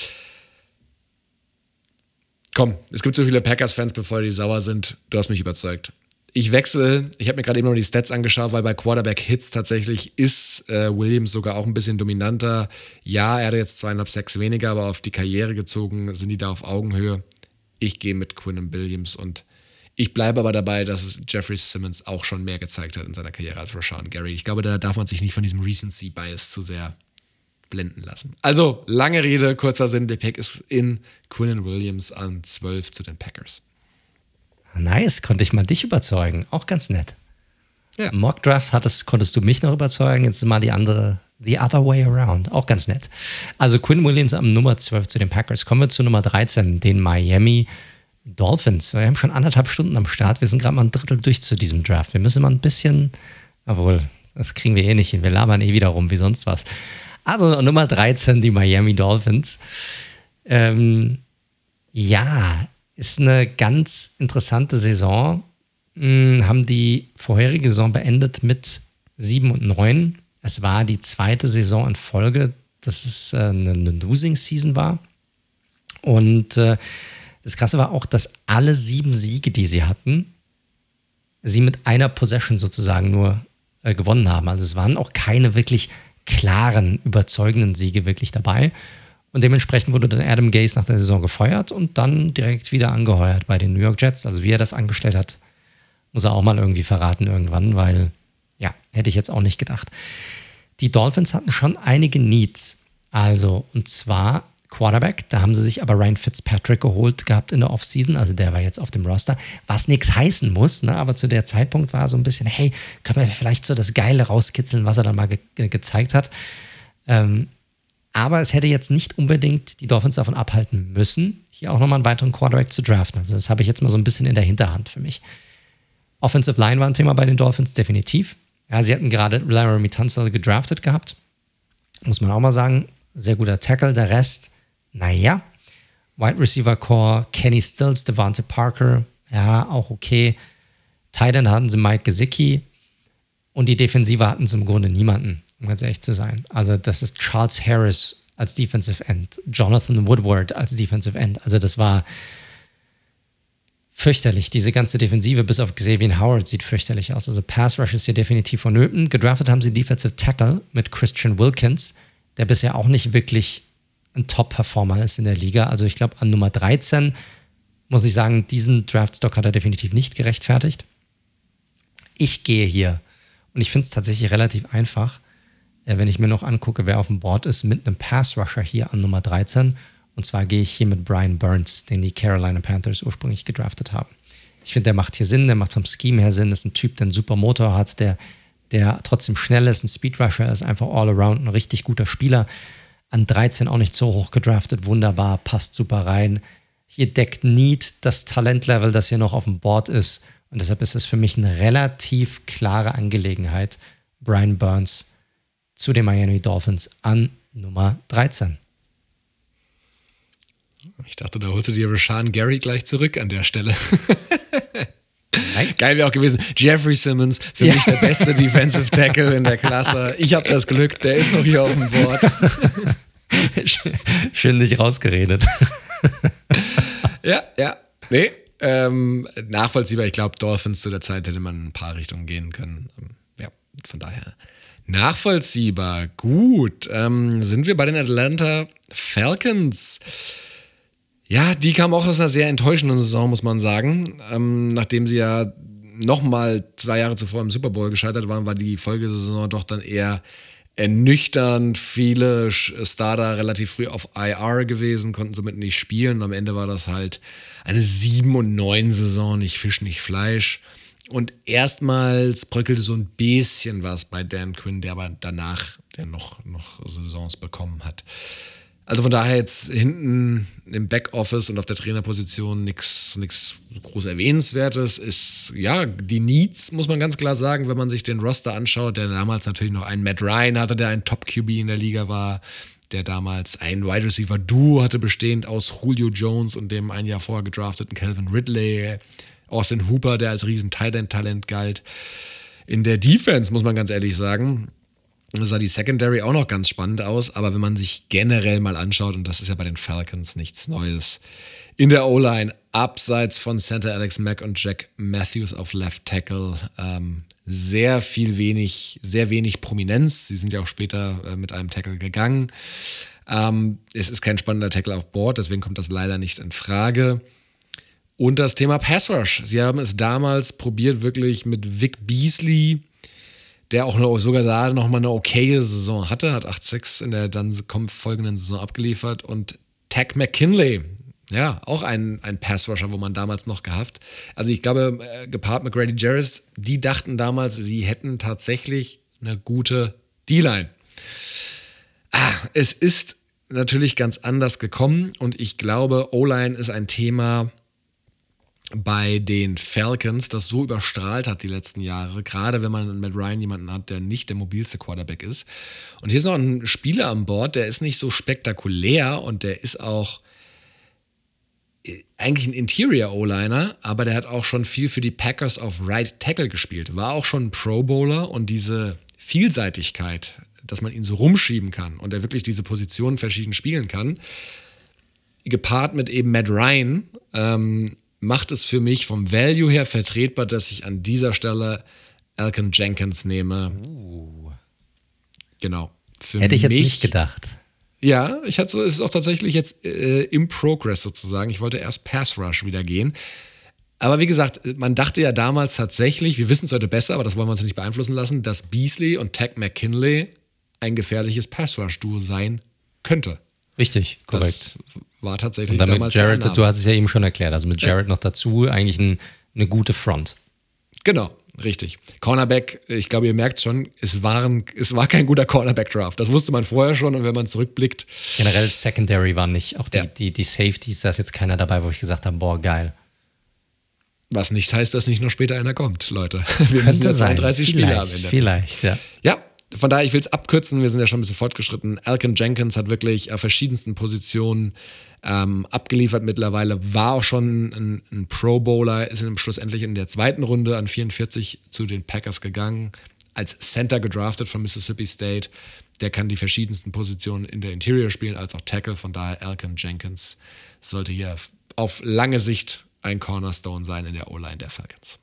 Komm, es gibt so viele Packers-Fans, bevor die sauer sind. Du hast mich überzeugt. Ich wechsle. Ich habe mir gerade eben noch die Stats angeschaut, weil bei Quarterback-Hits tatsächlich ist Williams sogar auch ein bisschen dominanter. Ja, er hatte jetzt 2,5 Sacks weniger, aber auf die Karriere gezogen sind die da auf Augenhöhe. Ich gehe mit Quinn Williams und ich bleibe aber dabei, dass es Jeffrey Simmons auch schon mehr gezeigt hat in seiner Karriere als Rashan Gary. Ich glaube, da darf man sich nicht von diesem Recency-Bias zu sehr blenden lassen. Also, lange Rede, kurzer Sinn, der Pick ist in Quinn Williams an 12 zu den Packers. Nice, konnte ich mal dich überzeugen. Auch ganz nett. Ja. Mock Drafts konntest du mich noch überzeugen, jetzt mal the other way around. Auch ganz nett. Also Quinn Williams am Nummer 12 zu den Packers. Kommen wir zu Nummer 13, den Miami Dolphins. Wir haben schon 1,5 Stunden am Start. Wir sind gerade mal ein Drittel durch zu diesem Draft. Wir müssen mal ein bisschen, obwohl, das kriegen wir eh nicht hin. Wir labern eh wieder rum wie sonst was. Also Nummer 13, die Miami Dolphins. Ist eine ganz interessante Saison. Haben die vorherige Saison beendet mit 7-9. Es war die zweite Saison in Folge, dass es eine Losing Season war. Und das Krasse war auch, dass alle 7 Siege, die sie hatten, sie mit einer Possession sozusagen nur gewonnen haben. Also es waren auch keine wirklich klaren, überzeugenden Siege wirklich dabei. Und dementsprechend wurde dann Adam Gase nach der Saison gefeuert und dann direkt wieder angeheuert bei den New York Jets. Also wie er das angestellt hat, muss er auch mal irgendwie verraten irgendwann, weil, ja, hätte ich jetzt auch nicht gedacht. Die Dolphins hatten schon einige Needs. Also, und zwar Quarterback, da haben sie sich aber Ryan Fitzpatrick geholt gehabt in der Offseason, also der war jetzt auf dem Roster, was nichts heißen muss, ne? Aber zu der Zeitpunkt war so ein bisschen, hey, können wir vielleicht so das Geile rauskitzeln, was er dann mal gezeigt hat. Aber es hätte jetzt nicht unbedingt die Dolphins davon abhalten müssen, hier auch nochmal einen weiteren Quarterback zu draften. Also das habe ich jetzt mal so ein bisschen in der Hinterhand für mich. Offensive Line war ein Thema bei den Dolphins, definitiv. Ja, sie hatten gerade Laramie Tunsil gedraftet gehabt. Muss man auch mal sagen. Sehr guter Tackle. Der Rest, naja. Wide Receiver Core, Kenny Stills, Devontae Parker, ja, auch okay. Tight End hatten sie Mike Gesicki. Und die Defensive hatten sie im Grunde niemanden, um ganz ehrlich zu sein. Also das ist Charles Harris als Defensive End, Jonathan Woodward als Defensive End. Also das war fürchterlich. Diese ganze Defensive bis auf Xavier Howard sieht fürchterlich aus. Also Pass Rush ist hier definitiv vonnöten. Gedraftet haben sie Defensive Tackle mit Christian Wilkins, der bisher auch nicht wirklich ein Top-Performer ist in der Liga. Also ich glaube an Nummer 13 muss ich sagen, diesen Draftstock hat er definitiv nicht gerechtfertigt. Ich gehe hier und ich finde es tatsächlich relativ einfach, wenn ich mir noch angucke, wer auf dem Board ist, mit einem Pass-Rusher hier an Nummer 13. Und zwar gehe ich hier mit Brian Burns, den die Carolina Panthers ursprünglich gedraftet haben. Ich finde, der macht hier Sinn, der macht vom Scheme her Sinn, ist ein Typ, der einen super Motor hat, der trotzdem schnell ist, ein Speed-Rusher ist, einfach all around ein richtig guter Spieler. An 13 auch nicht so hoch gedraftet, wunderbar, passt super rein. Hier deckt Need das Talentlevel, das hier noch auf dem Board ist. Und deshalb ist es für mich eine relativ klare Angelegenheit. Brian Burns zu den Miami Dolphins an Nummer 13. Ich dachte, da holst du dir Rashan Gary gleich zurück an der Stelle. Geil wäre auch gewesen. Jeffrey Simmons, für mich der beste Defensive Tackle in der Klasse. Ich habe das Glück, der ist noch hier auf dem Board. Schön nicht rausgeredet. Ja. Nee, nachvollziehbar. Ich glaube, Dolphins zu der Zeit hätte man in ein paar Richtungen gehen können. Ja, von daher nachvollziehbar. Gut, sind wir bei den Atlanta Falcons. Ja, die kamen auch aus einer sehr enttäuschenden Saison, muss man sagen. Nachdem sie ja nochmal 2 Jahre zuvor im Super Bowl gescheitert waren, war die Folgesaison doch dann eher ernüchternd. Viele Starter relativ früh auf IR gewesen, konnten somit nicht spielen. Am Ende war das halt eine 7-9-Saison, nicht Fisch, nicht Fleisch. Und erstmals bröckelte so ein bisschen was bei Dan Quinn, der aber danach noch Saisons bekommen hat. Also von daher jetzt hinten im Backoffice und auf der Trainerposition nichts groß Erwähnenswertes. Ist, ja, die Needs, muss man ganz klar sagen, wenn man sich den Roster anschaut, der damals natürlich noch einen Matt Ryan hatte, der ein Top-QB in der Liga war. der damals ein Wide Receiver Duo hatte, bestehend aus Julio Jones und dem ein Jahr vorher gedrafteten Calvin Ridley, Austin Hooper, der als riesen Tight-End-Talent galt. In der Defense, muss man ganz ehrlich sagen, sah die Secondary auch noch ganz spannend aus, aber wenn man sich generell mal anschaut, und das ist ja bei den Falcons nichts Neues, in der O-Line, abseits von Center Alex Mack und Jack Matthews auf Left Tackle, sehr wenig Prominenz. Sie sind ja auch später mit einem Tackle gegangen. Es ist kein spannender Tackle auf Board, deswegen kommt das leider nicht in Frage. Und das Thema Pass Rush. Sie haben es damals probiert, wirklich mit Vic Beasley, der auch sogar da nochmal eine okaye Saison hatte, hat 8-6 in der dann folgenden Saison abgeliefert. Und Takk McKinley, ja, auch ein Pass-Rusher, wo man damals noch gehabt. Also ich glaube, gepaart mit Grady Jarrett, die dachten damals, sie hätten tatsächlich eine gute D-Line. Es ist natürlich ganz anders gekommen und ich glaube, O-Line ist ein Thema bei den Falcons, das so überstrahlt hat die letzten Jahre, gerade wenn man mit Ryan jemanden hat, der nicht der mobilste Quarterback ist. Und hier ist noch ein Spieler an Bord, der ist nicht so spektakulär und der ist auch eigentlich ein Interior-O-Liner, aber der hat auch schon viel für die Packers auf Right Tackle gespielt, war auch schon ein Pro-Bowler und diese Vielseitigkeit, dass man ihn so rumschieben kann und er wirklich diese Positionen verschieden spielen kann, gepaart mit eben Matt Ryan, macht es für mich vom Value her vertretbar, dass ich an dieser Stelle Elgton Jenkins nehme. Genau. Hätte ich jetzt nicht gedacht. Ja, es ist auch tatsächlich jetzt im Progress sozusagen. Ich wollte erst Pass Rush wieder gehen. Aber wie gesagt, man dachte ja damals tatsächlich, wir wissen es heute besser, aber das wollen wir uns nicht beeinflussen lassen, dass Beasley und Takk McKinley ein gefährliches Pass Rush Duo sein könnte. Richtig, korrekt. Das war tatsächlich und damit damals Jarrett, du hast es ja eben schon erklärt, also mit Jarrett noch dazu eigentlich eine gute Front. Genau, richtig. Cornerback, ich glaube, ihr merkt schon, es war kein guter Cornerback-Draft. Das wusste man vorher schon und wenn man zurückblickt. Generell Secondary war nicht, auch die Safeties, da ist jetzt keiner dabei, wo ich gesagt habe, boah, geil. Was nicht heißt, dass nicht noch später einer kommt, Leute. Wir müssen ja 32 Spiele am Ende. Vielleicht, ja. Ja, von daher, ich will es abkürzen, wir sind ja schon ein bisschen fortgeschritten. Elgton Jenkins hat wirklich auf verschiedensten Positionen abgeliefert mittlerweile, war auch schon ein Pro-Bowler, ist schlussendlich in der zweiten Runde an 44 zu den Packers gegangen, als Center gedraftet von Mississippi State. Der kann die verschiedensten Positionen in der Interior spielen, als auch Tackle, von daher Elgton Jenkins sollte hier auf lange Sicht ein Cornerstone sein in der O-Line der Falcons.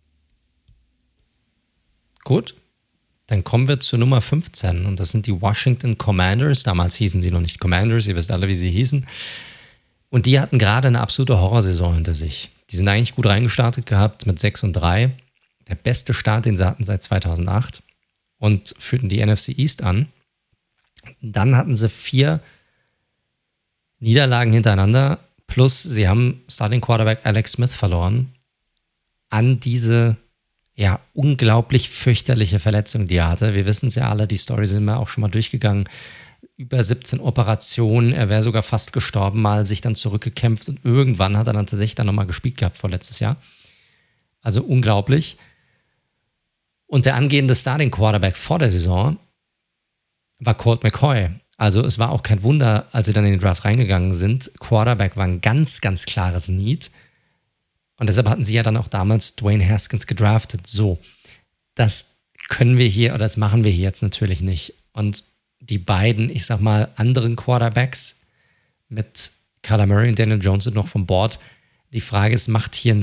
Gut. Dann kommen wir zur Nummer 15 und das sind die Washington Commanders. Damals hießen sie noch nicht Commanders, ihr wisst alle, wie sie hießen. Und die hatten gerade eine absolute Horrorsaison hinter sich. Die sind eigentlich gut reingestartet gehabt mit 6-3. Der beste Start, den sie hatten seit 2008 und führten die NFC East an. Dann hatten sie 4 Niederlagen hintereinander, plus sie haben Starting Quarterback Alex Smith verloren an diese unglaublich fürchterliche Verletzung, die er hatte. Wir wissen es ja alle, die Story sind wir auch schon mal durchgegangen. Über 17 Operationen, er wäre sogar fast gestorben, mal sich dann zurückgekämpft und irgendwann hat er dann tatsächlich dann nochmal gespielt gehabt vorletztes Jahr. Also unglaublich. Und der angehende Starting Quarterback vor der Saison war Colt McCoy. Also es war auch kein Wunder, als sie dann in den Draft reingegangen sind. Quarterback war ein ganz, ganz klares Need. Und deshalb hatten sie ja dann auch damals Dwayne Haskins gedraftet. So, das können wir hier, oder das machen wir hier jetzt natürlich nicht. Und die beiden, ich sag mal, anderen Quarterbacks mit Kyler Murray und Daniel Jones sind noch vom Board. Die Frage ist, macht hier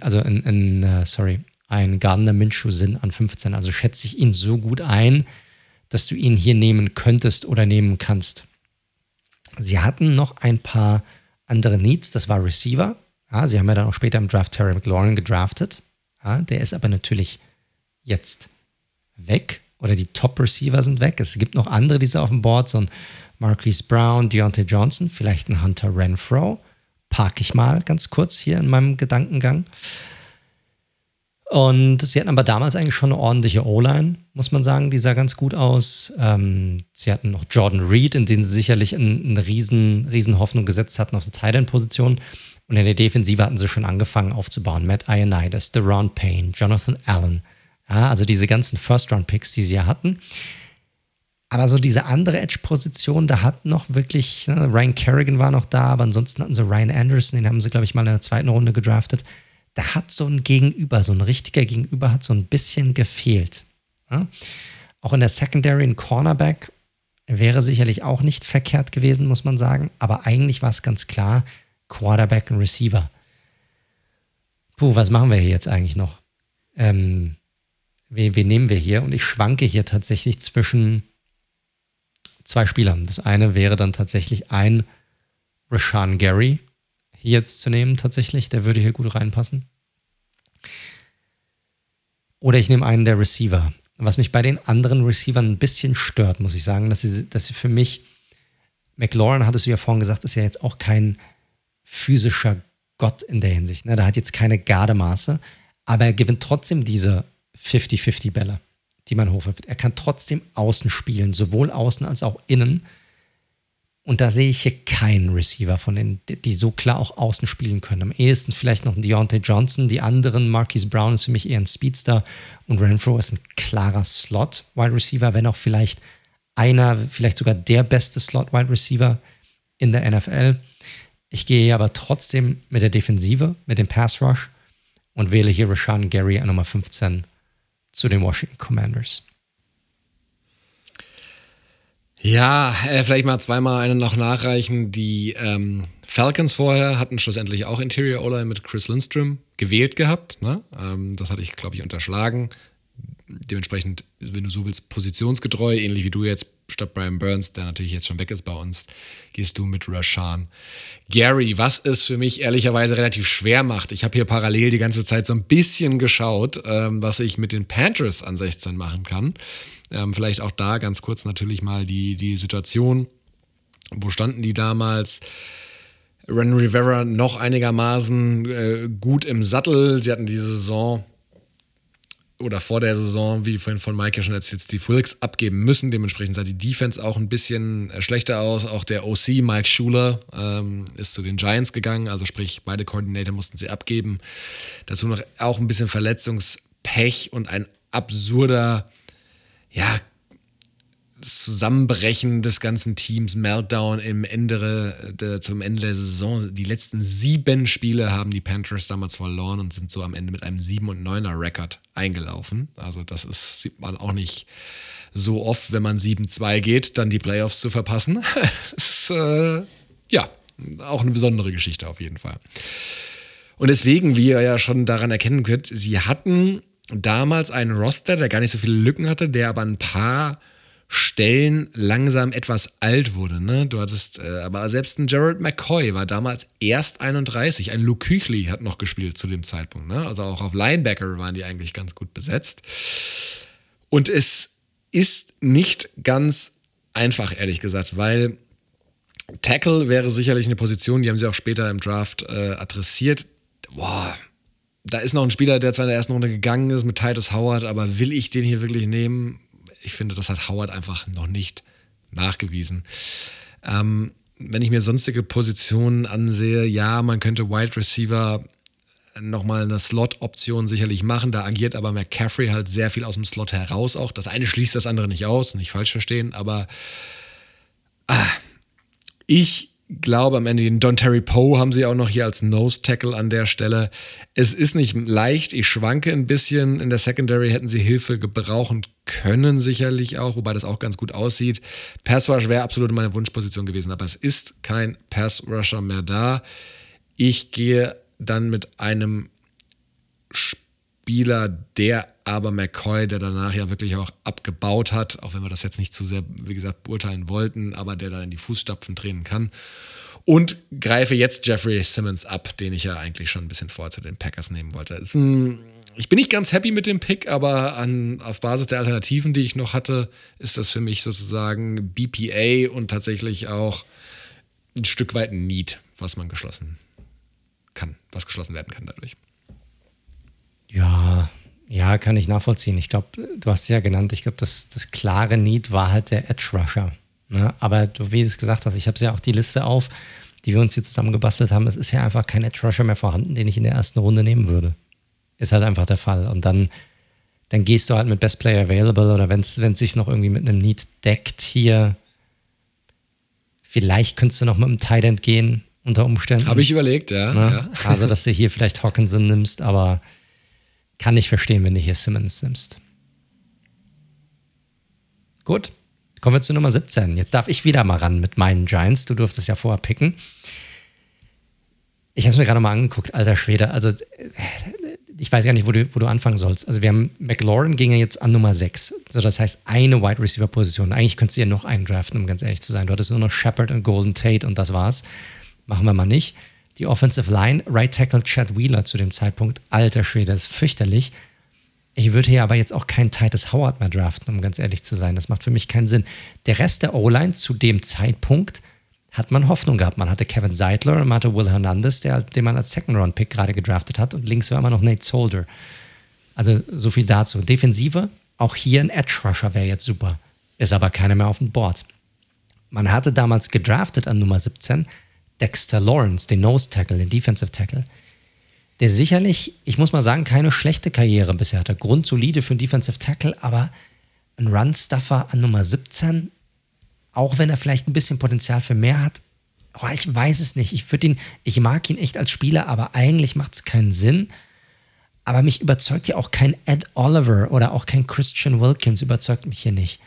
ein Gardner Minshew Sinn an 15? Also schätze ich ihn so gut ein, dass du ihn hier nehmen könntest oder nehmen kannst. Sie hatten noch ein paar andere Needs, das war Receiver. Ja, sie haben ja dann auch später im Draft Terry McLaurin gedraftet. Ja, der ist aber natürlich jetzt weg oder die Top-Receiver sind weg. Es gibt noch andere, die sind auf dem Board, so ein Marquise Brown, Deontay Johnson, vielleicht ein Hunter Renfrow. Parke ich mal ganz kurz hier in meinem Gedankengang. Und sie hatten aber damals eigentlich schon eine ordentliche O-Line, muss man sagen. Die sah ganz gut aus. Sie hatten noch Jordan Reed, in den sie sicherlich eine riesen Hoffnung gesetzt hatten auf der Tight-End-Position. Und in der Defensive hatten sie schon angefangen aufzubauen. Matt Ioannidis, Deron Payne, Jonathan Allen. Ja, also diese ganzen First-Round-Picks, die sie ja hatten. Aber so diese andere Edge-Position, da hat noch wirklich, Ryan Kerrigan war noch da, aber ansonsten hatten sie Ryan Anderson, den haben sie, glaube ich, mal in der zweiten Runde gedraftet. Da hat so ein Gegenüber, so ein richtiger Gegenüber hat so ein bisschen gefehlt. Ja? Auch in der Secondary ein Cornerback wäre sicherlich auch nicht verkehrt gewesen, muss man sagen. Aber eigentlich war es ganz klar, Quarterback und Receiver. Puh, was machen wir hier jetzt eigentlich noch? Wen nehmen wir hier? Und ich schwanke hier tatsächlich zwischen zwei Spielern. Das eine wäre dann tatsächlich ein Rashan Gary hier jetzt zu nehmen tatsächlich. Der würde hier gut reinpassen. Oder ich nehme einen der Receiver. Was mich bei den anderen Receivern ein bisschen stört, muss ich sagen, dass sie für mich, McLaurin, hattest du ja vorhin gesagt, ist ja jetzt auch kein physischer Gott in der Hinsicht. Ne? Der hat jetzt keine Gardemaße, aber er gewinnt trotzdem diese 50-50 Bälle, die man hochwirft. Er kann trotzdem außen spielen, sowohl außen als auch innen. Und da sehe ich hier keinen Receiver von denen, die so klar auch außen spielen können. Am ehesten vielleicht noch ein Deontay Johnson. Die anderen, Marquise Brown ist für mich eher ein Speedster und Renfrow ist ein klarer Slot-Wide Receiver, wenn auch vielleicht sogar der beste Slot-Wide Receiver in der NFL. Ich gehe hier aber trotzdem mit der Defensive, mit dem Pass Rush und wähle hier Rashan Gary an Nummer 15 zu den Washington Commanders. Ja, vielleicht mal zweimal eine noch nachreichen. Die Falcons vorher hatten schlussendlich auch Interior O-Line mit Chris Lindstrom gewählt gehabt. Ne? Das hatte ich, glaube ich, unterschlagen. Dementsprechend, wenn du so willst, positionsgetreu, ähnlich wie du jetzt statt Brian Burns, der natürlich jetzt schon weg ist bei uns, gehst du mit Rashan Gary, was es für mich ehrlicherweise relativ schwer macht. Ich habe hier parallel die ganze Zeit so ein bisschen geschaut, was ich mit den Panthers an 16 machen kann. Vielleicht auch da ganz kurz natürlich mal die Situation. Wo standen die damals? Ron Rivera noch einigermaßen gut im Sattel. Sie hatten diese Saison oder vor der Saison, wie vorhin von Mike ja schon erzählt, Steve Wilkes abgeben müssen. Dementsprechend sah die Defense auch ein bisschen schlechter aus. Auch der OC, Mike Schuler, ist zu den Giants gegangen. Also sprich, beide Koordinator mussten sie abgeben. Dazu noch auch ein bisschen Verletzungspech und ein absurder Zusammenbrechen des ganzen Teams, Meltdown zum Ende der Saison. Die letzten 7 Spiele haben die Panthers damals verloren und sind so am Ende mit einem 7-9er-Rekord eingelaufen. Also das sieht man auch nicht so oft, wenn man 7-2 geht, dann die Playoffs zu verpassen. Das ist auch eine besondere Geschichte auf jeden Fall. Und deswegen, wie ihr ja schon daran erkennen könnt, sie hatten damals einen Roster, der gar nicht so viele Lücken hatte, der aber ein paar Stellen langsam etwas alt wurde. Ne? Du hattest, aber selbst ein Gerald McCoy war damals erst 31. Ein Luke Kuechly hat noch gespielt zu dem Zeitpunkt. Ne? Also auch auf Linebacker waren die eigentlich ganz gut besetzt. Und es ist nicht ganz einfach, ehrlich gesagt, weil Tackle wäre sicherlich eine Position, die haben sie auch später im Draft adressiert. Da ist noch ein Spieler, der zwar in der ersten Runde gegangen ist mit Titus Howard, aber will ich den hier wirklich nehmen? Ich finde, das hat Howard einfach noch nicht nachgewiesen. Wenn ich mir sonstige Positionen ansehe, ja, man könnte Wide Receiver nochmal eine Slot-Option sicherlich machen. Da agiert aber McCaffrey halt sehr viel aus dem Slot heraus auch. Das eine schließt das andere nicht aus, nicht falsch verstehen, aber ich glaube am Ende, den Dontari Poe haben sie auch noch hier als Nose-Tackle an der Stelle. Es ist nicht leicht, ich schwanke ein bisschen. In der Secondary hätten sie Hilfe gebrauchen können sicherlich auch, wobei das auch ganz gut aussieht. Pass-Rush wäre absolut meine Wunschposition gewesen, aber es ist kein Pass-Rusher mehr da. Ich gehe dann mit einem Spieler, der aber McCoy, der danach ja wirklich auch abgebaut hat, auch wenn wir das jetzt nicht zu sehr, wie gesagt, beurteilen wollten, aber der da in die Fußstapfen treten kann. Und greife jetzt Jeffrey Simmons ab, den ich ja eigentlich schon ein bisschen vorher zu den Packers nehmen wollte. Ich bin nicht ganz happy mit dem Pick, aber auf Basis der Alternativen, die ich noch hatte, ist das für mich sozusagen BPA und tatsächlich auch ein Stück weit ein Need, was geschlossen werden kann dadurch. Ja, kann ich nachvollziehen. Ich glaube, du hast es ja genannt, ich glaube, das klare Need war halt der Edge Rusher. Ne? Aber du, wie du es gesagt hast, ich habe ja auch die Liste auf, die wir uns hier zusammengebastelt haben. Es ist ja einfach kein Edge Rusher mehr vorhanden, den ich in der ersten Runde nehmen würde. Ist halt einfach der Fall. Und dann dann gehst du halt mit Best Player Available oder wenn es sich noch irgendwie mit einem Need deckt hier, vielleicht könntest du noch mit einem Tight End gehen unter Umständen. Habe ich überlegt, ja. Ne? Ja. Also, dass du hier vielleicht Hockenson nimmst, aber kann ich verstehen, wenn du hier Simmons nimmst. Gut, kommen wir zu Nummer 17. Jetzt darf ich wieder mal ran mit meinen Giants. Du durftest ja vorher picken. Ich habe es mir gerade mal angeguckt, alter Schwede. Also, ich weiß gar nicht, wo du anfangen sollst. Also, wir haben McLaurin ging ja jetzt an Nummer 6. So, das heißt, eine Wide Receiver Position. Eigentlich könntest du ja noch einen draften, um ganz ehrlich zu sein. Du hattest nur noch Shepard und Golden Tate und das war's. Machen wir mal nicht. Die Offensive Line, Right Tackle Chad Wheeler zu dem Zeitpunkt. Alter Schwede, das ist fürchterlich. Ich würde hier aber jetzt auch keinen Titus Howard mehr draften, um ganz ehrlich zu sein. Das macht für mich keinen Sinn. Der Rest der O-Line zu dem Zeitpunkt hat man Hoffnung gehabt. Man hatte Kevin Seidler und man hatte Will Hernandez, den man als Second-Round-Pick gerade gedraftet hat. Und links war immer noch Nate Solder. Also so viel dazu. Defensive, auch hier ein Edge-Rusher wäre jetzt super. Ist aber keiner mehr auf dem Board. Man hatte damals gedraftet an Nummer 17 Dexter Lawrence, den Nose-Tackle, den Defensive-Tackle. Der sicherlich, ich muss mal sagen, keine schlechte Karriere bisher hatte. Grundsolide für einen Defensive Tackle, aber ein Run-Stuffer an Nummer 17, auch wenn er vielleicht ein bisschen Potenzial für mehr hat, ich weiß es nicht. Ich mag ihn echt als Spieler, aber eigentlich macht es keinen Sinn. Aber mich überzeugt ja auch kein Ed Oliver oder auch kein Christian Wilkins, überzeugt mich hier nicht.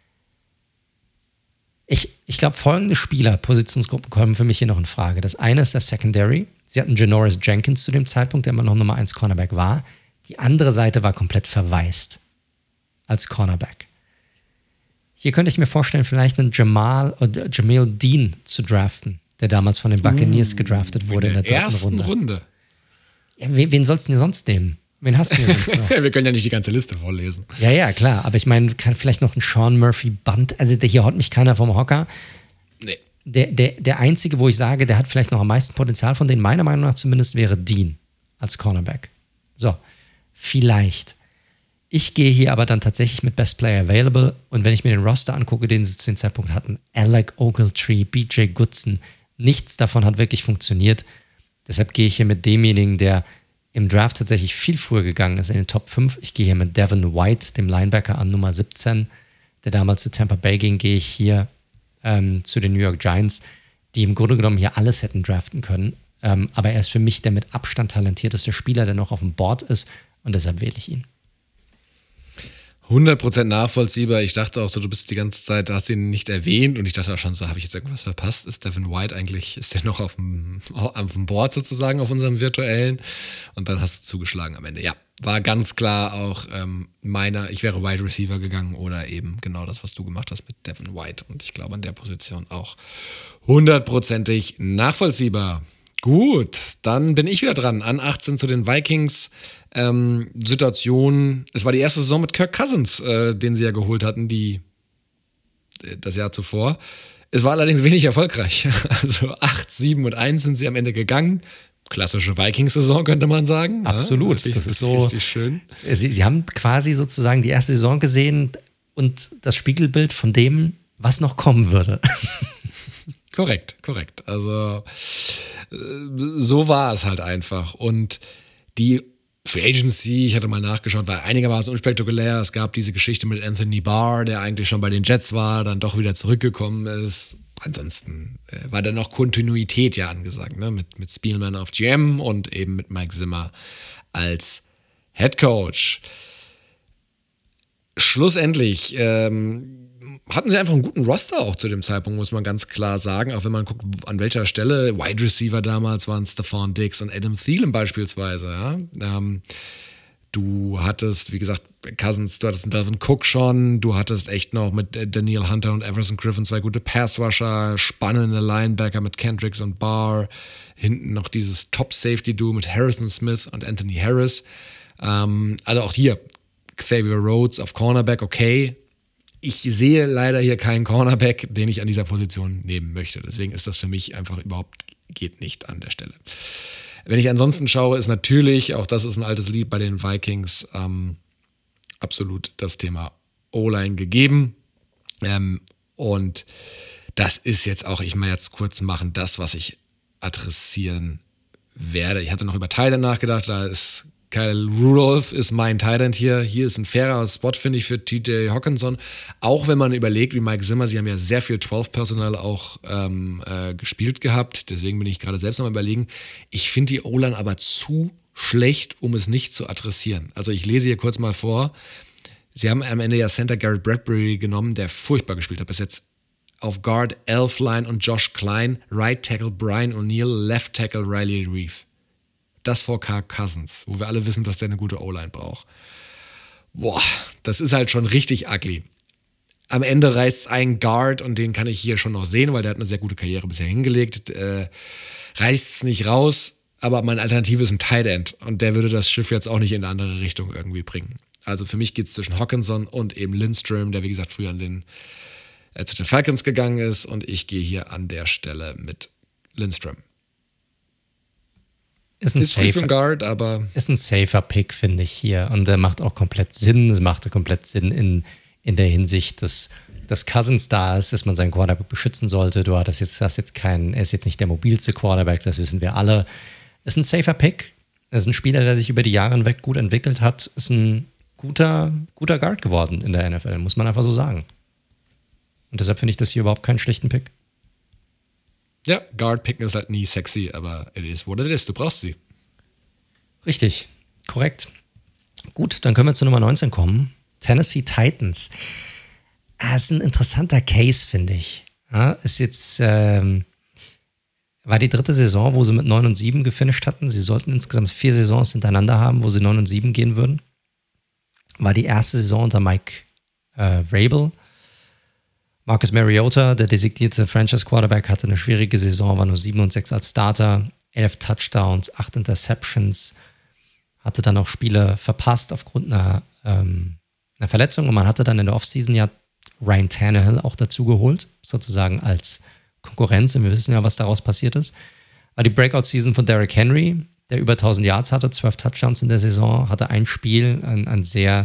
Ich glaube, folgende Spieler, Positionsgruppen kommen für mich hier noch in Frage. Das eine ist der Secondary. Sie hatten Janoris Jenkins zu dem Zeitpunkt, der immer noch Nummer 1 Cornerback war. Die andere Seite war komplett verwaist als Cornerback. Hier könnte ich mir vorstellen, vielleicht einen Jamil Dean zu draften, der damals von den Buccaneers gedraftet wurde in der dritten Runde. Ja, wen sollst du denn sonst nehmen? Wen hast du denn sonst noch? Wir können ja nicht die ganze Liste vorlesen. Ja, klar. Aber ich meine, kann vielleicht noch ein Sean Murphy Bunt. Also hier haut mich keiner vom Hocker. Nee. Der einzige, wo ich sage, der hat vielleicht noch am meisten Potenzial von denen, meiner Meinung nach zumindest, wäre Dean als Cornerback. So, vielleicht. Ich gehe hier aber dann tatsächlich mit Best Player Available und wenn ich mir den Roster angucke, den sie zu dem Zeitpunkt hatten, Alec Ogletree, BJ Goodson, nichts davon hat wirklich funktioniert. Deshalb gehe ich hier mit demjenigen, der im Draft tatsächlich viel früher gegangen ist, in den Top 5. Ich gehe hier mit Devin White, dem Linebacker an Nummer 17, der damals zu Tampa Bay ging, gehe ich hier zu den New York Giants, die im Grunde genommen hier alles hätten draften können. Aber er ist für mich der mit Abstand talentierteste Spieler, der noch auf dem Board ist und deshalb wähle ich ihn. 100% nachvollziehbar. Ich dachte auch so, du bist die ganze Zeit, hast ihn nicht erwähnt und ich dachte auch schon so, habe ich jetzt irgendwas verpasst? Ist Devin White eigentlich, ist der noch auf dem Board sozusagen, auf unserem virtuellen? Und dann hast du zugeschlagen am Ende. Ja, war ganz klar auch ich wäre Wide Receiver gegangen oder eben genau das, was du gemacht hast mit Devin White. Und ich glaube an der Position auch 100%ig nachvollziehbar. Gut, dann bin ich wieder dran. An 18 zu den Vikings. Situation, es war die erste Saison mit Kirk Cousins, den sie ja geholt hatten, das Jahr zuvor. Es war allerdings wenig erfolgreich. Also 8-7-1 sind sie am Ende gegangen. Klassische Vikings-Saison, könnte man sagen. Absolut, ja, das ist so. Richtig schön. Sie haben quasi sozusagen die erste Saison gesehen und das Spiegelbild von dem, was noch kommen würde. Korrekt. Also so war es halt einfach. Und die Free Agency, ich hatte mal nachgeschaut, war einigermaßen unspektakulär. Es gab diese Geschichte mit Anthony Barr, der eigentlich schon bei den Jets war, dann doch wieder zurückgekommen ist. Ansonsten war dann noch Kontinuität ja angesagt, ne? Mit Spielman auf GM und eben mit Mike Zimmer als Head Coach. Schlussendlich hatten sie einfach einen guten Roster auch zu dem Zeitpunkt, muss man ganz klar sagen. Auch wenn man guckt, an welcher Stelle. Wide Receiver damals waren Stephon Diggs und Adam Thielen beispielsweise. Ja? Du hattest, wie gesagt, Cousins, du hattest einen Dalvin Cook schon. Du hattest echt noch mit Daniel Hunter und Everson Griffin 2 gute Pass-Rusher, spannende Linebacker mit Kendricks und Barr. Hinten noch dieses Top-Safety-Duo mit Harrison Smith und Anthony Harris. Also auch hier, Xavier Rhodes auf Cornerback, okay. Ich sehe leider hier keinen Cornerback, den ich an dieser Position nehmen möchte. Deswegen ist das für mich einfach geht nicht an der Stelle. Wenn ich ansonsten schaue, ist natürlich, auch das ist ein altes Lied bei den Vikings, absolut das Thema O-Line gegeben. Und das ist jetzt auch, ich mal jetzt kurz machen, das, was ich adressieren werde. Ich hatte noch über Teile nachgedacht, da ist Kyle Rudolph ist mein Tight End hier. Hier ist ein fairer Spot, finde ich, für TJ Hockenson. Auch wenn man überlegt, wie Mike Zimmer, sie haben ja sehr viel 12-Personal auch gespielt gehabt. Deswegen bin ich gerade selbst noch mal überlegen. Ich finde die O-Line aber zu schlecht, um es nicht zu adressieren. Also ich lese hier kurz mal vor. Sie haben am Ende ja Center Garrett Bradbury genommen, der furchtbar gespielt hat bis jetzt. Auf Guard Elfline und Josh Klein, Right Tackle Brian O'Neill, Left Tackle Riley Reeve. Das vor Kirk Cousins, wo wir alle wissen, dass der eine gute O-Line braucht. Boah, das ist halt schon richtig ugly. Am Ende reißt es einen Guard und den kann ich hier schon noch sehen, weil der hat eine sehr gute Karriere bisher hingelegt. Reißt es nicht raus, aber meine Alternative ist ein Tight End und der würde das Schiff jetzt auch nicht in eine andere Richtung irgendwie bringen. Also für mich geht es zwischen Hockenson und eben Lindstrom, der wie gesagt früher zu den Falcons gegangen ist, und ich gehe hier an der Stelle mit Lindstrom. Ist ein safer Pick, finde ich hier. Und der macht auch komplett Sinn. Es machte komplett Sinn in der Hinsicht, dass Cousins da ist, dass man seinen Quarterback beschützen sollte. Er ist jetzt nicht der mobilste Quarterback, das wissen wir alle. Ist ein safer Pick. Er ist ein Spieler, der sich über die Jahre hinweg gut entwickelt hat. Ist ein guter Guard geworden in der NFL, muss man einfach so sagen. Und deshalb finde ich das hier überhaupt keinen schlechten Pick. Ja, Guard-Picken ist halt nie sexy, aber it is what it is. Du brauchst sie. Richtig, korrekt. Gut, dann können wir zu Nummer 19 kommen. Tennessee Titans. Ist ein interessanter Case, finde ich. Ja, ist jetzt, war die 3. Saison, wo sie mit 9-7 gefinisht hatten. Sie sollten insgesamt 4 Saisons hintereinander haben, wo sie 9-7 gehen würden. War die erste Saison unter Mike Vrabel. Marcus Mariota, der designierte Franchise-Quarterback, hatte eine schwierige Saison, war nur 7-6 als Starter, 11 Touchdowns, 8 Interceptions, hatte dann auch Spiele verpasst aufgrund einer Verletzung, und man hatte dann in der Offseason ja Ryan Tannehill auch dazu geholt, sozusagen als Konkurrenz, und wir wissen ja, was daraus passiert ist. War die Breakout-Season von Derrick Henry, der über 1000 Yards hatte, 12 Touchdowns in der Saison, hatte ein Spiel, ein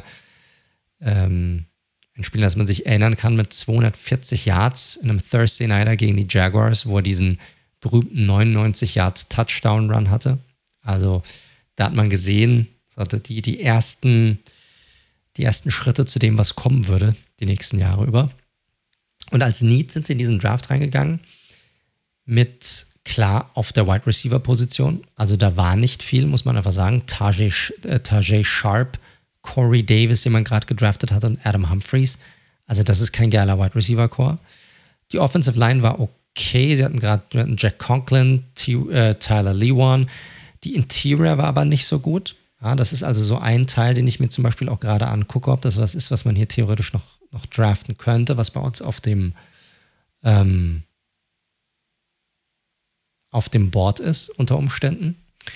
Spiel, das man sich erinnern kann, mit 240 Yards in einem Thursday Nighter gegen die Jaguars, wo er diesen berühmten 99 Yards Touchdown Run hatte. Also da hat man gesehen, die ersten Schritte zu dem, was kommen würde, die nächsten Jahre über. Und als Need sind sie in diesen Draft reingegangen mit, klar, auf der Wide Receiver Position. Also da war nicht viel, muss man einfach sagen. Tajay Sharp, Corey Davis, den man gerade gedraftet hat, und Adam Humphries. Also das ist kein geiler Wide Receiver Core. Die Offensive Line war okay. Sie hatten gerade Jack Conklin, Tyler Lewan. Die Interior war aber nicht so gut. Ja, das ist also so ein Teil, den ich mir zum Beispiel auch gerade angucke, ob das was ist, was man hier theoretisch noch draften könnte, was bei uns auf dem Board ist, unter Umständen.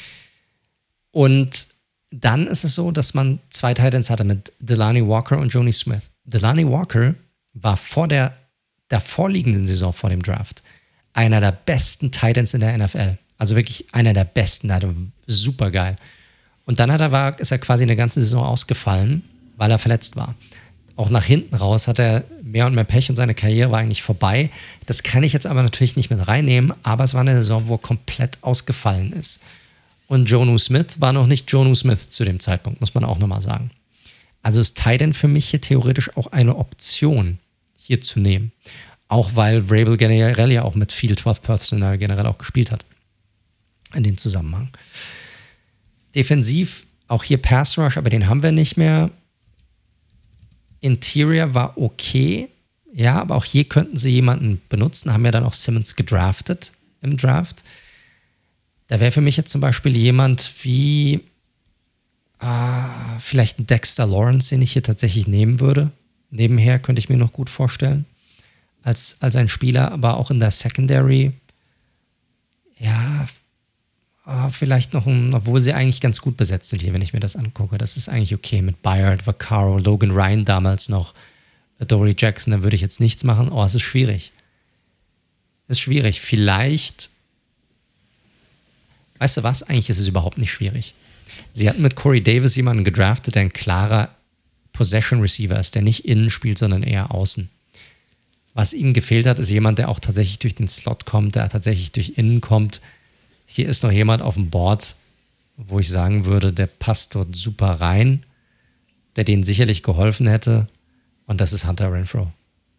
Und dann ist es so, dass man 2 Titans hatte mit Delanie Walker und Joni Smith. Delanie Walker war vor der vorliegenden Saison, vor dem Draft, einer der besten Titans in der NFL. Also wirklich einer der besten, der super geil. Und dann ist er quasi eine ganze Saison ausgefallen, weil er verletzt war. Auch nach hinten raus hat er mehr und mehr Pech und seine Karriere war eigentlich vorbei. Das kann ich jetzt aber natürlich nicht mit reinnehmen, aber es war eine Saison, wo er komplett ausgefallen ist. Und Jonu Smith war noch nicht Jonu Smith zu dem Zeitpunkt, muss man auch nochmal sagen. Also ist Tight End für mich hier theoretisch auch eine Option, hier zu nehmen. Auch weil Vrabel generell ja auch mit viel 12 Personal generell auch gespielt hat. In dem Zusammenhang. Defensiv, auch hier Pass Rush, aber den haben wir nicht mehr. Interior war okay. Ja, aber auch hier könnten sie jemanden benutzen. Haben ja dann auch Simmons gedraftet im Draft. Da wäre für mich jetzt zum Beispiel jemand wie vielleicht ein Dexter Lawrence, den ich hier tatsächlich nehmen würde. Nebenher könnte ich mir noch gut vorstellen. Als ein Spieler, aber auch in der Secondary. Ja, vielleicht noch obwohl sie eigentlich ganz gut besetzt sind hier, wenn ich mir das angucke. Das ist eigentlich okay mit Byard, Vaccaro, Logan Ryan damals noch, Dory Jackson, da würde ich jetzt nichts machen. Es ist schwierig. Es ist schwierig. Vielleicht, weißt du was, eigentlich ist es überhaupt nicht schwierig. Sie hatten mit Corey Davis jemanden gedraftet, der ein klarer Possession Receiver ist, der nicht innen spielt, sondern eher außen. Was ihnen gefehlt hat, ist jemand, der auch tatsächlich durch den Slot kommt, der tatsächlich durch innen kommt. Hier ist noch jemand auf dem Board, wo ich sagen würde, der passt dort super rein, der denen sicherlich geholfen hätte. Und das ist Hunter Renfrow.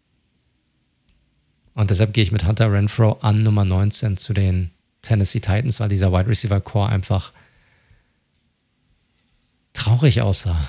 Und deshalb gehe ich mit Hunter Renfrow an Nummer 19 zu den Tennessee Titans, weil dieser Wide Receiver Core einfach traurig aussah.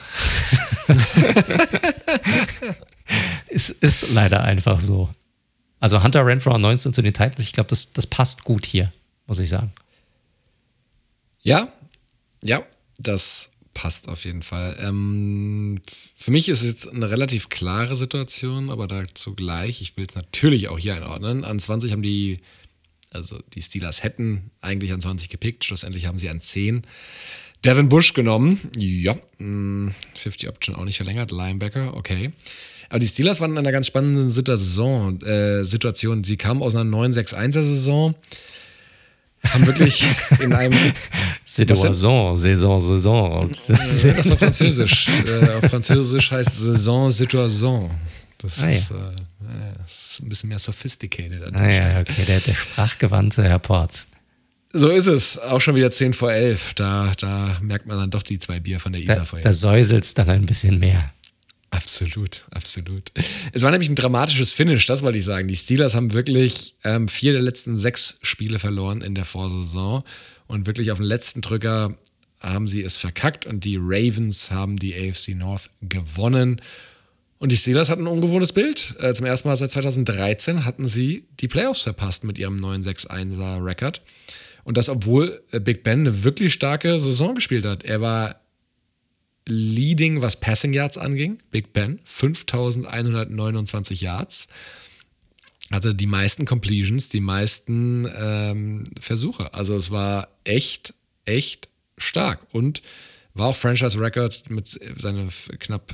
Es ist leider einfach so. Also Hunter Renfrow an 19 zu den Titans, ich glaube, das passt gut hier, muss ich sagen. Ja, das passt auf jeden Fall. Für mich ist es jetzt eine relativ klare Situation, aber dazu gleich, ich will es natürlich auch hier einordnen. An 20 haben die Steelers hätten eigentlich an 20 gepickt, schlussendlich haben sie an 10 Devin Bush genommen. Ja, 50 Option auch nicht verlängert, Linebacker, okay. Aber die Steelers waren in einer ganz spannenden Situation. Sie kamen aus einer 9-6-1er-Saison, haben wirklich in einem... Saison. Das war Französisch. Auf Französisch heißt Saison. Das ist ein bisschen mehr sophisticated. Okay, der sprachgewandte Herr Porz. So ist es. Auch schon wieder 10 vor 11. Da merkt man dann doch die 2 Bier von der Isar vorher. Da säuselt es dann ein bisschen mehr. Absolut. Es war nämlich ein dramatisches Finish, das wollte ich sagen. Die Steelers haben wirklich 4 der letzten 6 Spiele verloren in der Vorsaison und wirklich auf den letzten Drücker haben sie es verkackt und die Ravens haben die AFC North gewonnen. Und die Steelers hatten ein ungewohntes Bild. Zum ersten Mal seit 2013 hatten sie die Playoffs verpasst mit ihrem 9-6-1er-Record. Und das, obwohl Big Ben eine wirklich starke Saison gespielt hat. Er war leading, was Passing Yards anging. Big Ben, 5.129 Yards. Hatte die meisten Completions, die meisten Versuche. Also es war echt stark. Und war auch Franchise-Record mit seinen knapp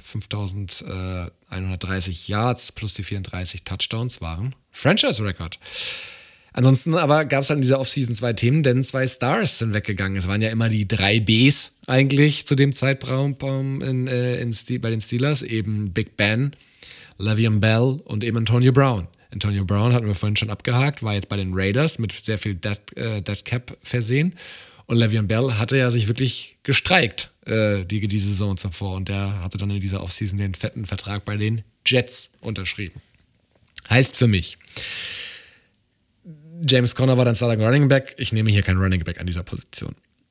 5.130 Yards plus die 34 Touchdowns waren Franchise-Record. Ansonsten aber gab es dann in dieser Offseason 2 Themen, denn 2 Stars sind weggegangen. Es waren ja immer die 3 Bs eigentlich zu dem Zeitpunkt bei den Steelers. Eben Big Ben, Le'Veon Bell und eben Antonio Brown. Antonio Brown hatten wir vorhin schon abgehakt, war jetzt bei den Raiders mit sehr viel Dead Cap versehen. Und Le'Veon Bell hatte ja sich wirklich gestreikt die Saison zuvor. Und der hatte dann in dieser Offseason den fetten Vertrag bei den Jets unterschrieben. Heißt für mich, James Conner war dann Starting Running Back. Ich nehme hier keinen Running Back an dieser Position.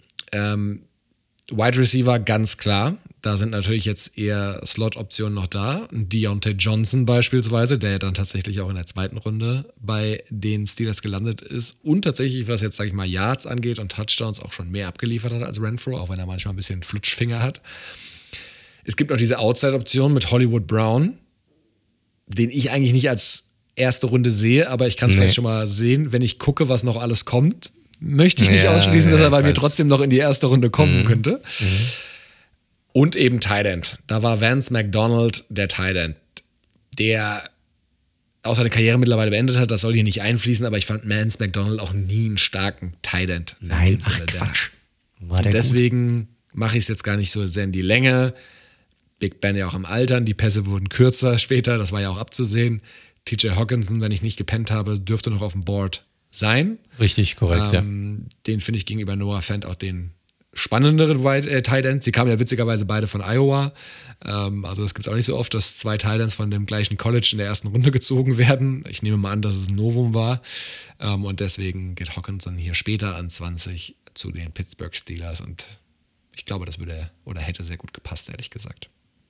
Wide Receiver ganz klar. Da sind natürlich jetzt eher Slot-Optionen noch da. Deontay Johnson beispielsweise, der dann tatsächlich auch in der 2. Runde bei den Steelers gelandet ist und tatsächlich, was jetzt, sage ich mal, Yards angeht und Touchdowns auch schon mehr abgeliefert hat als Renfrow, auch wenn er manchmal ein bisschen Flutschfinger hat. Es gibt noch diese Outside-Option mit Hollywood Brown, den ich eigentlich nicht als erste Runde sehe, aber ich kann es vielleicht schon mal sehen, wenn ich gucke, was noch alles kommt, möchte ich nicht ausschließen, dass er bei mir trotzdem noch in die erste Runde kommen könnte. Und eben Tight End. Da war Vance McDonald der Tight End, der auch seine Karriere mittlerweile beendet hat. Das soll hier nicht einfließen, aber ich fand Vance McDonald auch nie einen starken Tight End. Nein, Quatsch. Und deswegen mache ich es jetzt gar nicht so sehr in die Länge. Big Ben ja auch am Altern, die Pässe wurden kürzer später, das war ja auch abzusehen. TJ Hockenson, wenn ich nicht gepennt habe, dürfte noch auf dem Board sein. Richtig, korrekt, ja. Den finde ich gegenüber Noah Fant auch den spannenderen Tight Ends. Sie kamen ja witzigerweise beide von Iowa. Also das gibt es auch nicht so oft, dass 2 Tight Ends von dem gleichen College in der ersten Runde gezogen werden. Ich nehme mal an, dass es ein Novum war. Und deswegen geht Hockenson hier später an 20 zu den Pittsburgh Steelers. Und ich glaube, das würde oder hätte sehr gut gepasst, ehrlich gesagt.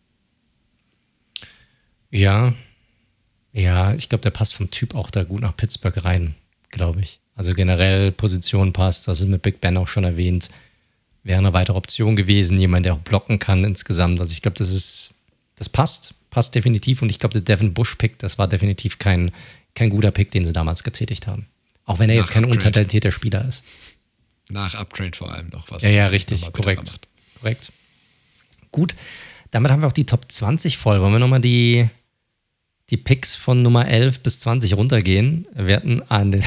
Ja, ich glaube, der passt vom Typ auch da gut nach Pittsburgh rein, glaube ich. Also generell Position passt, das ist mit Big Ben auch schon erwähnt. Wäre eine weitere Option gewesen, jemand, der auch blocken kann insgesamt. Also ich glaube, das passt definitiv. Und ich glaube, der Devin Bush-Pick, das war definitiv kein guter Pick, den sie damals getätigt haben. Auch wenn er jetzt kein untertalentierter Spieler ist. Nach Upgrade vor allem noch was. Ja, richtig, korrekt. Gut, damit haben wir auch die Top 20 voll. Wollen wir nochmal die Picks von Nummer 11 bis 20 runtergehen? Wir hatten an den...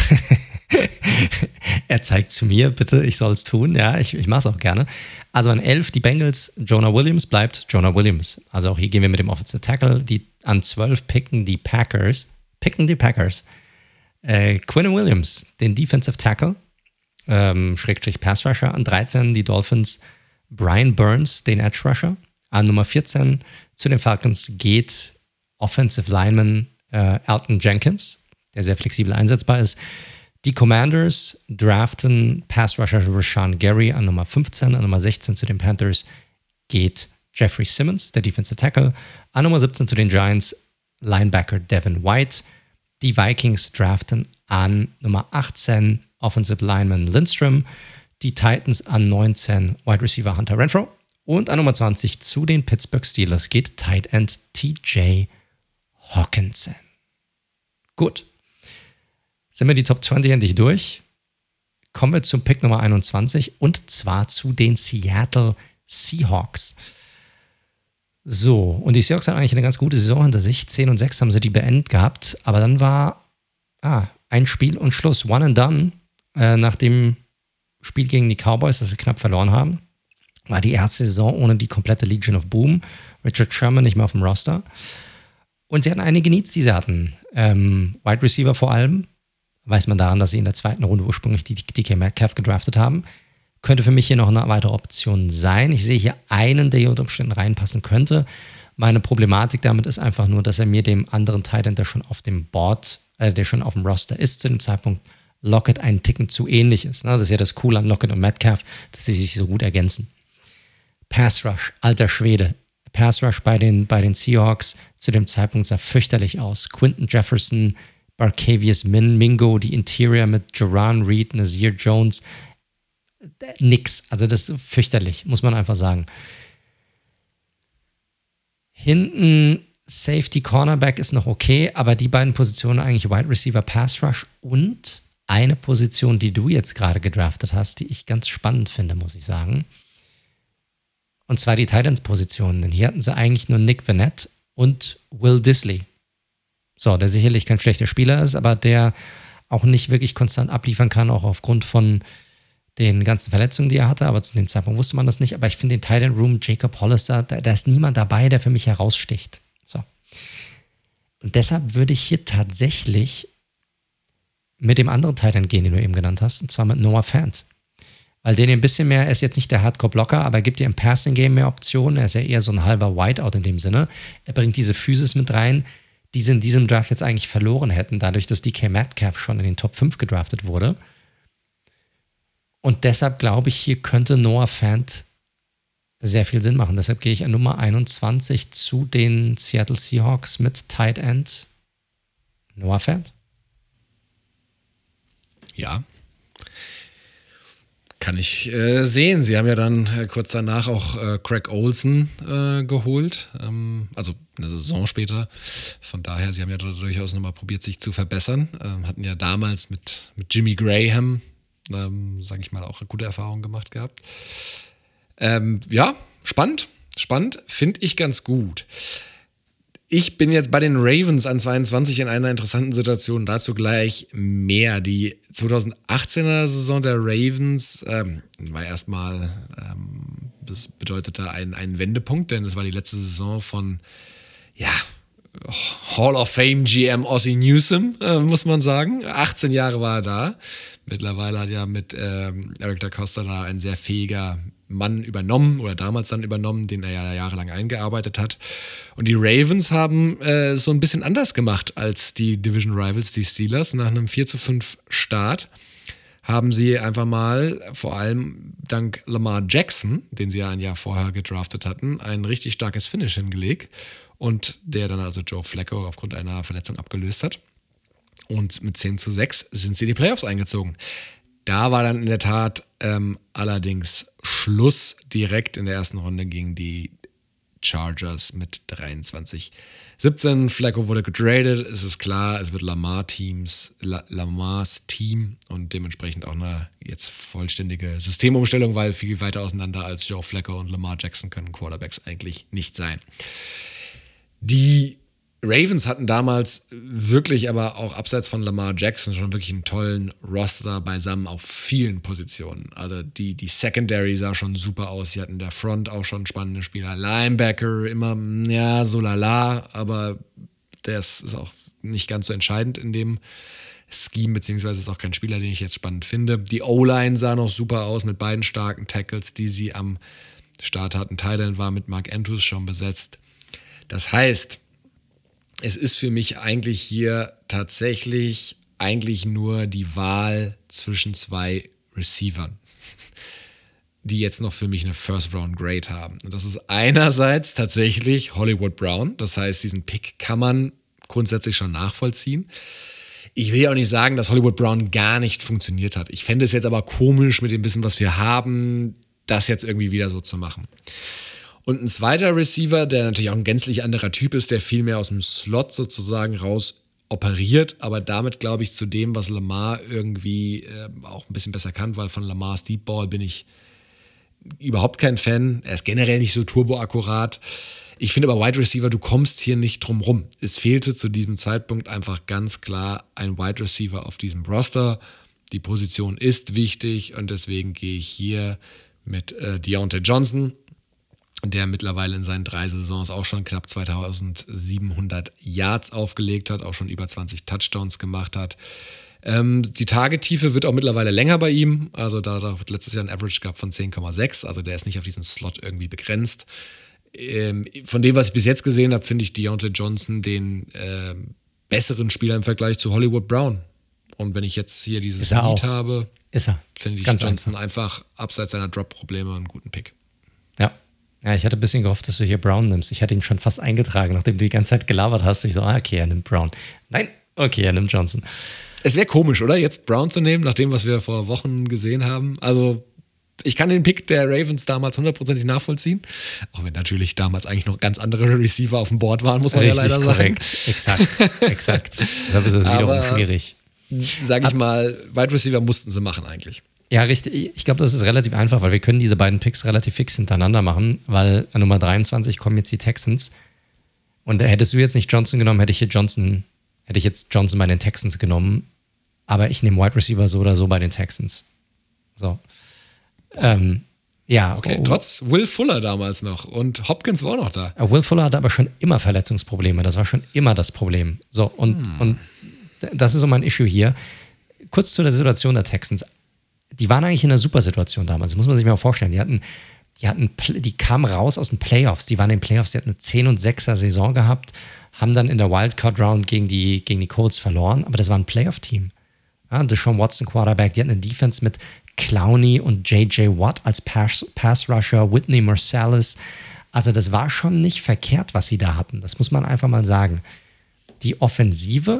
Er zeigt zu mir, bitte, ich soll es tun. Ja, ich mache es auch gerne. Also an 11 die Bengals, Jonah Williams bleibt Jonah Williams. Also auch hier gehen wir mit dem Offensive Tackle. An 12 picken die Packers. Quinnen Williams, den Defensive Tackle. Schrägstrich Pass Rusher. An 13 die Dolphins Brian Burns, den Edge Rusher. An Nummer 14 zu den Falcons geht Offensive Lineman Elton Jenkins, der sehr flexibel einsetzbar ist. Die Commanders draften Pass Rusher Rashawn Gary an Nummer 15. An Nummer 16 zu den Panthers geht Jeffrey Simmons, der Defensive Tackle. An Nummer 17 zu den Giants Linebacker Devin White. Die Vikings draften an Nummer 18 Offensive Lineman Lindstrom. Die Titans an 19 Wide Receiver Hunter Renfrow. Und an Nummer 20 zu den Pittsburgh Steelers geht Tight End TJ Hawkinson. Gut. Sind wir die Top 20 endlich durch? Kommen wir zum Pick Nummer 21 und zwar zu den Seattle Seahawks. So, und die Seahawks haben eigentlich eine ganz gute Saison hinter sich. 10-6 haben sie die beendet gehabt, aber dann war ein Spiel und Schluss. One and done. Nach dem Spiel gegen die Cowboys, das sie knapp verloren haben, war die erste Saison ohne die komplette Legion of Boom. Richard Sherman nicht mehr auf dem Roster. Und sie hatten einige Needs, die sie hatten. Wide Receiver vor allem. Weiß man daran, dass sie in der zweiten Runde ursprünglich die DK Metcalf gedraftet haben. Könnte für mich hier noch eine weitere Option sein. Ich sehe hier einen, der hier unter Umständen reinpassen könnte. Meine Problematik damit ist einfach nur, dass er mir dem anderen Tight End, der schon auf dem Board, der schon auf dem Roster ist, zu dem Zeitpunkt Lockett einen Ticken zu ähnlich ist. Das ist ja das Coole an Lockett und Metcalf, dass sie sich so gut ergänzen. Pass Rush, alter Schwede. Pass Rush bei den Seahawks zu dem Zeitpunkt sah fürchterlich aus. Quinton Jefferson, Barkevius Mingo, die Interior mit Jaron Reed, Nazir Jones. Nix. Also das ist fürchterlich, muss man einfach sagen. Hinten Safety, Cornerback ist noch okay, aber die beiden Positionen eigentlich Wide Receiver, Pass Rush und eine Position, die du jetzt gerade gedraftet hast, die ich ganz spannend finde, muss ich sagen. Und zwar die Titans-Positionen. Denn hier hatten sie eigentlich nur Nick Vannett und Will Disley. So, der sicherlich kein schlechter Spieler ist, aber der auch nicht wirklich konstant abliefern kann, auch aufgrund von den ganzen Verletzungen, die er hatte. Aber zu dem Zeitpunkt wusste man das nicht. Aber ich finde den Tight End Room, Jacob Hollister, da ist niemand dabei, der für mich heraussticht. So. Und deshalb würde ich hier tatsächlich mit dem anderen Tight End gehen, den du eben genannt hast, und zwar mit Noah Fant. Weil den ein bisschen mehr, er ist jetzt nicht der Hardcore-Blocker, aber er gibt dir im Passing-Game mehr Optionen. Er ist ja eher so ein halber Wideout in dem Sinne. Er bringt diese Physis mit rein, die sie in diesem Draft jetzt eigentlich verloren hätten, dadurch, dass DK Metcalf schon in den Top 5 gedraftet wurde. Und deshalb glaube ich, hier könnte Noah Fant sehr viel Sinn machen. Deshalb gehe ich an Nummer 21 zu den Seattle Seahawks mit Tight End Noah Fant. Ja. Kann ich sehen. Sie haben ja dann kurz danach auch Craig Olsen geholt. Also eine Saison später. Von daher, sie haben ja durchaus nochmal probiert, sich zu verbessern. Hatten ja damals mit Jimmy Graham, sage ich mal, auch eine gute Erfahrung gemacht gehabt. Ja, spannend. Finde ich ganz gut. Ich bin jetzt bei den Ravens an 22 in einer interessanten Situation. Dazu gleich mehr. Die 2018er Saison der Ravens war erstmal, das bedeutete einen Wendepunkt, denn es war die letzte Saison von, Hall of Fame GM Ozzie Newsome, muss man sagen. 18 Jahre war er da. Mittlerweile hat ja mit Eric DaCosta da ein sehr fähiger Mann übernommen oder damals dann übernommen, den er ja jahrelang eingearbeitet hat. Und die Ravens haben es so ein bisschen anders gemacht als die Division Rivals, die Steelers. Nach einem 4-5 Start haben sie einfach mal, vor allem dank Lamar Jackson, den sie ja ein Jahr vorher gedraftet hatten, ein richtig starkes Finish hingelegt und der dann also Joe Flacco aufgrund einer Verletzung abgelöst hat. Und mit 10-6 sind sie in die Playoffs eingezogen. Da war dann in der Tat allerdings Schluss direkt in der ersten Runde gegen die Chargers mit 23-17. Flacco wurde getradet, es ist klar, es wird Lamars Team und dementsprechend auch eine jetzt vollständige Systemumstellung, weil viel weiter auseinander als Joe Flacco und Lamar Jackson können Quarterbacks eigentlich nicht sein. Die Ravens hatten damals wirklich, aber auch abseits von Lamar Jackson, schon wirklich einen tollen Roster beisammen auf vielen Positionen. Also die Secondary sah schon super aus. Sie hatten in der Front auch schon spannende Spieler. Linebacker immer, so lala, aber der ist auch nicht ganz so entscheidend in dem Scheme, beziehungsweise ist auch kein Spieler, den ich jetzt spannend finde. Die O-Line sah noch super aus mit beiden starken Tackles, die sie am Start hatten. Thailand war mit Mark Andrews schon besetzt. Das heißt, es ist für mich eigentlich hier tatsächlich nur die Wahl zwischen 2 Receivern, die jetzt noch für mich eine First-Round-Grade haben. Und das ist einerseits tatsächlich Hollywood Brown. Das heißt, diesen Pick kann man grundsätzlich schon nachvollziehen. Ich will ja auch nicht sagen, dass Hollywood Brown gar nicht funktioniert hat. Ich fände es jetzt aber komisch, mit dem Wissen, was wir haben, das jetzt irgendwie wieder so zu machen. Und ein zweiter Receiver, der natürlich auch ein gänzlich anderer Typ ist, der viel mehr aus dem Slot sozusagen raus operiert, aber damit, glaube ich, zu dem, was Lamar irgendwie auch ein bisschen besser kann, weil von Lamars Deep Ball bin ich überhaupt kein Fan. Er ist generell nicht so turboakkurat. Ich finde aber Wide Receiver, du kommst hier nicht drum rum. Es fehlte zu diesem Zeitpunkt einfach ganz klar ein Wide Receiver auf diesem Roster. Die Position ist wichtig und deswegen gehe ich hier mit Deontay Johnson, der mittlerweile in seinen 3 Saisons auch schon knapp 2700 Yards aufgelegt hat, auch schon über 20 Touchdowns gemacht hat. Die Tagetiefe wird auch mittlerweile länger bei ihm. Also da wird letztes Jahr ein Average gehabt von 10,6. Also der ist nicht auf diesen Slot irgendwie begrenzt. Von dem, was ich bis jetzt gesehen habe, finde ich Deontay Johnson den besseren Spieler im Vergleich zu Hollywood Brown. Und wenn ich jetzt hier dieses Lied habe, finde ich ganz Johnson einfach abseits seiner Drop-Probleme einen guten Pick. Ja, ich hatte ein bisschen gehofft, dass du hier Brown nimmst. Ich hatte ihn schon fast eingetragen, nachdem du die ganze Zeit gelabert hast. Ich so, okay, er nimmt Brown. Nein, okay, er nimmt Johnson. Es wäre komisch, oder? Jetzt Brown zu nehmen, nach dem, was wir vor Wochen gesehen haben. Also, ich kann den Pick der Ravens damals 100% nachvollziehen. Auch wenn natürlich damals eigentlich noch ganz andere Receiver auf dem Board waren, muss man ja leider korrekt. sagen. Exakt. Deshalb ist es wiederum schwierig. Sag ich mal, Wide Receiver mussten sie machen eigentlich. Ja, richtig. Ich glaube, das ist relativ einfach, weil wir können diese beiden Picks relativ fix hintereinander machen, weil an Nummer 23 kommen jetzt die Texans. Und hättest du jetzt nicht Johnson genommen, hätte ich jetzt Johnson bei den Texans genommen. Aber ich nehme Wide Receiver so oder so bei den Texans. So. Ja. Okay, trotz Will Fuller damals noch. Und Hopkins war auch noch da. Will Fuller hatte aber schon immer Verletzungsprobleme. Das war schon immer das Problem. So, und das ist so mein Issue hier. Kurz zu der Situation der Texans. Die waren eigentlich in einer super Situation damals. Das muss man sich mal vorstellen. Die kamen raus aus den Playoffs. Die waren in den Playoffs. Die hatten eine 10-6er Saison gehabt, haben dann in der Wildcard-Round gegen die Colts verloren. Aber das war ein Playoff-Team. Ja, Deshaun Watson, Quarterback. Die hatten eine Defense mit Clowney und J.J. Watt als Pass-Rusher, Whitney Marsalis. Also das war schon nicht verkehrt, was sie da hatten. Das muss man einfach mal sagen. Die Offensive,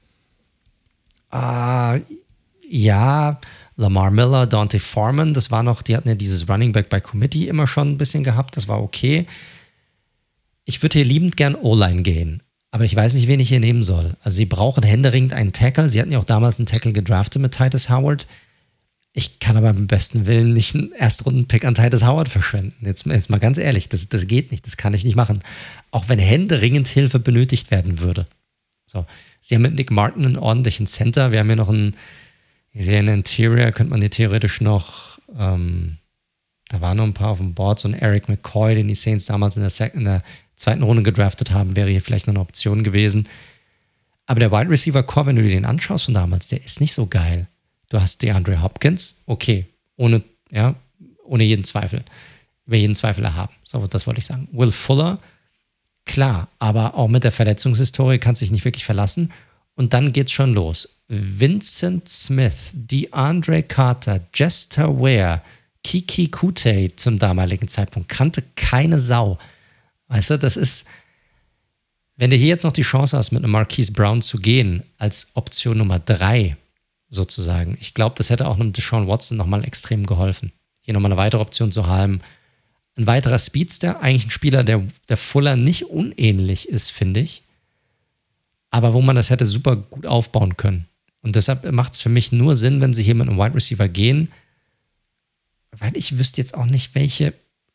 ja, Lamar Miller, Dante Foreman, die hatten ja dieses Running Back by Committee immer schon ein bisschen gehabt, das war okay. Ich würde hier liebend gern O-Line gehen, aber ich weiß nicht, wen ich hier nehmen soll. Also sie brauchen händeringend einen Tackle, sie hatten ja auch damals einen Tackle gedraftet mit Titus Howard. Ich kann aber im besten Willen nicht einen Erstrunden-Pick an Titus Howard verschwenden. Jetzt mal ganz ehrlich, das geht nicht, das kann ich nicht machen. Auch wenn händeringend Hilfe benötigt werden würde. So. Sie haben mit Nick Martin einen ordentlichen Center, wir haben hier noch einen Interior, könnte man hier theoretisch noch, da waren noch ein paar auf dem Board, so ein Eric McCoy, den die Saints damals in der zweiten Runde gedraftet haben, wäre hier vielleicht noch eine Option gewesen. Aber der Wide Receiver Core, wenn du dir den anschaust von damals, der ist nicht so geil. Du hast DeAndre Hopkins, okay, ohne jeden Zweifel, über jeden Zweifel erhaben. So, das wollte ich sagen. Will Fuller, klar, aber auch mit der Verletzungshistorie kannst du dich nicht wirklich verlassen. Und dann geht's schon los. Vincent Smith, DeAndre Carter, Jester Ware, Kiki Kutay zum damaligen Zeitpunkt kannte keine Sau. Weißt du, das ist, wenn du hier jetzt noch die Chance hast, mit einem Marquise Brown zu gehen, als Option Nummer 3 sozusagen, ich glaube, das hätte auch einem Deshaun Watson nochmal extrem geholfen. Hier nochmal eine weitere Option zu haben. Ein weiterer Speedster, eigentlich ein Spieler, der Fuller nicht unähnlich ist, finde ich. Aber wo man das hätte super gut aufbauen können. Und deshalb macht es für mich nur Sinn, wenn sie hier mit einem Wide Receiver gehen, weil ich wüsste jetzt auch nicht, welche.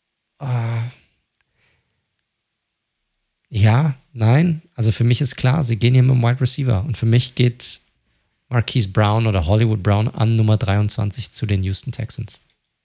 Ja, nein. Also für mich ist klar, sie gehen hier mit einem Wide Receiver. Und für mich geht Marquise Brown oder Hollywood Brown an Nummer 23 zu den Houston Texans.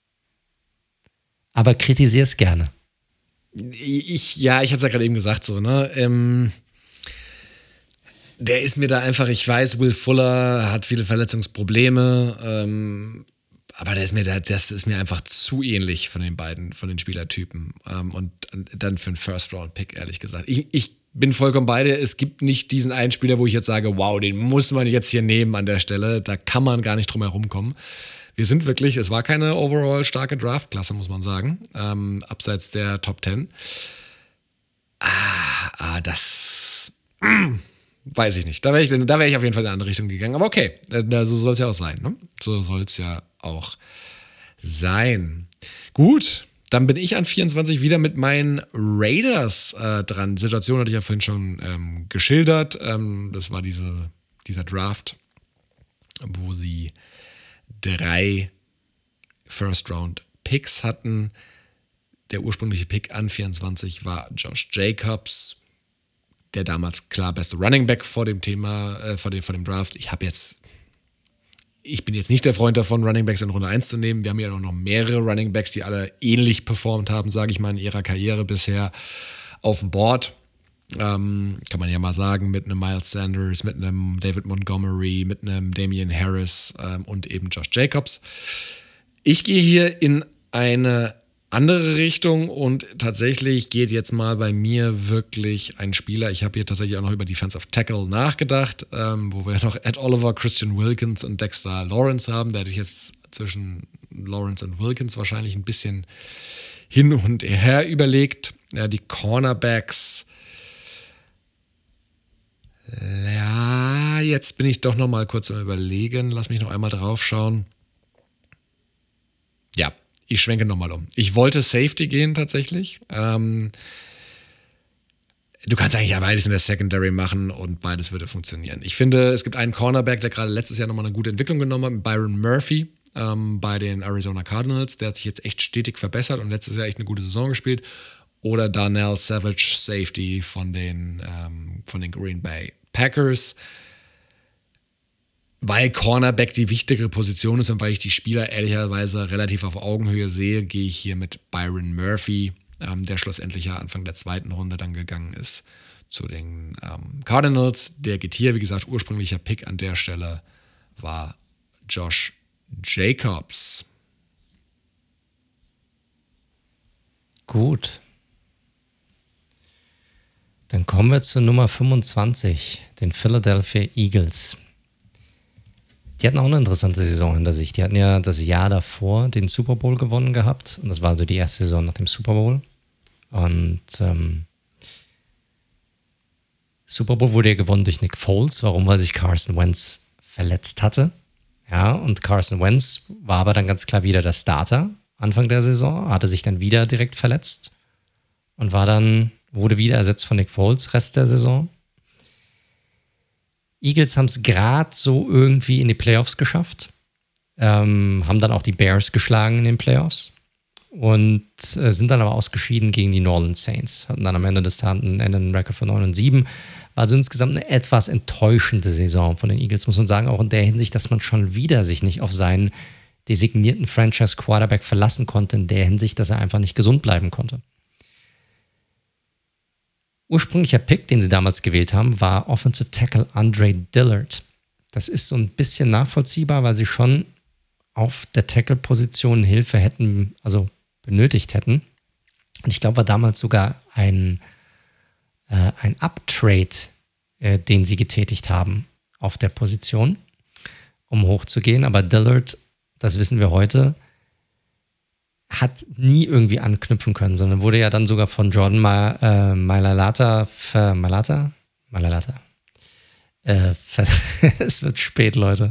Aber kritisiere es gerne. Ich hatte es ja gerade eben gesagt, so, ne? der ist mir da einfach, ich weiß, Will Fuller hat viele Verletzungsprobleme, aber das ist mir einfach zu ähnlich von den beiden, von den Spielertypen. Und dann für einen First-Round-Pick, ehrlich gesagt. Ich bin vollkommen bei dir. Es gibt nicht diesen einen Spieler, wo ich jetzt sage, wow, den muss man jetzt hier nehmen an der Stelle. Da kann man gar nicht drum herum kommen. Wir sind wirklich, es war keine overall starke Draft-Klasse, muss man sagen. Abseits der Top 10. Das weiß ich nicht. Da wäre ich auf jeden Fall in eine andere Richtung gegangen. Aber okay, so soll es ja auch sein. Ne? So soll es ja auch sein. Gut, dann bin ich an 24 wieder mit meinen Raiders dran. Die Situation hatte ich ja vorhin schon geschildert. Das war dieser Draft, wo sie 3 First-Round-Picks hatten. Der ursprüngliche Pick an 24 war Josh Jacobs, der damals klar beste Running Back vor dem Thema, vor dem Draft. Ich bin jetzt nicht der Freund davon, Running Backs in Runde 1 zu nehmen. Wir haben ja noch mehrere Running Backs, die alle ähnlich performt haben, sage ich mal, in ihrer Karriere bisher auf dem Board. Kann man ja mal sagen, mit einem Miles Sanders, mit einem David Montgomery, mit einem Damian Harris und eben Josh Jacobs. Ich gehe hier in eine andere Richtung und tatsächlich geht jetzt mal bei mir wirklich ein Spieler. Ich habe hier tatsächlich auch noch über Defensive Tackle nachgedacht, wo wir noch Ed Oliver, Christian Wilkins und Dexter Lawrence haben. Da hätte ich jetzt zwischen Lawrence und Wilkins wahrscheinlich ein bisschen hin und her überlegt. Ja, die Cornerbacks. Ja, jetzt bin ich doch noch mal kurz am Überlegen. Lass mich noch einmal drauf schauen. Ja, ich schwenke nochmal um. Ich wollte Safety gehen tatsächlich. Du kannst eigentlich ja beides in der Secondary machen und beides würde funktionieren. Ich finde, es gibt einen Cornerback, der gerade letztes Jahr nochmal eine gute Entwicklung genommen hat, mit Byron Murphy bei den Arizona Cardinals. Der hat sich jetzt echt stetig verbessert und letztes Jahr echt eine gute Saison gespielt. Oder Darnell Savage, Safety von den Green Bay Packers. Weil Cornerback die wichtigere Position ist und weil ich die Spieler ehrlicherweise relativ auf Augenhöhe sehe, gehe ich hier mit Byron Murphy, der schlussendlich ja Anfang der 2. Runde dann gegangen ist, zu den Cardinals. Der geht hier, wie gesagt, ursprünglicher Pick an der Stelle war Josh Jacobs. Gut. Dann kommen wir zur Nummer 25, den Philadelphia Eagles. Die hatten auch eine interessante Saison hinter sich. Die hatten ja das Jahr davor den Super Bowl gewonnen gehabt. Und das war also die erste Saison nach dem Super Bowl. Und Super Bowl wurde ja gewonnen durch Nick Foles. Warum? Weil sich Carson Wentz verletzt hatte. Ja, und Carson Wentz war aber dann ganz klar wieder der Starter Anfang der Saison. Hatte sich dann wieder direkt verletzt. Und wurde wieder ersetzt von Nick Foles Rest der Saison. Eagles haben es gerade so irgendwie in die Playoffs geschafft, haben dann auch die Bears geschlagen in den Playoffs und sind dann aber ausgeschieden gegen die New Orleans Saints. Hatten dann am Ende des Tages einen Rekord von 9-7. War also insgesamt eine etwas enttäuschende Saison von den Eagles, muss man sagen, auch in der Hinsicht, dass man schon wieder sich nicht auf seinen designierten Franchise-Quarterback verlassen konnte, in der Hinsicht, dass er einfach nicht gesund bleiben konnte. Ursprünglicher Pick, den sie damals gewählt haben, war Offensive Tackle Andre Dillard. Das ist so ein bisschen nachvollziehbar, weil sie schon auf der Tackle-Position Hilfe benötigt hätten. Und ich glaube, war damals sogar ein Uptrade, den sie getätigt haben auf der Position, um hochzugehen. Aber Dillard, das wissen wir heute, hat nie irgendwie anknüpfen können, sondern wurde ja dann sogar von Jordan Mailata. Es wird spät, Leute.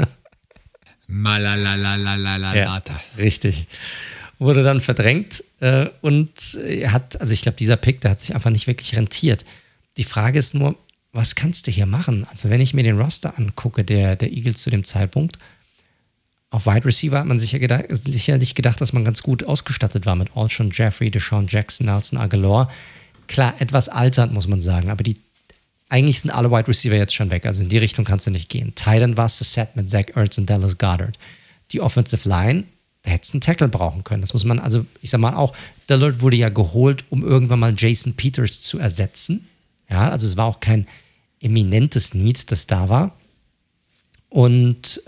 Malalalalalalata. Ja, richtig. Wurde dann verdrängt und ich glaube, dieser Pick, der hat sich einfach nicht wirklich rentiert. Die Frage ist nur, was kannst du hier machen? Also wenn ich mir den Roster angucke, der Eagles zu dem Zeitpunkt, auf Wide Receiver hat man sicherlich gedacht, dass man ganz gut ausgestattet war mit Alshon Jeffrey, Deshaun Jackson, Nelson Aguilar. Klar, etwas alternd, muss man sagen, aber eigentlich sind alle Wide Receiver jetzt schon weg. Also in die Richtung kannst du nicht gehen. Tight End war es das Set mit Zach Ertz und Dallas Goedert. Die Offensive Line, da hättest du einen Tackle brauchen können. Das muss man, also ich sag mal auch, Dillard wurde ja geholt, um irgendwann mal Jason Peters zu ersetzen. Ja, also es war auch kein eminentes Need, das da war. Und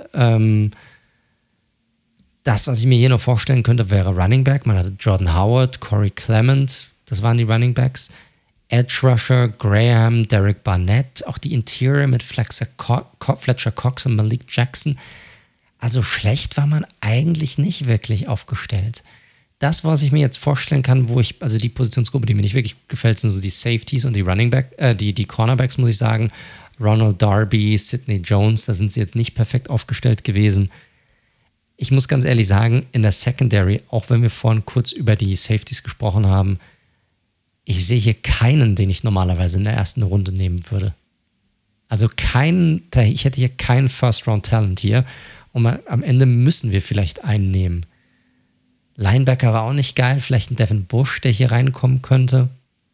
das, was ich mir hier noch vorstellen könnte, wäre Running Back. Man hatte Jordan Howard, Corey Clement, das waren die Running Backs. Edge Rusher, Graham, Derek Barnett, auch die Interior mit Fletcher Cox und Malik Jackson. Also schlecht war man eigentlich nicht wirklich aufgestellt. Das, was ich mir jetzt vorstellen kann, also die Positionsgruppe, die mir nicht wirklich gut gefällt, sind so die Safeties und die die Cornerbacks, muss ich sagen. Ronald Darby, Sidney Jones, da sind sie jetzt nicht perfekt aufgestellt gewesen. Ich muss ganz ehrlich sagen, in der Secondary, auch wenn wir vorhin kurz über die Safeties gesprochen haben, ich sehe hier keinen, den ich normalerweise in der ersten Runde nehmen würde. Also ich hätte hier keinen First-Round-Talent hier. Und am Ende müssen wir vielleicht einen nehmen. Linebacker war auch nicht geil. Vielleicht ein Devin Bush, der hier reinkommen könnte.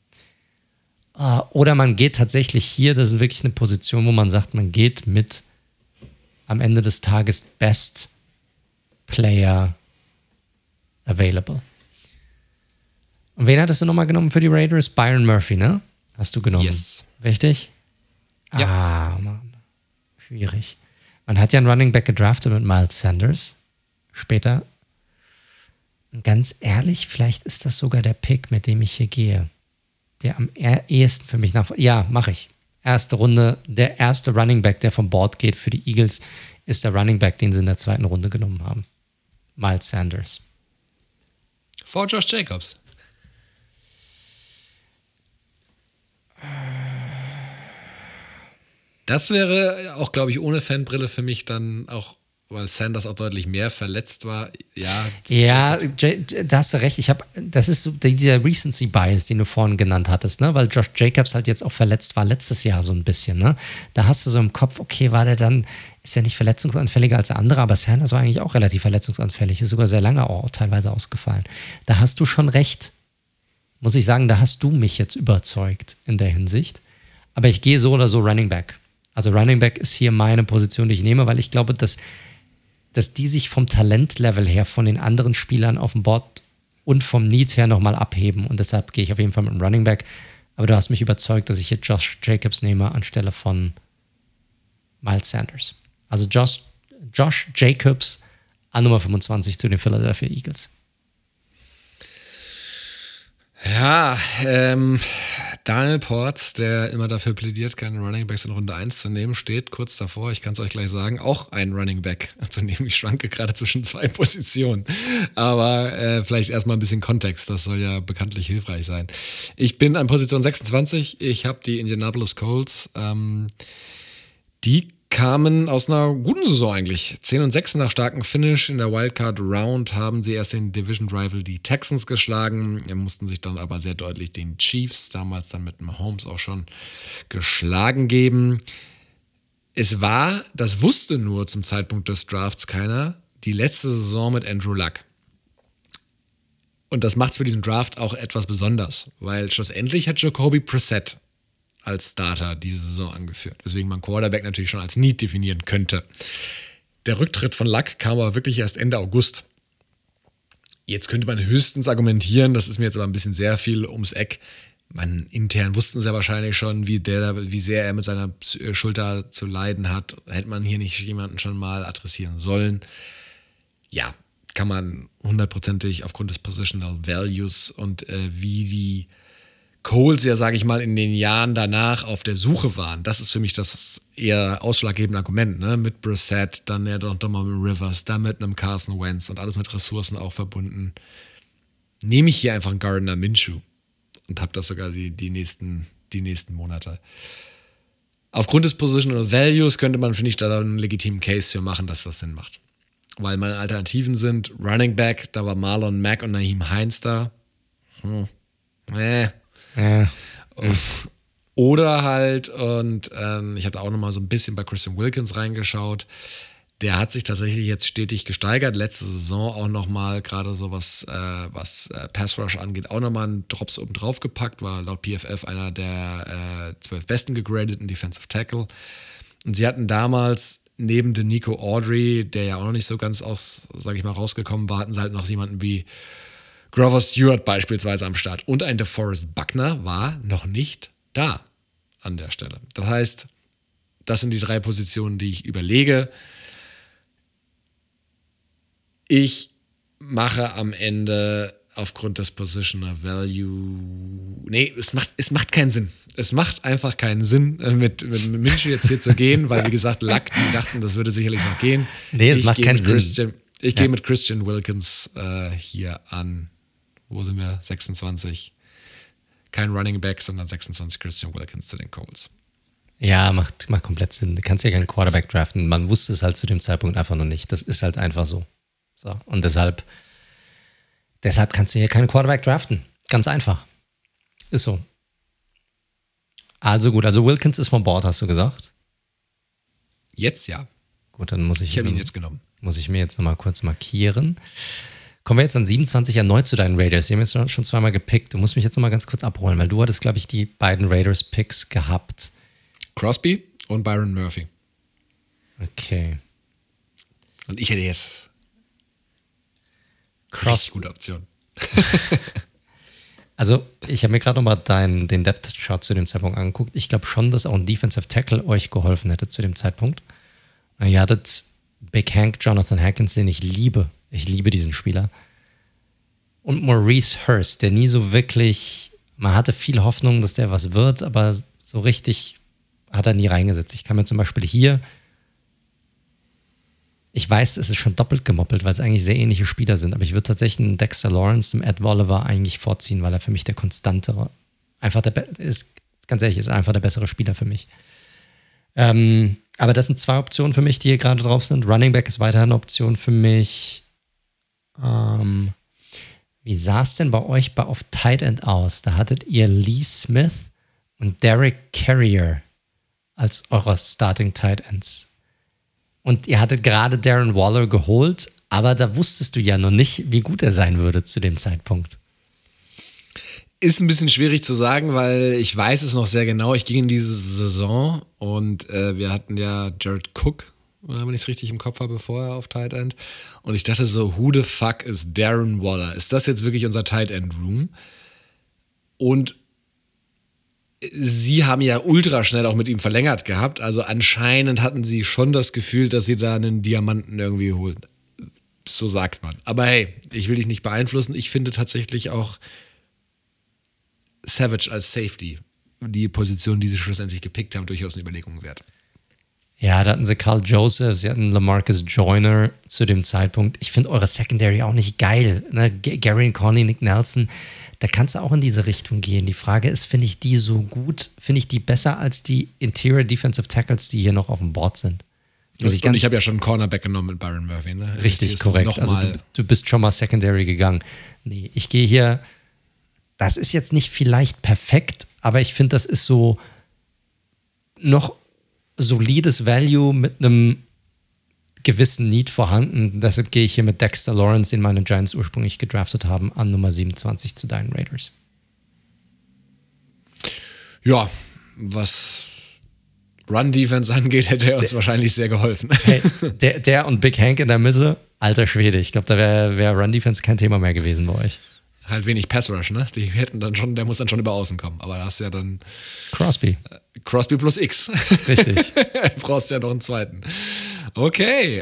Oder man geht tatsächlich hier, das ist wirklich eine Position, wo man sagt, man geht mit am Ende des Tages Best Player Available. Und wen hattest du nochmal genommen für die Raiders? Byron Murphy, ne? Hast du genommen? Yes. Richtig? Ja. Mann. Schwierig. Man hat ja einen Running Back gedraftet mit Miles Sanders. Später. Und ganz ehrlich, vielleicht ist das sogar der Pick, mit dem ich hier gehe. Der am ehesten für mich Ja, mache ich. Erste Runde. Der erste Running Back, der vom Board geht für die Eagles, ist der Running Back, den sie in der zweiten Runde genommen haben. Miles Sanders. Vor Josh Jacobs. Das wäre auch, glaube ich, ohne Fanbrille für mich dann auch, weil Sanders auch deutlich mehr verletzt war. Ja, da hast du recht. Das ist so dieser Recency Bias, den du vorhin genannt hattest, ne? Weil Josh Jacobs halt jetzt auch verletzt war letztes Jahr so ein bisschen. Ne? Da hast du so im Kopf, okay, ist er nicht verletzungsanfälliger als der andere, aber Sanders war eigentlich auch relativ verletzungsanfällig, ist sogar sehr lange auch teilweise ausgefallen. Da hast du schon recht. Muss ich sagen, da hast du mich jetzt überzeugt in der Hinsicht. Aber ich gehe so oder so Running Back. Also Running Back ist hier meine Position, die ich nehme, weil ich glaube, dass die sich vom Talentlevel her von den anderen Spielern auf dem Board und vom Need her nochmal abheben. Und deshalb gehe ich auf jeden Fall mit dem Running Back. Aber du hast mich überzeugt, dass ich hier Josh Jacobs nehme anstelle von Miles Sanders. Also Josh Jacobs an Nummer 25 zu den Philadelphia Eagles. Ja, Daniel Ports, der immer dafür plädiert, keine Running Backs in Runde 1 zu nehmen, steht kurz davor, ich kann es euch gleich sagen, auch ein Running Back zu nehmen. Ich schwanke gerade zwischen zwei Positionen. Aber vielleicht erstmal ein bisschen Kontext, das soll ja bekanntlich hilfreich sein. Ich bin an Position 26, ich habe die Indianapolis Colts. Die kamen aus einer guten Saison eigentlich. 10-6 nach starkem Finish in der Wildcard Round haben sie erst den Division Rival die Texans geschlagen, mussten sich dann aber sehr deutlich den Chiefs, damals dann mit Mahomes auch schon, geschlagen geben. Es war, das wusste nur zum Zeitpunkt des Drafts keiner, die letzte Saison mit Andrew Luck. Und das macht es für diesen Draft auch etwas besonders, weil schlussendlich hat Jacoby Brissett als Starter diese Saison angeführt, weswegen man Quarterback natürlich schon als Need definieren könnte. Der Rücktritt von Luck kam aber wirklich erst Ende August. Jetzt könnte man höchstens argumentieren, das ist mir jetzt aber ein bisschen sehr viel ums Eck. Intern wussten sie ja wahrscheinlich schon, wie sehr er mit seiner Schulter zu leiden hat. Hätte man hier nicht jemanden schon mal adressieren sollen? Ja, kann man hundertprozentig aufgrund des Positional Values und wie die Coles ja, sage ich mal, in den Jahren danach auf der Suche waren. Das ist für mich das eher ausschlaggebende Argument, ne? Mit Brissett, dann ja doch nochmal mit Rivers, dann mit einem Carson Wentz und alles mit Ressourcen auch verbunden. Nehme ich hier einfach einen Gardner Minshew und habe das sogar die nächsten Monate. Aufgrund des Positional Values könnte man, finde ich, da einen legitimen Case für machen, dass das Sinn macht. Weil meine Alternativen sind Running Back, da war Marlon Mack und Nyheim Hines da. Oder halt, und ich hatte auch nochmal so ein bisschen bei Christian Wilkins reingeschaut, der hat sich tatsächlich jetzt stetig gesteigert, letzte Saison auch nochmal, gerade so was Pass Rush angeht, auch nochmal einen Drops oben drauf gepackt, war laut PFF einer der 12 besten gegradeten Defensive Tackle. Und sie hatten damals neben den Nico Audrey, der ja auch noch nicht so ganz rausgekommen war, hatten sie halt noch jemanden wie Grover Stewart beispielsweise am Start. Und ein DeForest Buckner war noch nicht da. an der Stelle. Das heißt, das sind die 3 Positionen, die ich überlege. Ich mache am Ende aufgrund des Positional Value. Nee, es macht keinen Sinn. Es macht einfach keinen Sinn, mit Minshew jetzt hier zu gehen, weil, wie gesagt, Luck, die dachten, das würde sicherlich noch gehen. Nee, es macht keinen Sinn. Ich gehe mit Christian Wilkins hier an. Wo sind wir? 26. Kein Running Back, sondern 26 Christian Wilkins zu den Colts. Ja, macht komplett Sinn. Du kannst ja keinen Quarterback draften. Man wusste es halt zu dem Zeitpunkt einfach noch nicht. Das ist halt einfach so. Und deshalb kannst du hier keinen Quarterback draften. Ganz einfach. Ist so. Also gut, also Wilkins ist vom Board, hast du gesagt? Jetzt ja. Gut, dann muss ich habe ihn jetzt genommen. Muss ich mir jetzt nochmal kurz markieren. Kommen wir jetzt an 27 erneut zu deinen Raiders. Die haben jetzt schon zweimal gepickt. Du musst mich jetzt nochmal ganz kurz abholen, weil du hattest, glaube ich, die beiden Raiders-Picks gehabt. Crosby und Byron Murphy. Okay. Und ich hätte jetzt gute Option. Also, ich habe mir gerade nochmal den Depth-Chart zu dem Zeitpunkt angeguckt. Ich glaube schon, dass auch ein Defensive Tackle euch geholfen hätte zu dem Zeitpunkt. Ihr hattet Big Hank, Jonathan Hankins, den ich liebe. Ich liebe diesen Spieler. Und Maurice Hurst, der nie so wirklich, man hatte viel Hoffnung, dass der was wird, aber so richtig hat er nie reingesetzt. Ich kann mir zum Beispiel hier, ich weiß, es ist schon doppelt gemoppelt, weil es eigentlich sehr ähnliche Spieler sind, aber ich würde tatsächlich einen Dexter Lawrence, dem Ed Oliver eigentlich vorziehen, weil er für mich der konstantere, ganz ehrlich, ist einfach der bessere Spieler für mich. Aber das sind 2 Optionen für mich, die hier gerade drauf sind. Running Back ist weiterhin eine Option für mich. Wie sah es denn bei euch auf Tight End aus? Da hattet ihr Lee Smith und Derek Carrier als eure Starting Tight Ends. Und ihr hattet gerade Darren Waller geholt, aber da wusstest du ja noch nicht, wie gut er sein würde zu dem Zeitpunkt. Ist ein bisschen schwierig zu sagen, weil ich weiß es noch sehr genau. Ich ging in diese Saison und wir hatten ja Jared Cook, wenn ich es richtig im Kopf habe, vorher auf Tight End. Und ich dachte so, who the fuck ist Darren Waller? Ist das jetzt wirklich unser Tight End Room? Und sie haben ja ultra schnell auch mit ihm verlängert gehabt. Also anscheinend hatten sie schon das Gefühl, dass sie da einen Diamanten irgendwie holen. So sagt man. Aber hey, ich will dich nicht beeinflussen. Ich finde tatsächlich auch Savage als Safety, die Position, die sie schlussendlich gepickt haben, durchaus eine Überlegung wert. Ja, da hatten sie Carl Joseph, sie hatten LaMarcus Joyner zu dem Zeitpunkt. Ich finde eure Secondary auch nicht geil. Ne? Gary Conley, Nick Nelson, da kannst du auch in diese Richtung gehen. Die Frage ist, finde ich die so gut? Finde ich die besser als die Interior Defensive Tackles, die hier noch auf dem Board sind? Und ich habe ja schon einen Cornerback genommen mit Byron Murphy. Ne? Richtig, korrekt. Also du bist schon mal Secondary gegangen. Nee, ich gehe hier, das ist jetzt nicht vielleicht perfekt, aber ich finde, das ist so noch solides Value mit einem gewissen Need vorhanden. Deshalb gehe ich hier mit Dexter Lawrence, den meine Giants ursprünglich gedraftet haben, an Nummer 27 zu deinen Raiders. Ja, was Run-Defense angeht, hätte er uns wahrscheinlich sehr geholfen. Hey, der und Big Hank in der Mitte, alter Schwede. Ich glaube, da wäre Run-Defense kein Thema mehr gewesen bei euch. Halt wenig Pass-Rush, ne? Die hätten dann schon, der muss dann schon über außen kommen. Aber da hast du ja dann Crosby plus X. Richtig. Du brauchst ja noch einen zweiten. Okay.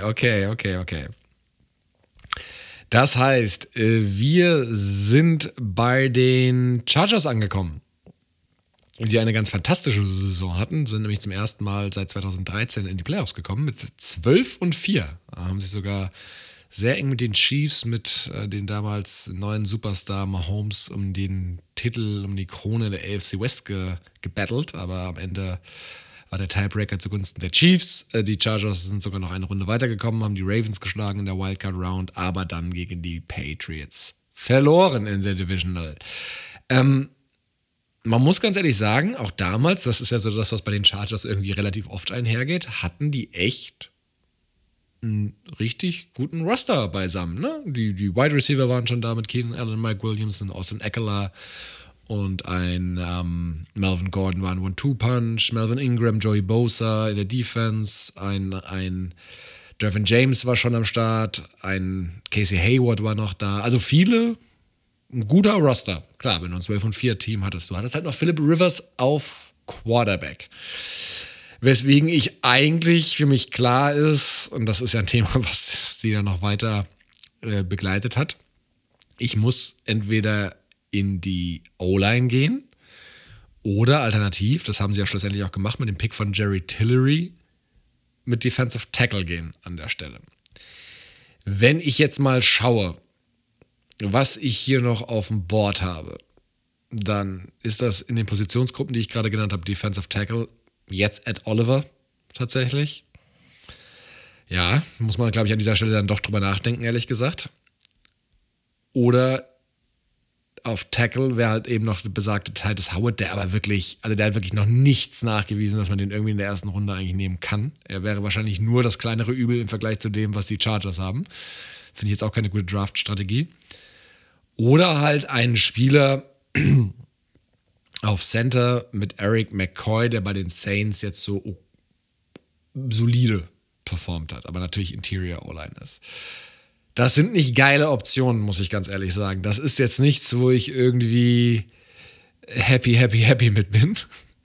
Das heißt, wir sind bei den Chargers angekommen, die eine ganz fantastische Saison hatten, sind nämlich zum ersten Mal seit 2013 in die Playoffs gekommen mit 12-4. Da haben sie sogar sehr eng mit den Chiefs, mit den damals neuen Superstar Mahomes um den Titel, um die Krone der AFC West gebattelt, aber am Ende war der Tiebreaker zugunsten der Chiefs. Die Chargers sind sogar noch eine Runde weitergekommen, haben die Ravens geschlagen in der Wildcard Round, aber dann gegen die Patriots verloren in der Divisional. Man muss ganz ehrlich sagen, auch damals, das ist ja so das, was bei den Chargers irgendwie relativ oft einhergeht, hatten die echt einen richtig guten Roster beisammen. Ne? Die Wide Receiver waren schon da mit Keenan Allen, Mike Williams und Austin Eckler und ein Melvin Gordon war ein One-Two-Punch, Melvin Ingram, Joey Bosa in der Defense, ein Dervin James war schon am Start, ein Casey Hayward war noch da. Also ein guter Roster. Klar, wenn du ein 12-4 Team hattest. Du hattest halt noch Phillip Rivers auf Quarterback. Weswegen ich eigentlich für mich klar ist, und das ist ja ein Thema, was sie dann noch weiter begleitet hat, ich muss entweder in die O-Line gehen oder alternativ, das haben sie ja schlussendlich auch gemacht, mit dem Pick von Jerry Tillery mit Defensive Tackle gehen an der Stelle. Wenn ich jetzt mal schaue, was ich hier noch auf dem Board habe, dann ist das in den Positionsgruppen, die ich gerade genannt habe, Defensive Tackle, jetzt Ed Oliver tatsächlich. Ja, muss man, glaube ich, an dieser Stelle dann doch drüber nachdenken, ehrlich gesagt. Oder auf Tackle wäre halt eben noch der besagte Titus Howard, der aber wirklich, also der hat wirklich noch nichts nachgewiesen, dass man den irgendwie in der ersten Runde eigentlich nehmen kann. Er wäre wahrscheinlich nur das kleinere Übel im Vergleich zu dem, was die Chargers haben. Finde ich jetzt auch keine gute Draft-Strategie. Oder halt einen Spieler auf Center mit Eric McCoy, der bei den Saints jetzt so solide performt hat, aber natürlich Interior O-Line ist. Das sind nicht geile Optionen, muss ich ganz ehrlich sagen. Das ist jetzt nichts, wo ich irgendwie happy mit bin.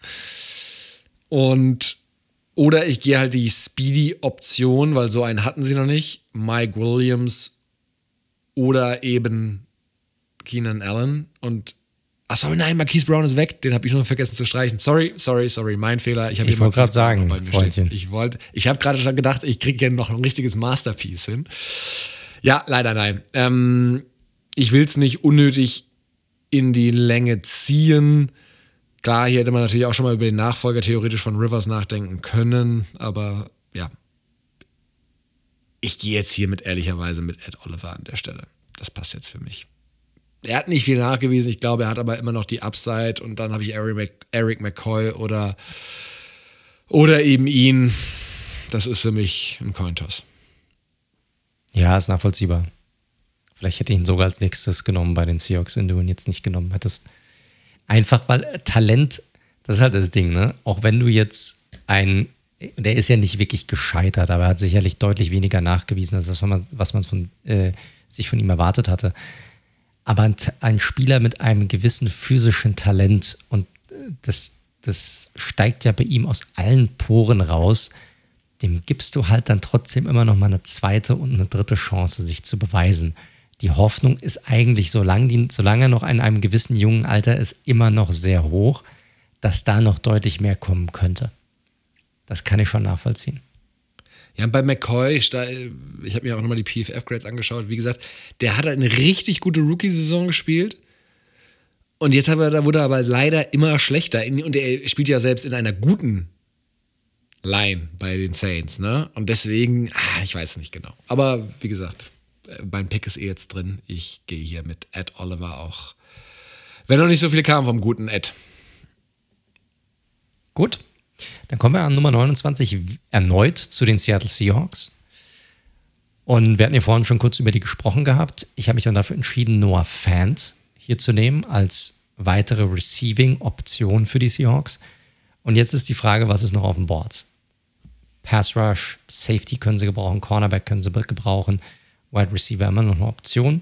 Oder ich gehe halt die Speedy-Option, weil so einen hatten sie noch nicht. Mike Williams oder eben Keenan Allen. Und nein, Marquise Brown ist weg. Den habe ich nur vergessen zu streichen. Sorry, mein Fehler. Ich wollte gerade sagen, Freundchen. Ich habe gerade schon gedacht, ich kriege ja noch ein richtiges Masterpiece hin. Ja, leider nein. Ich will es nicht unnötig in die Länge ziehen. Klar, hier hätte man natürlich auch schon mal über den Nachfolger theoretisch von Rivers nachdenken können, aber ja. Ich gehe jetzt hier ehrlicherweise mit Ed Oliver an der Stelle. Das passt jetzt für mich. Er hat nicht viel nachgewiesen, ich glaube, er hat aber immer noch die Upside und dann habe ich Eric McCoy oder eben ihn. Das ist für mich ein Cointoss. Ja, ist nachvollziehbar. Vielleicht hätte ich ihn sogar als nächstes genommen bei den Seahawks, wenn du ihn jetzt nicht genommen hättest. Einfach, weil Talent, das ist halt das Ding, ne? Auch wenn du jetzt der ist ja nicht wirklich gescheitert, aber er hat sicherlich deutlich weniger nachgewiesen, als das, was man sich von ihm erwartet hatte. Aber ein Spieler mit einem gewissen physischen Talent, und das steigt ja bei ihm aus allen Poren raus, dem gibst du halt dann trotzdem immer noch mal eine zweite und eine dritte Chance, sich zu beweisen. Die Hoffnung ist eigentlich, solange er noch in einem gewissen jungen Alter ist, immer noch sehr hoch, dass da noch deutlich mehr kommen könnte. Das kann ich schon nachvollziehen. Ja, und bei McCoy, ich habe mir auch nochmal die PFF-Grades angeschaut, wie gesagt, der hat eine richtig gute Rookie-Saison gespielt und jetzt wurde er aber leider immer schlechter und er spielt ja selbst in einer guten Line bei den Saints, ne? Und deswegen, ich weiß nicht genau. Aber wie gesagt, mein Pick ist jetzt drin. Ich gehe hier mit Ed Oliver auch. Wenn noch nicht so viel kam vom guten Ed. Gut, dann kommen wir an Nummer 29 erneut zu den Seattle Seahawks. Und wir hatten ja vorhin schon kurz über die gesprochen gehabt. Ich habe mich dann dafür entschieden, Noah Fant hier zu nehmen als weitere Receiving-Option für die Seahawks. Und jetzt ist die Frage, was ist noch auf dem Board? Pass Rush, Safety können sie gebrauchen, Cornerback können sie gebrauchen, Wide Receiver immer noch eine Option.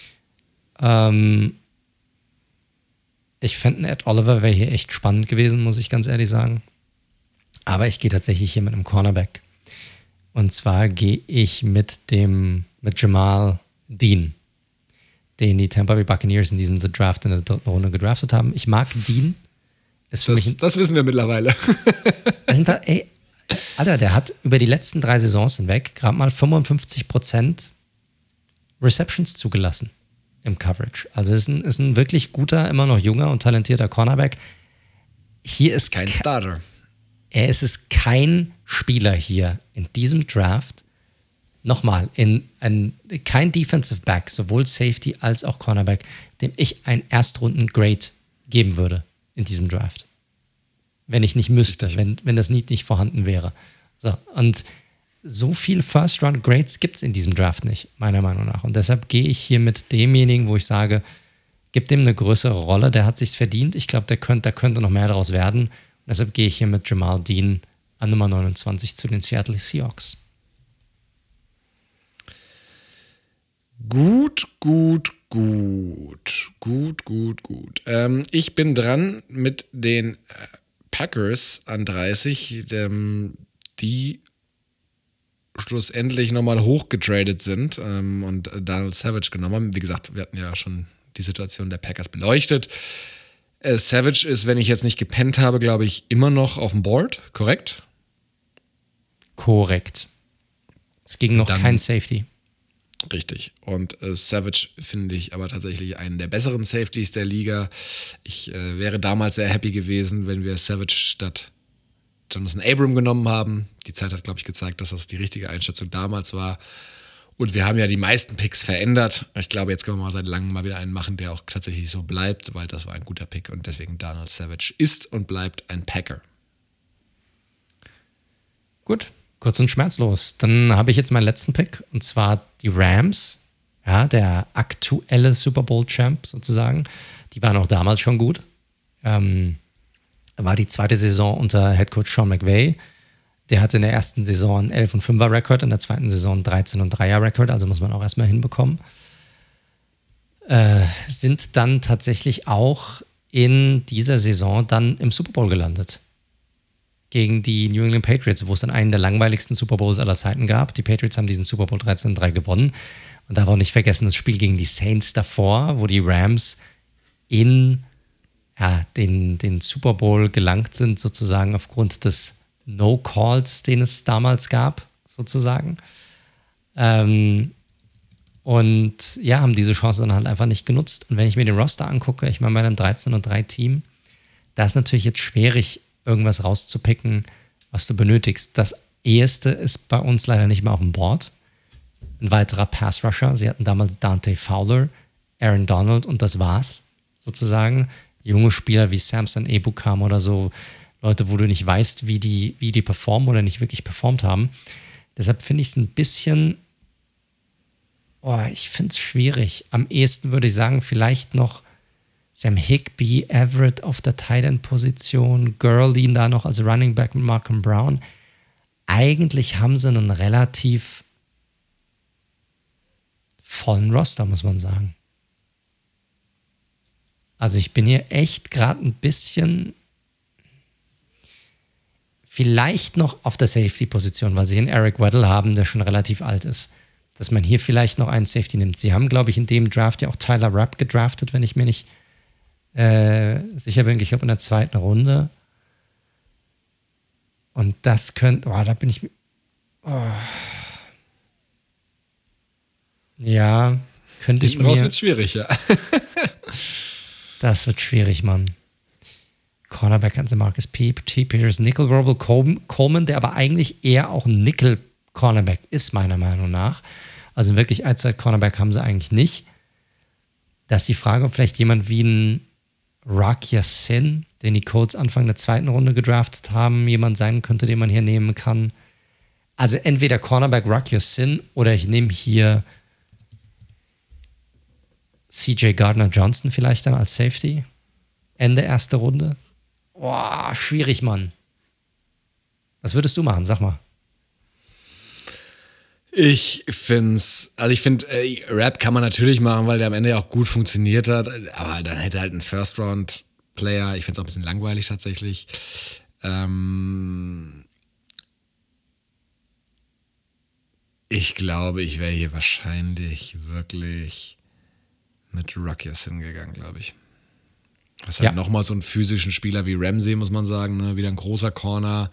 Ich fände, Ed Oliver wäre hier echt spannend gewesen, muss ich ganz ehrlich sagen. Aber ich gehe tatsächlich hier mit einem Cornerback. Und zwar gehe ich mit Jamal Dean, den die Tampa Bay Buccaneers in diesem Draft in der dritten Runde gedraftet haben. Ich mag Dean. Das wissen wir mittlerweile. Alter, der hat über die letzten 3 Saisons hinweg gerade mal 55% Receptions zugelassen im Coverage. Also ist ein wirklich guter, immer noch junger und talentierter Cornerback. Hier ist kein Starter. Es ist kein Spieler hier in diesem Draft, nochmal, kein Defensive Back, sowohl Safety als auch Cornerback, dem ich ein Erstrunden-Grade geben würde in diesem Draft. Wenn ich nicht müsste, wenn das Need nicht vorhanden wäre. So, und so viel First-Round-Grades gibt es in diesem Draft nicht, meiner Meinung nach. Und deshalb gehe ich hier mit demjenigen, wo ich sage, gib dem eine größere Rolle, der hat sich's verdient. Ich glaube, da könnte noch mehr daraus werden. Und deshalb gehe ich hier mit Jamal Dean an Nummer 29 zu den Seattle Seahawks. Gut. Ich bin dran mit den Packers an 30, die schlussendlich nochmal hochgetradet sind und Donald Savage genommen haben. Wie gesagt, wir hatten ja schon die Situation der Packers beleuchtet. Savage ist, wenn ich jetzt nicht gepennt habe, glaube ich, immer noch auf dem Board, korrekt? Korrekt. Es ging noch kein Safety. Richtig. Und Savage finde ich aber tatsächlich einen der besseren Safeties der Liga. Ich wäre damals sehr happy gewesen, wenn wir Savage statt Jonathan Abram genommen haben. Die Zeit hat, glaube ich, gezeigt, dass das die richtige Einschätzung damals war. Und wir haben ja die meisten Picks verändert. Ich glaube, jetzt können wir mal seit langem mal wieder einen machen, der auch tatsächlich so bleibt, weil das war ein guter Pick und deswegen Donald Savage ist und bleibt ein Packer. Gut, kurz und schmerzlos. Dann habe ich jetzt meinen letzten Pick und zwar die Rams. Ja, der aktuelle Super Bowl-Champ sozusagen. Die waren auch damals schon gut. War die zweite Saison unter Headcoach Sean McVay. Der hatte in der ersten Saison einen 11-5er Rekord, in der zweiten Saison einen 13-3er Rekord, also muss man auch erstmal hinbekommen. Sind dann tatsächlich auch in dieser Saison dann im Super Bowl gelandet. Gegen die New England Patriots, wo es dann einen der langweiligsten Super Bowls aller Zeiten gab. Die Patriots haben diesen Super Bowl 13-3 gewonnen. Und darf auch nicht vergessen, das Spiel gegen die Saints davor, wo die Rams in den Super Bowl gelangt sind, sozusagen aufgrund des No-Calls, den es damals gab, sozusagen. Und ja, haben diese Chance dann halt einfach nicht genutzt. Und wenn ich mir den Roster angucke, ich meine, bei einem 13-3-Team, da ist natürlich jetzt schwierig, irgendwas rauszupicken, was du benötigst. Das Eheste ist bei uns leider nicht mehr auf dem Board. Ein weiterer Pass-Rusher. Sie hatten damals Dante Fowler, Aaron Donald und das war's, sozusagen. Junge Spieler wie Samson Ebukam oder so, Leute, wo du nicht weißt, wie die performen oder nicht wirklich performt haben. Deshalb finde ich es ein bisschen, ich finde es schwierig. Am ehesten würde ich sagen, vielleicht noch Sam Higbee, Everett auf der Tight End Position, Gurley da noch als Running Back mit Malcolm Brown. Eigentlich haben sie einen relativ vollen Roster, muss man sagen. Also ich bin hier echt gerade ein bisschen vielleicht noch auf der Safety-Position, weil sie einen Eric Weddle haben, der schon relativ alt ist. Dass man hier vielleicht noch einen Safety nimmt. Sie haben, glaube ich, in dem Draft ja auch Tyler Rapp gedraftet, wenn ich mir nicht sicher bin. Ich glaube, in der zweiten Runde. Und das könnte, da bin ich, ja, könnte ich mir. Raus wird schwierig, ja. Das wird schwierig, Mann. Cornerback an Marcus Peters, Nickel Robert Coleman, der aber eigentlich eher auch ein Nickel-Cornerback ist, meiner Meinung nach. Also wirklich Outside-Cornerback haben sie eigentlich nicht. Da ist die Frage, ob vielleicht jemand wie ein Rock Yassin, den die Colts Anfang der zweiten Runde gedraftet haben, jemand sein könnte, den man hier nehmen kann. Also entweder Cornerback Rock Yassin oder ich nehme hier CJ Gardner-Johnson vielleicht dann als Safety. Ende erste Runde. Schwierig, Mann. Was würdest du machen? Sag mal. Ich finde, Rap kann man natürlich machen, weil der am Ende ja auch gut funktioniert hat, aber dann hätte halt ein First-Round-Player, ich finde es auch ein bisschen langweilig tatsächlich. Ich glaube, ich wäre hier wahrscheinlich wirklich mit Ruckus hingegangen, glaube ich. Das ist halt nochmal so einen physischen Spieler wie Ramsey, muss man sagen, ne? Wieder ein großer Corner.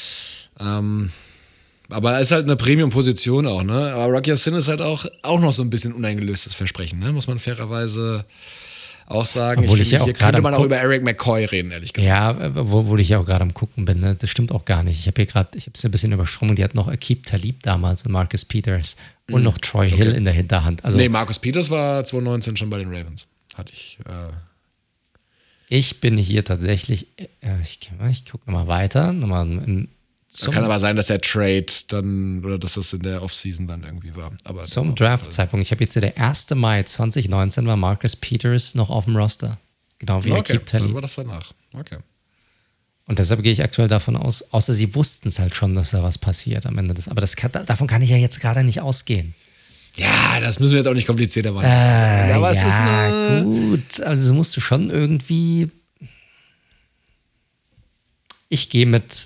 Aber er ist halt eine Premium-Position auch, ne? Aber Rock Ya-Sin ist halt auch noch so ein bisschen uneingelöstes Versprechen, ne? Muss man fairerweise auch sagen. Obwohl ich ja auch hier könnte man auch über Eric McCoy reden, ehrlich gesagt. Ja, obwohl ich ja auch gerade am Gucken bin, ne? Das stimmt auch gar nicht. Ich habe es ein bisschen übersprungen. Die hat noch Aqib Talib damals und Marcus Peters und noch Troy Hill in der Hinterhand. Also, Marcus Peters war 2019 schon bei den Ravens. Hatte ich. Ich bin hier tatsächlich, ich gucke nochmal weiter, Kann aber sein, dass der Trade dann, oder dass das in der Offseason dann irgendwie war. Aber zum Draft-Zeitpunkt. Ich habe jetzt der 1. Mai 2019 war Marcus Peters noch auf dem Roster. Genau wie Aqib Talib. Dann war das danach. Okay. Und deshalb gehe ich aktuell davon aus, außer sie wussten es halt schon, dass da was passiert am Ende des. Aber davon kann ich ja jetzt gerade nicht ausgehen. Ja, das müssen wir jetzt auch nicht komplizierter machen. Aber es ist gut. Also musst du schon irgendwie. Ich gehe mit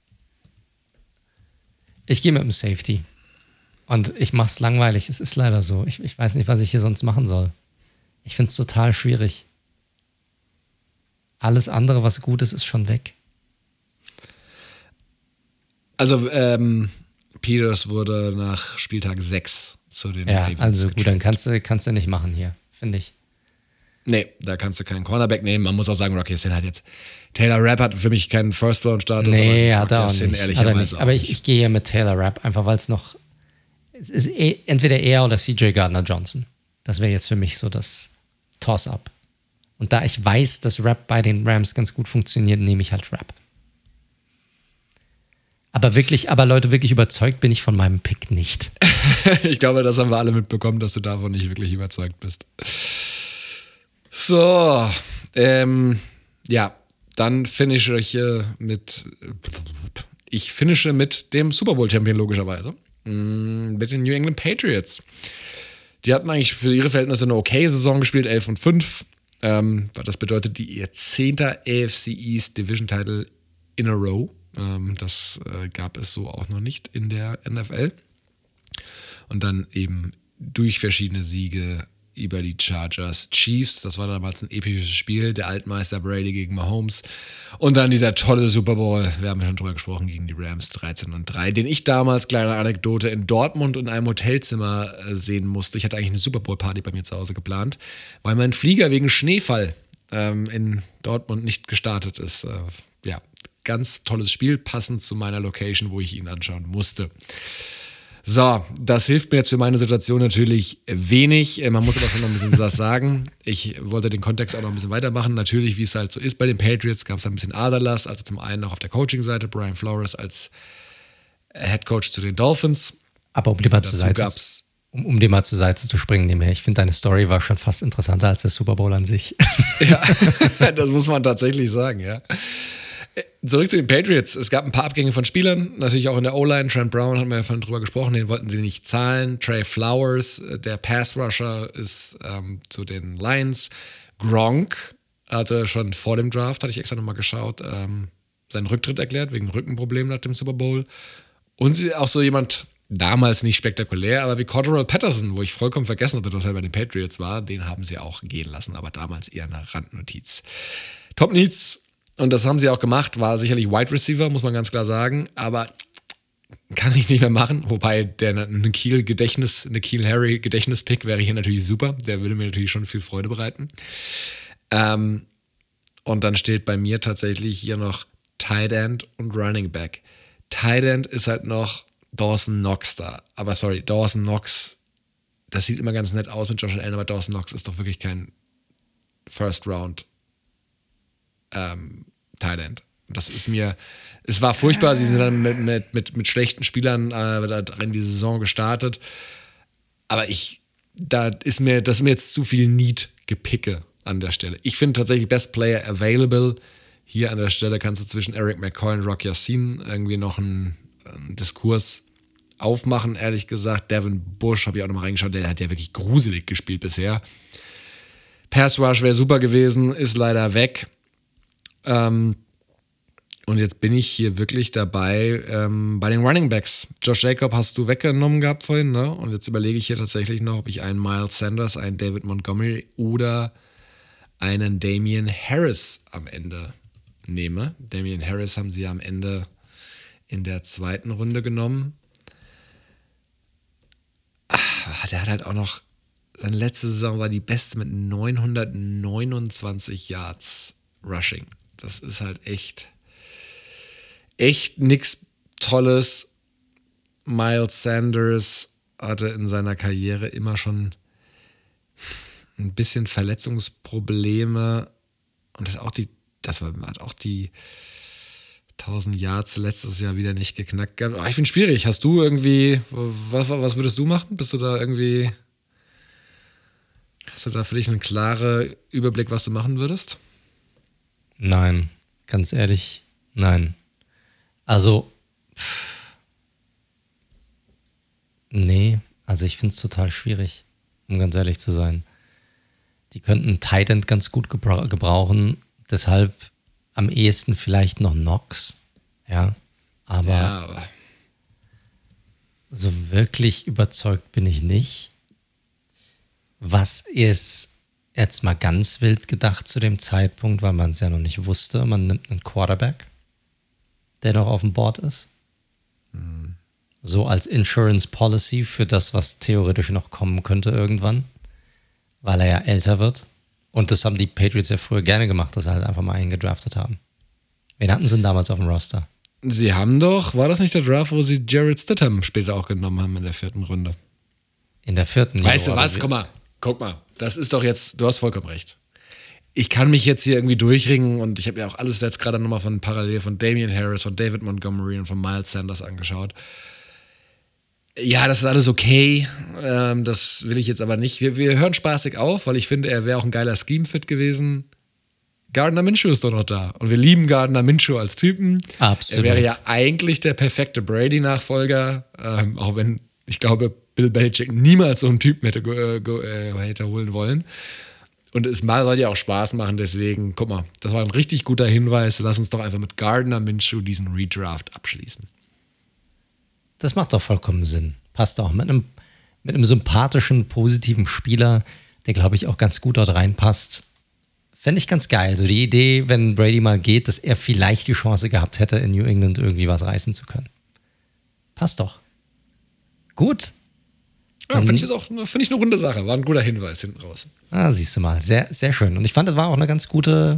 dem Safety. Und ich mache es langweilig. Es ist leider so. Ich weiß nicht, was ich hier sonst machen soll. Ich finde es total schwierig. Alles andere, was gut ist, ist schon weg. Also, Peters wurde nach Spieltag 6 zu den Ravens also gut, dann kannst du nicht machen hier, finde ich. Nee, da kannst du keinen Cornerback nehmen. Man muss auch sagen, Rocky Sin hat jetzt. Taylor Rapp hat für mich keinen First-Round-Status. Nee, hat er auch nicht. Aber ich gehe hier mit Taylor Rapp, einfach weil es noch. Es ist entweder er oder CJ Gardner-Johnson. Das wäre jetzt für mich so das Toss-Up. Und da ich weiß, dass Rapp bei den Rams ganz gut funktioniert, nehme ich halt Rapp. Aber Leute, wirklich überzeugt bin ich von meinem Pick nicht. Ich glaube, das haben wir alle mitbekommen, dass du davon nicht wirklich überzeugt bist. So, ja, dann finische ich mit dem Super Bowl Champion logischerweise, mit den New England Patriots. Die hatten eigentlich für ihre Verhältnisse eine okay Saison gespielt, 11-5. Das bedeutet ihr 10. AFC East Division Title in a row. Das gab es so auch noch nicht in der NFL. Und dann eben durch verschiedene Siege über die Chargers Chiefs. Das war damals ein episches Spiel. Der Altmeister Brady gegen Mahomes. Und dann dieser tolle Super Bowl, wir haben schon drüber gesprochen, gegen die Rams 13-3, den ich damals, kleine Anekdote, in Dortmund in einem Hotelzimmer sehen musste. Ich hatte eigentlich eine Super Bowl Party bei mir zu Hause geplant, weil mein Flieger wegen Schneefall in Dortmund nicht gestartet ist. Ja, ganz tolles Spiel, passend zu meiner Location, wo ich ihn anschauen musste. So, das hilft mir jetzt für meine Situation natürlich wenig. Man muss aber schon noch ein bisschen was sagen. Ich wollte den Kontext auch noch ein bisschen weitermachen. Natürlich, wie es halt so ist bei den Patriots, gab es ein bisschen Aderlass. Also zum einen noch auf der Coaching-Seite, Brian Flores als Head Coach zu den Dolphins. Aber um dir mal zur Seite zu springen, ich finde, deine Story war schon fast interessanter als der Super Bowl an sich. Ja, das muss man tatsächlich sagen, ja. Zurück zu den Patriots. Es gab ein paar Abgänge von Spielern, natürlich auch in der O-Line. Trent Brown, haben wir ja vorhin drüber gesprochen, den wollten sie nicht zahlen. Trey Flowers, der Pass-Rusher, ist zu den Lions. Gronk hatte schon vor dem Draft, hatte ich extra nochmal geschaut, seinen Rücktritt erklärt, wegen Rückenproblemen nach dem Super Bowl. Und auch so jemand, damals nicht spektakulär, aber wie Cordero Patterson, wo ich vollkommen vergessen hatte, dass er bei den Patriots war, den haben sie auch gehen lassen, aber damals eher eine Randnotiz. Top Needs. Und das haben sie auch gemacht, war sicherlich Wide Receiver, muss man ganz klar sagen, aber kann ich nicht mehr machen. Wobei der N'Keal Harry Gedächtnis-Pick wäre hier natürlich super. Der würde mir natürlich schon viel Freude bereiten. Und dann steht bei mir tatsächlich hier noch Tight End und Running Back. Tight End ist halt noch Dawson Knox da. Aber sorry, Dawson Knox, das sieht immer ganz nett aus mit Josh Allen, aber Dawson Knox ist doch wirklich kein First Round Tight End. Das ist mir, es war furchtbar, sie sind dann mit schlechten Spielern in die Saison gestartet, aber das ist mir jetzt zu viel Need-Gepicke an der Stelle. Ich finde tatsächlich Best Player Available. Hier an der Stelle kannst du zwischen Eric McCoy und Rock Ya-Sin irgendwie noch einen Diskurs aufmachen, ehrlich gesagt. Devin Bush, habe ich auch noch mal reingeschaut, der hat ja wirklich gruselig gespielt bisher. Pass Rush wäre super gewesen, ist leider weg. Und jetzt bin ich hier wirklich dabei bei den Running Backs. Josh Jacob hast du weggenommen gehabt vorhin, ne? Und jetzt überlege ich hier tatsächlich noch, ob ich einen Miles Sanders, einen David Montgomery oder einen Damian Harris am Ende nehme. Damian Harris haben sie ja am Ende in der 2. Runde genommen. Der hat halt auch noch, seine letzte Saison war die beste mit 929 Yards Rushing. Das ist halt echt nichts Tolles. Miles Sanders hatte in seiner Karriere immer schon ein bisschen Verletzungsprobleme und hat auch die 1000 Yards letztes Jahr wieder nicht geknackt gehabt. Ich finde es schwierig. Hast du irgendwie, was würdest du machen? Hast du da für dich einen klaren Überblick, was du machen würdest? Nein, ganz ehrlich, nein. Also, nee, also ich finde es total schwierig, um ganz ehrlich zu sein. Die könnten Tight End ganz gut gebrauchen, deshalb am ehesten vielleicht noch Knox. Ja, aber so wirklich überzeugt bin ich nicht. Was ist jetzt mal ganz wild gedacht zu dem Zeitpunkt, weil man es ja noch nicht wusste, man nimmt einen Quarterback, der noch auf dem Board ist. So als Insurance Policy für das, was theoretisch noch kommen könnte irgendwann, weil er ja älter wird. Und das haben die Patriots ja früher gerne gemacht, dass sie halt einfach mal einen gedraftet haben. Wen hatten sie denn damals auf dem Roster? Sie haben doch, war das nicht der Draft, wo sie Jarrett Stidham später auch genommen haben in der 4. Runde? In der 4. Weißt du was? Guck mal. Das ist doch jetzt, du hast vollkommen recht. Ich kann mich jetzt hier irgendwie durchringen und ich habe ja auch alles jetzt gerade nochmal parallel von Damian Harris, von David Montgomery und von Miles Sanders angeschaut. Ja, das ist alles okay. Das will ich jetzt aber nicht. Wir hören spaßig auf, weil ich finde, er wäre auch ein geiler Scheme-Fit gewesen. Gardner Minshew ist doch noch da. Und wir lieben Gardner Minshew als Typen. Absolut. Er wäre ja eigentlich der perfekte Brady-Nachfolger. Auch wenn, ich glaube, Bill Belichick niemals so einen Typen hätte holen wollen. Und es soll ja auch Spaß machen. Deswegen, guck mal, das war ein richtig guter Hinweis. Lass uns doch einfach mit Gardner Minshew diesen Redraft abschließen. Das macht doch vollkommen Sinn. Passt auch mit einem sympathischen, positiven Spieler, der, glaube ich, auch ganz gut dort reinpasst. Fände ich ganz geil. So die Idee, wenn Brady mal geht, dass er vielleicht die Chance gehabt hätte, in New England irgendwie was reißen zu können. Passt doch. Gut. Ja, finde ich eine runde Sache. War ein guter Hinweis hinten raus. Siehst du mal. Sehr, sehr schön. Und ich fand, das war auch eine ganz gute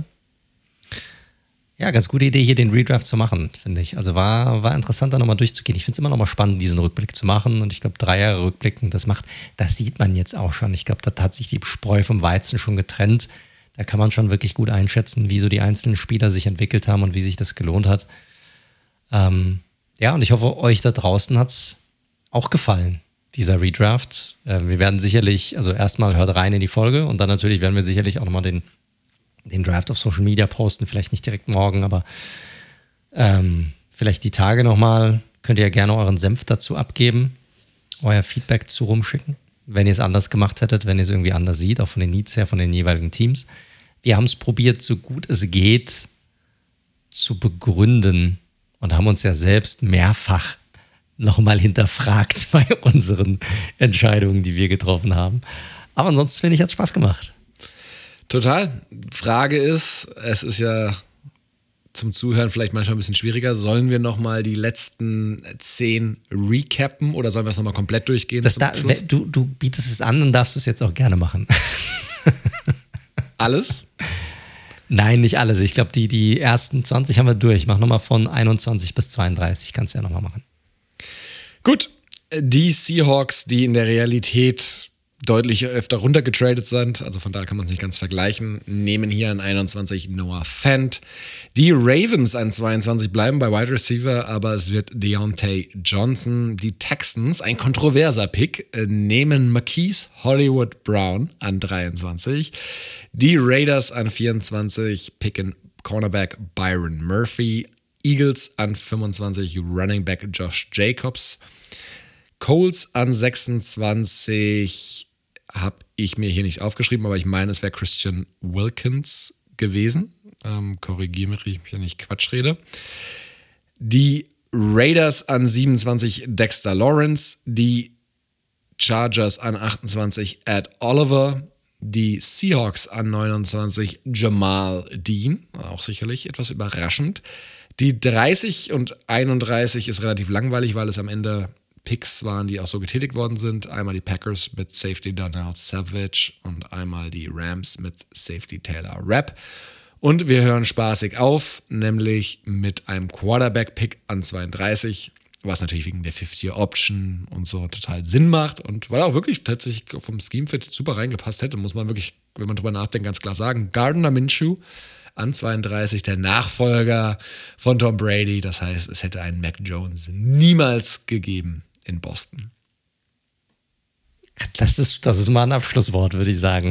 Idee, hier den Redraft zu machen, finde ich. Also war interessant, da nochmal durchzugehen. Ich finde es immer nochmal spannend, diesen Rückblick zu machen. Und ich glaube, 3 Jahre Rückblicken, das sieht man jetzt auch schon. Ich glaube, da hat sich die Spreu vom Weizen schon getrennt. Da kann man schon wirklich gut einschätzen, wie so die einzelnen Spieler sich entwickelt haben und wie sich das gelohnt hat. Und ich hoffe, euch da draußen hat es auch gefallen, dieser Redraft. Wir werden sicherlich, also erstmal hört rein in die Folge und dann natürlich werden wir sicherlich auch nochmal den Draft auf Social Media posten. Vielleicht nicht direkt morgen, aber vielleicht die Tage nochmal. Könnt ihr ja gerne euren Senf dazu abgeben, euer Feedback zu rumschicken, wenn ihr es anders gemacht hättet, wenn ihr es irgendwie anders seht, auch von den Needs her, von den jeweiligen Teams. Wir haben es probiert, so gut es geht, zu begründen und haben uns ja selbst mehrfach nochmal hinterfragt bei unseren Entscheidungen, die wir getroffen haben. Aber ansonsten finde ich, hat es Spaß gemacht. Total. Frage ist, es ist ja zum Zuhören vielleicht manchmal ein bisschen schwieriger. Sollen wir nochmal die letzten 10 recappen oder sollen wir es nochmal komplett durchgehen? Du bietest es an und darfst es jetzt auch gerne machen. Alles? Nein, nicht alles. Ich glaube, die ersten 20 haben wir durch. Mach nochmal von 21 bis 32. Kannst du ja nochmal machen. Gut. Die Seahawks, die in der Realität deutlich öfter runtergetradet sind, also von daher kann man es nicht ganz vergleichen, nehmen hier an 21 Noah Fant. Die Ravens an 22 bleiben bei Wide Receiver, aber es wird Deontay Johnson. Die Texans, ein kontroverser Pick, nehmen Marquise Hollywood Brown an 23. Die Raiders an 24 picken Cornerback Byron Murphy. Eagles an 25 Running Back Josh Jacobs. Colts an 26 habe ich mir hier nicht aufgeschrieben, aber ich meine, es wäre Christian Wilkins gewesen. Korrigiere mich, wenn ich Quatsch rede. Die Raiders an 27 Dexter Lawrence. Die Chargers an 28 Ed Oliver. Die Seahawks an 29 Jamal Dean. Auch sicherlich etwas überraschend. Die 30 und 31 ist relativ langweilig, weil es am Ende Picks waren, die auch so getätigt worden sind. Einmal die Packers mit Safety Darnell Savage und einmal die Rams mit Safety Taylor Rapp. Und wir hören spaßig auf, nämlich mit einem Quarterback-Pick an 32, was natürlich wegen der 50-Year-Option und so total Sinn macht und weil er auch wirklich tatsächlich vom Scheme-Fit super reingepasst hätte, muss man wirklich, wenn man drüber nachdenkt, ganz klar sagen. Gardner Minshew an 32, der Nachfolger von Tom Brady. Das heißt, es hätte einen Mac Jones niemals gegeben in Boston. Das ist mal ein Abschlusswort, würde ich sagen.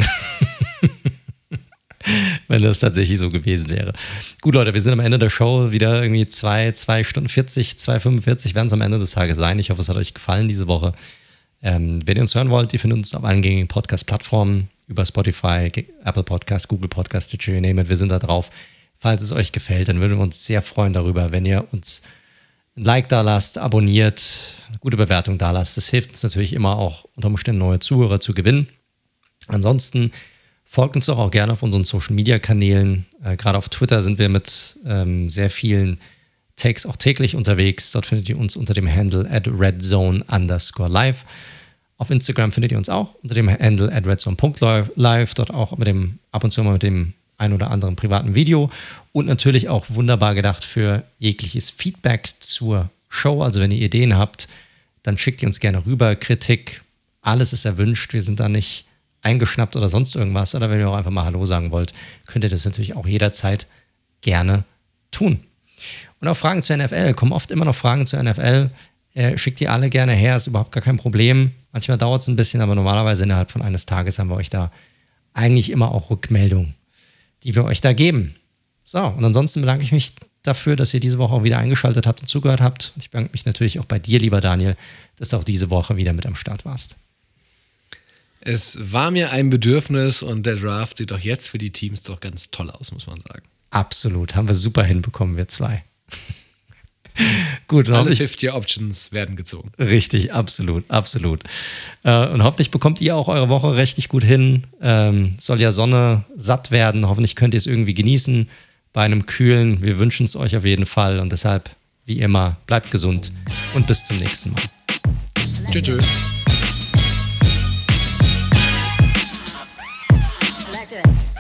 Wenn das tatsächlich so gewesen wäre. Gut, Leute, wir sind am Ende der Show. Wieder irgendwie 2 Stunden 40, 2,45 werden es am Ende des Tages sein. Ich hoffe, es hat euch gefallen diese Woche. Wenn ihr uns hören wollt, ihr findet uns auf allen gängigen Podcast-Plattformen, über Spotify, Apple Podcast, Google Podcast, Stitcher, you name it. Wir sind da drauf. falls es euch gefällt, dann würden wir uns sehr freuen darüber, wenn ihr uns ein Like da lasst, abonniert, eine gute Bewertung da lasst. Das hilft uns natürlich immer auch unter Umständen neue Zuhörer zu gewinnen. Ansonsten folgt uns doch auch gerne auf unseren Social-Media-Kanälen. Gerade auf Twitter sind wir mit sehr vielen Takes auch täglich unterwegs. Dort findet ihr uns unter dem Handle @redzone_live. Auf Instagram findet ihr uns auch unter dem Handle @redzone.live. Dort auch ab und zu mal mit dem ein oder anderen privaten Video. Und natürlich auch wunderbar gedacht für jegliches Feedback zur Show. Also wenn ihr Ideen habt, dann schickt ihr uns gerne rüber. Kritik, alles ist erwünscht. Wir sind da nicht eingeschnappt oder sonst irgendwas. Oder wenn ihr auch einfach mal Hallo sagen wollt, könnt ihr das natürlich auch jederzeit gerne tun. Und auch Fragen zur NFL. Kommen oft immer noch Fragen zur NFL. Schickt die alle gerne her, ist überhaupt gar kein Problem. Manchmal dauert es ein bisschen, aber normalerweise innerhalb von eines Tages haben wir euch da eigentlich immer auch Rückmeldungen, die wir euch da geben. So, und ansonsten bedanke ich mich dafür, dass ihr diese Woche auch wieder eingeschaltet habt und zugehört habt. Ich bedanke mich natürlich auch bei dir, lieber Daniel, dass du auch diese Woche wieder mit am Start warst. Es war mir ein Bedürfnis und der Draft sieht doch jetzt für die Teams doch ganz toll aus, muss man sagen. Absolut, haben wir super hinbekommen, wir zwei. Gut, alle 50 Options werden gezogen. Richtig, absolut. Und hoffentlich bekommt ihr auch eure Woche richtig gut hin. Soll ja Sonne satt werden. Hoffentlich könnt ihr es irgendwie genießen bei einem Kühlen. Wir wünschen es euch auf jeden Fall. Und deshalb, wie immer, bleibt gesund und bis zum nächsten Mal. Tschüss.